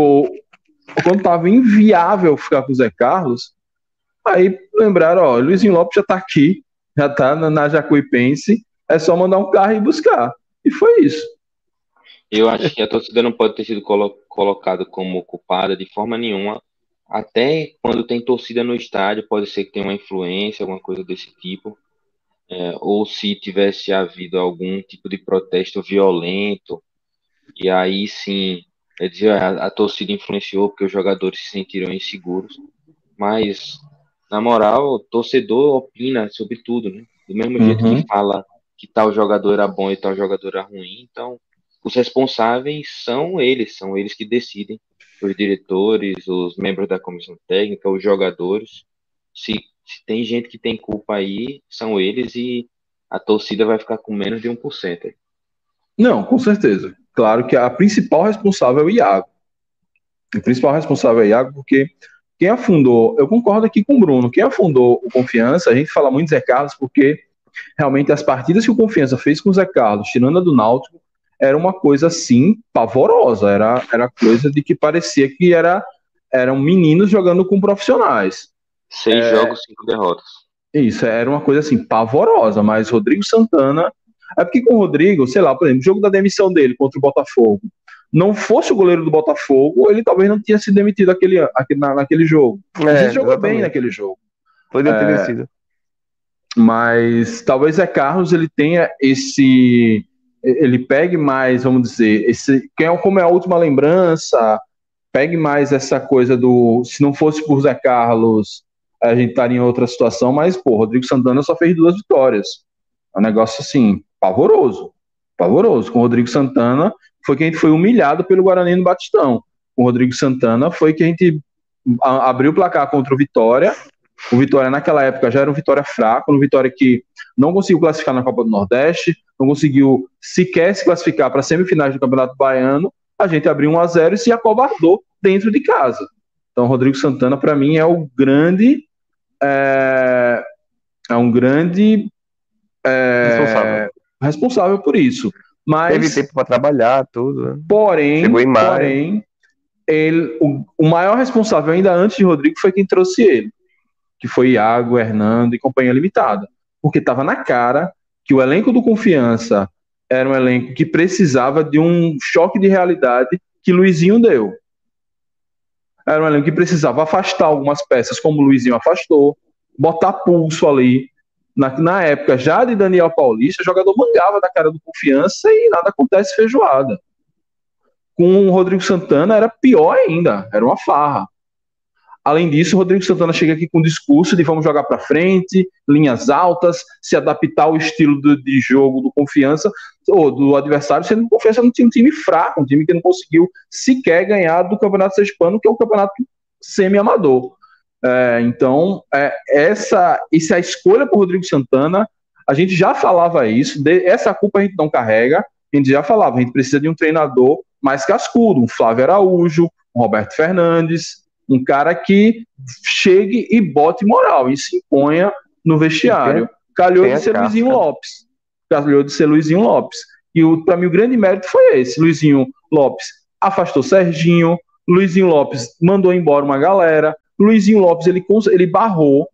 estava inviável ficar com o Zé Carlos, aí lembraram, Luizinho Lopes já está aqui, já está na Jacuipense, é só mandar um carro e buscar. E foi isso. Eu acho que a torcida não pode ter sido colocada como culpada de forma nenhuma. Até quando tem torcida no estádio, pode ser que tenha uma influência, alguma coisa desse tipo. Ou se tivesse havido algum tipo de protesto violento, e aí sim, a torcida influenciou porque os jogadores se sentiram inseguros. Mas, na moral, o torcedor opina sobre tudo, né? Do mesmo jeito que fala que tal jogador era bom e tal jogador era ruim. Então, os responsáveis são eles que decidem. Os diretores, os membros da comissão técnica, os jogadores. Se tem gente que tem culpa aí, são eles, e a torcida vai ficar com menos de 1%. Não, com certeza. Claro que a principal responsável é o Iago. O principal responsável é o Iago, porque quem afundou, eu concordo aqui com o Bruno, quem afundou o Confiança, a gente fala muito de Zé Carlos, porque realmente as partidas que o Confiança fez com o Zé Carlos, tirando a do Náutico, era uma coisa assim, pavorosa, era coisa de que parecia que eram meninos jogando com profissionais. 6 jogos, 5 derrotas. Isso, era uma coisa assim, pavorosa, mas Rodrigo Santana, porque com o Rodrigo, sei lá, por exemplo, o jogo da demissão dele contra o Botafogo, não fosse o goleiro do Botafogo, ele talvez não tinha sido demitido naquele jogo. Ele jogou bem naquele jogo. Poderia ter vencido. Mas talvez Zé Carlos ele tenha ele pegue mais, vamos dizer, como é a última lembrança, pegue mais essa coisa se não fosse por Zé Carlos, a gente estaria em outra situação, mas, Rodrigo Santana só fez 2 vitórias. É um negócio, assim, pavoroso. Pavoroso. Com o Rodrigo Santana foi que a gente foi humilhado pelo Guarani no Batistão. Com o Rodrigo Santana foi que a gente abriu o placar contra o Vitória. O Vitória naquela época já era um Vitória fraco, um Vitória que não conseguiu classificar na Copa do Nordeste, não conseguiu sequer se classificar para semifinais do Campeonato Baiano. A gente abriu 1-0 e se acovardou dentro de casa. Então, o Rodrigo Santana, para mim, é o grande... É um grande responsável por isso. Mas, teve tempo para trabalhar, tudo. Né? Porém, o maior responsável ainda antes de Rodrigo foi quem trouxe ele, que foi Iago, Hernando e Companhia Limitada. Porque estava na cara que o elenco do Confiança era um elenco que precisava de um choque de realidade que Luizinho deu. Era um elenco que precisava afastar algumas peças, como o Luizinho afastou, botar pulso ali. Na época já de Daniel Paulista, o jogador mangava da cara do Confiança e nada acontece feijoada. Com o Rodrigo Santana era pior ainda, era uma farra. Além disso, o Rodrigo Santana chega aqui com um discurso de vamos jogar para frente, linhas altas, se adaptar ao estilo de jogo do Confiança, ou do adversário, sendo que o Confiança não tinha um time fraco, um time que não conseguiu sequer ganhar do Campeonato Sergipano, que é um campeonato semi-amador. Então, essa é a escolha para o Rodrigo Santana. A gente já falava isso, essa culpa a gente não carrega, a gente já falava, a gente precisa de um treinador mais cascudo, um Flávio Araújo, um Roberto Fernandes, um cara que chegue e bote moral e se imponha no vestiário. Calhou de ser Luizinho Lopes. E para mim o grande mérito foi esse. Luizinho Lopes afastou Serginho, Luizinho Lopes mandou embora uma galera, Luizinho Lopes ele barrou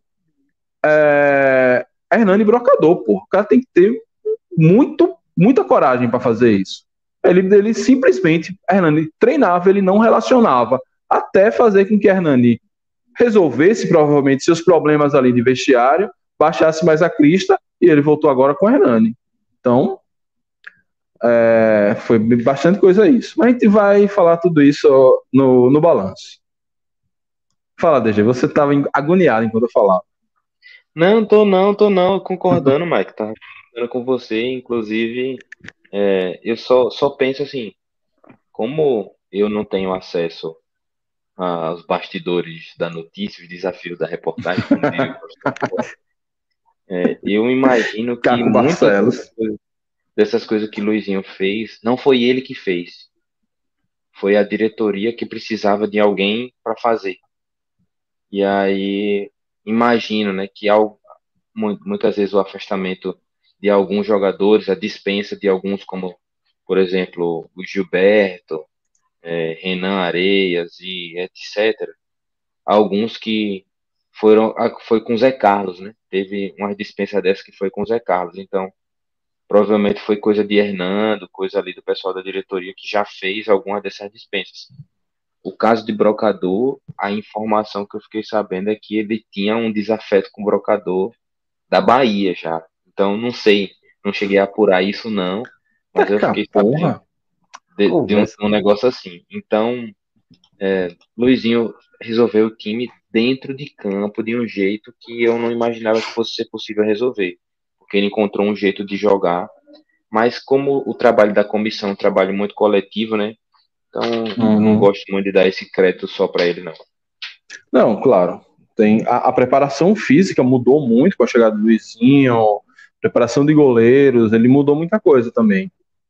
Hernani Brocador, pô. O cara tem que ter muita coragem para fazer isso. Ele simplesmente, Hernani treinava, ele não relacionava, até fazer com que Hernani resolvesse provavelmente seus problemas ali de vestiário, baixasse mais a crista, e ele voltou agora com Hernani. Então, foi bastante coisa isso. Mas a gente vai falar tudo isso no balanço. Fala, DG, você estava agoniado enquanto eu falava. Não, tô não, concordando, Mike, tá concordando com você, inclusive, eu só penso assim, como eu não tenho acesso aos bastidores da notícia, os desafios da reportagem, como diria eu imagino que muitas dessas coisas que Luizinho fez, não foi ele que fez, foi a diretoria que precisava de alguém para fazer. E aí, imagino, né, que muitas vezes o afastamento de alguns jogadores, a dispensa de alguns, como, por exemplo, o Gilberto, Renan Areias e etc. Alguns que foi com o Zé Carlos, né? Teve uma dispensa dessa que foi com o Zé Carlos. Então, provavelmente foi coisa de Hernando, coisa ali do pessoal da diretoria que já fez alguma dessas dispensas. O caso de Brocador, a informação que eu fiquei sabendo é que ele tinha um desafeto com o Brocador da Bahia já. Então, não sei, não cheguei a apurar isso não, mas eu fiquei sabendo de um negócio assim. Então, Luizinho resolveu o time dentro de campo de um jeito que eu não imaginava que fosse ser possível resolver, porque ele encontrou um jeito de jogar, mas como o trabalho da comissão é um trabalho muito coletivo, né? Então, não gosto muito de dar esse crédito só para ele, não. Não, claro. Tem a preparação física mudou muito com a chegada do Luizinho, preparação de goleiros, ele mudou muita coisa também.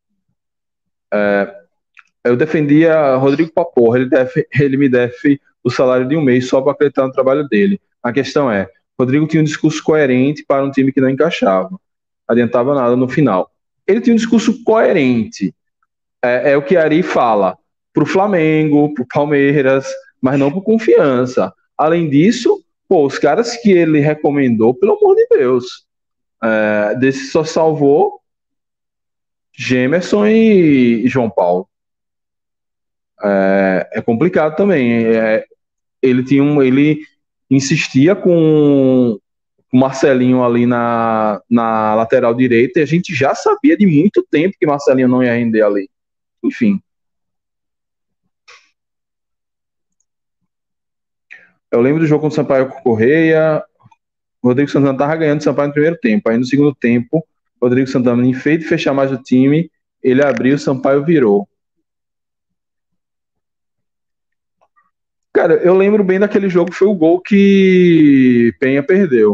Eu defendia Rodrigo Paporra, ele me deve o salário de um mês só para acreditar no trabalho dele. A questão é, Rodrigo tinha um discurso coerente para um time que não encaixava, não adiantava nada no final. Ele tinha um discurso coerente, é o que Ari fala, para o Flamengo, para o Palmeiras, mas não para Confiança. Além disso, os caras que ele recomendou, pelo amor de Deus, desse só salvou Gemerson e João Paulo. É complicado também. Ele insistia com o Marcelinho ali na lateral direita e a gente já sabia de muito tempo que Marcelinho não ia render ali. Enfim. Eu lembro do jogo contra o Sampaio Correia. O Rodrigo Santana estava ganhando o Sampaio no primeiro tempo. Aí no segundo tempo, o Rodrigo Santana, em vez de fechar mais o time, ele abriu, o Sampaio virou. Cara, eu lembro bem daquele jogo, foi o gol que Penha perdeu.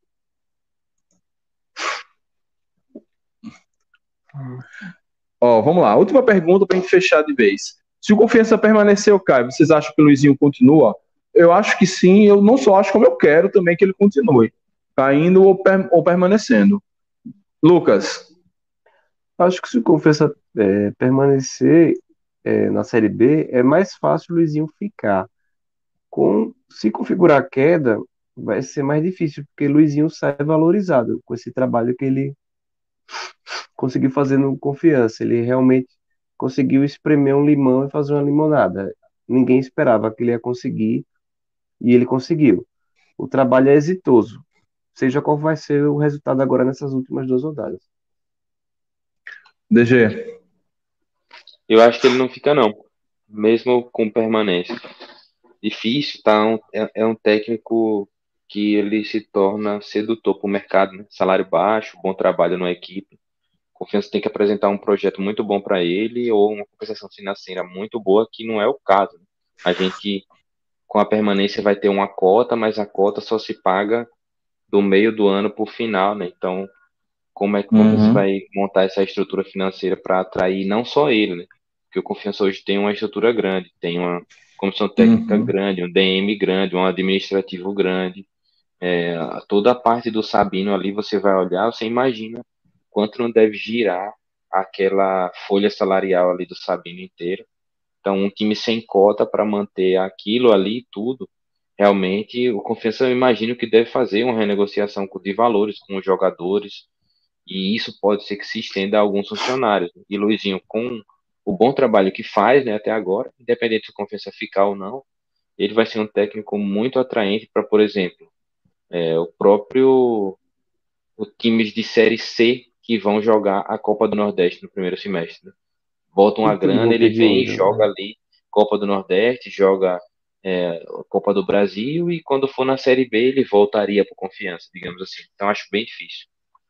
Ó, vamos lá. Última pergunta pra gente fechar de vez. Se o Confiança permaneceu, Caio, vocês acham que o Luizinho continua? Eu acho que sim, eu não só acho como eu quero também que ele continue. Caindo ou permanecendo. Lucas. Acho que se o Confiança permanecer na Série B, é mais fácil o Luizinho ficar. Se configurar a queda, vai ser mais difícil, porque Luizinho sai valorizado com esse trabalho que ele conseguiu fazer no Confiança. Ele realmente conseguiu espremer um limão e fazer uma limonada. Ninguém esperava que ele ia conseguir, e ele conseguiu. O trabalho é exitoso, seja qual vai ser o resultado agora nessas últimas 2 rodadas. DG. Eu acho que ele não fica, não, mesmo com permanência. Difícil, tá? É um técnico que ele se torna sedutor para o mercado, né? Salário baixo, bom trabalho na equipe. Confiança tem que apresentar um projeto muito bom para ele ou uma compensação financeira muito boa, que não é o caso, né? A gente, com a permanência, vai ter uma cota, mas a cota só se paga do meio do ano para o final, né? Então, como é que o Confiança vai montar essa estrutura financeira para atrair não só ele, né? Porque o Confiança hoje tem uma estrutura grande, tem uma comissão técnica grande, um DM grande, um administrativo grande. Toda a parte do Sabino ali você vai olhar, você imagina quanto não deve girar aquela folha salarial ali do Sabino inteiro. Então, um time sem cota para manter aquilo ali tudo, realmente o Confiança eu imagino que deve fazer uma renegociação de valores com os jogadores, e isso pode ser que se estenda a alguns funcionários. E Luizinho, com o bom trabalho que faz, né, até agora, independente se o Confiança ficar ou não, ele vai ser um técnico muito atraente para, por exemplo, o próprio os times de Série C que vão jogar a Copa do Nordeste no primeiro semestre, né? Botam a Muito grana, vão ele ter vem e dinheiro, joga né? ali Copa do Nordeste, joga a Copa do Brasil, e quando for na Série B ele voltaria para Confiança, digamos assim. Então acho bem difícil.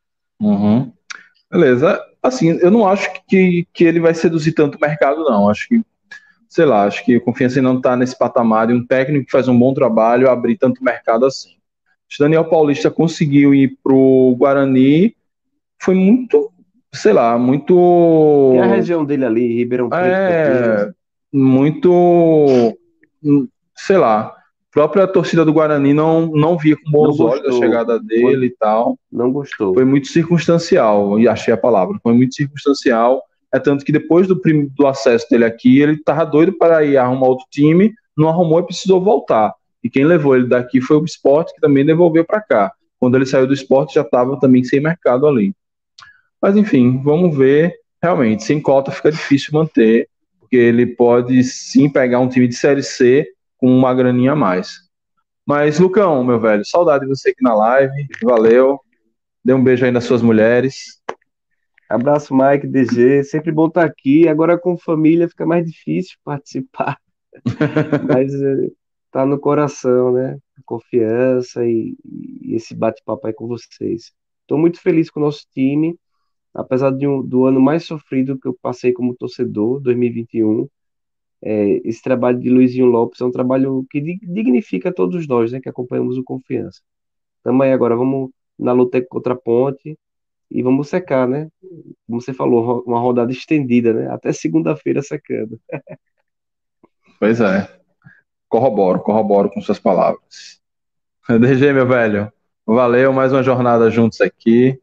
Beleza. Assim, eu não acho que ele vai seduzir tanto o mercado, não. Acho que, sei lá, acho que o Confiança ainda não está nesse patamar de um técnico que faz um bom trabalho abrir tanto mercado assim. O Daniel Paulista conseguiu ir pro Guarani, foi muito, sei lá, Tem a muito. região dele ali, Ribeirão Preto, Campinas. Muito, sei lá. A própria torcida do Guarani não via com Não bons olhos a gostou. chegada dele e tal. Não gostou. Foi muito circunstancial, e achei a palavra, foi muito circunstancial. É tanto que depois do acesso dele aqui, ele estava doido para ir arrumar outro time, não arrumou e precisou voltar. E quem levou ele daqui foi o Sport, que também devolveu para cá. Quando ele saiu do Sport, já estava também sem mercado ali. Mas enfim, vamos ver. Realmente, sem cota fica difícil manter, porque ele pode sim pegar um time de Série C com uma graninha a mais. Mas, Lucão, meu velho, saudade de você aqui na live. Valeu. Dê um beijo aí nas suas mulheres. Abraço, Mike, DG. Sempre bom estar aqui. Agora com família fica mais difícil participar, mas tá no coração, né? Confiança e esse bate-papo aí com vocês. Estou muito feliz com o nosso time, apesar do ano mais sofrido que eu passei como torcedor, 2021. Esse trabalho de Luizinho Lopes é um trabalho que dignifica todos nós, né, que acompanhamos o Confiança. Também agora vamos na luta contra a Ponte e vamos secar, né? Como você falou, uma rodada estendida, né? Até segunda-feira secando. Pois é. Corroboro com suas palavras. DG, meu velho. Valeu, mais uma jornada juntos aqui.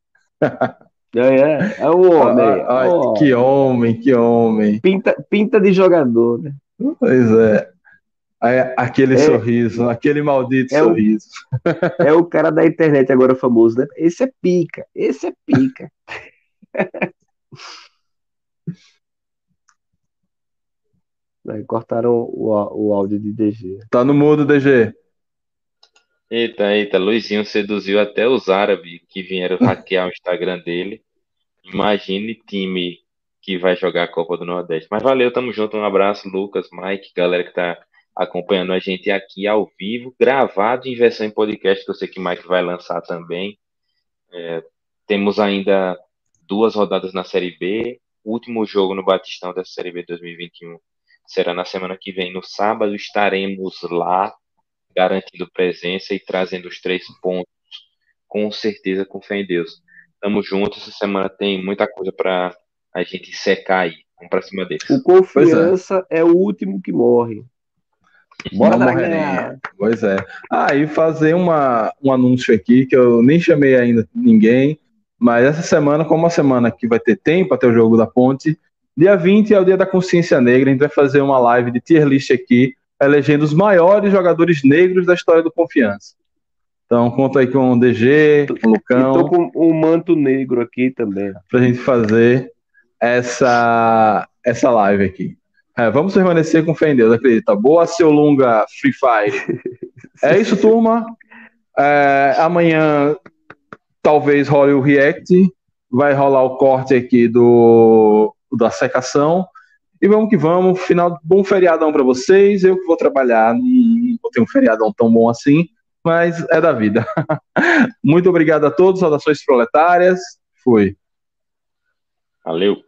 É o homem, é Ai, o que homem. homem, que homem. Pinta de jogador, né? Pois é. Aquele É, sorriso, aquele maldito é, o, sorriso. é o cara da internet agora famoso, né? Esse é pica, esse é pica. Aí cortaram o áudio de DG. Tá no mudo, DG. Eita, Luizinho seduziu até os árabes que vieram hackear o Instagram dele. Imagine time que vai jogar a Copa do Nordeste. Mas valeu, tamo junto. Um abraço, Lucas, Mike, galera que tá acompanhando a gente aqui ao vivo, gravado em versão em podcast, que eu sei que o Mike vai lançar também. Temos ainda 2 rodadas na Série B, último jogo no Batistão da Série B 2021 será na semana que vem, no sábado. Estaremos lá, garantindo presença e trazendo os 3 pontos, com certeza, com fé em Deus. Tamo junto, essa semana tem muita coisa para a gente secar aí. Vamos pra cima deles. O Confiança é o último que morre. Bora ganhar. Pois é. E fazer um anúncio aqui, que eu nem chamei ainda ninguém, mas essa semana, como uma semana que vai ter tempo até o jogo da Ponte, dia 20 é o dia da consciência negra, a gente vai fazer uma live de tier list aqui, elegendo os maiores jogadores negros da história do Confiança. Então, conta aí com o DG, com o Lucão. Estou com um manto negro aqui também. Pra gente fazer essa live aqui. Vamos permanecer com fé em Deus, acredita. Boa, seu Lunga Free Fire. É isso, turma. Amanhã talvez role o react. Vai rolar o corte aqui da secação. E vamos que vamos. Bom feriadão para vocês. Eu que vou trabalhar. Não vou ter um feriadão tão bom assim, mas é da vida. Muito obrigado a todos. Saudações proletárias. Fui. Valeu.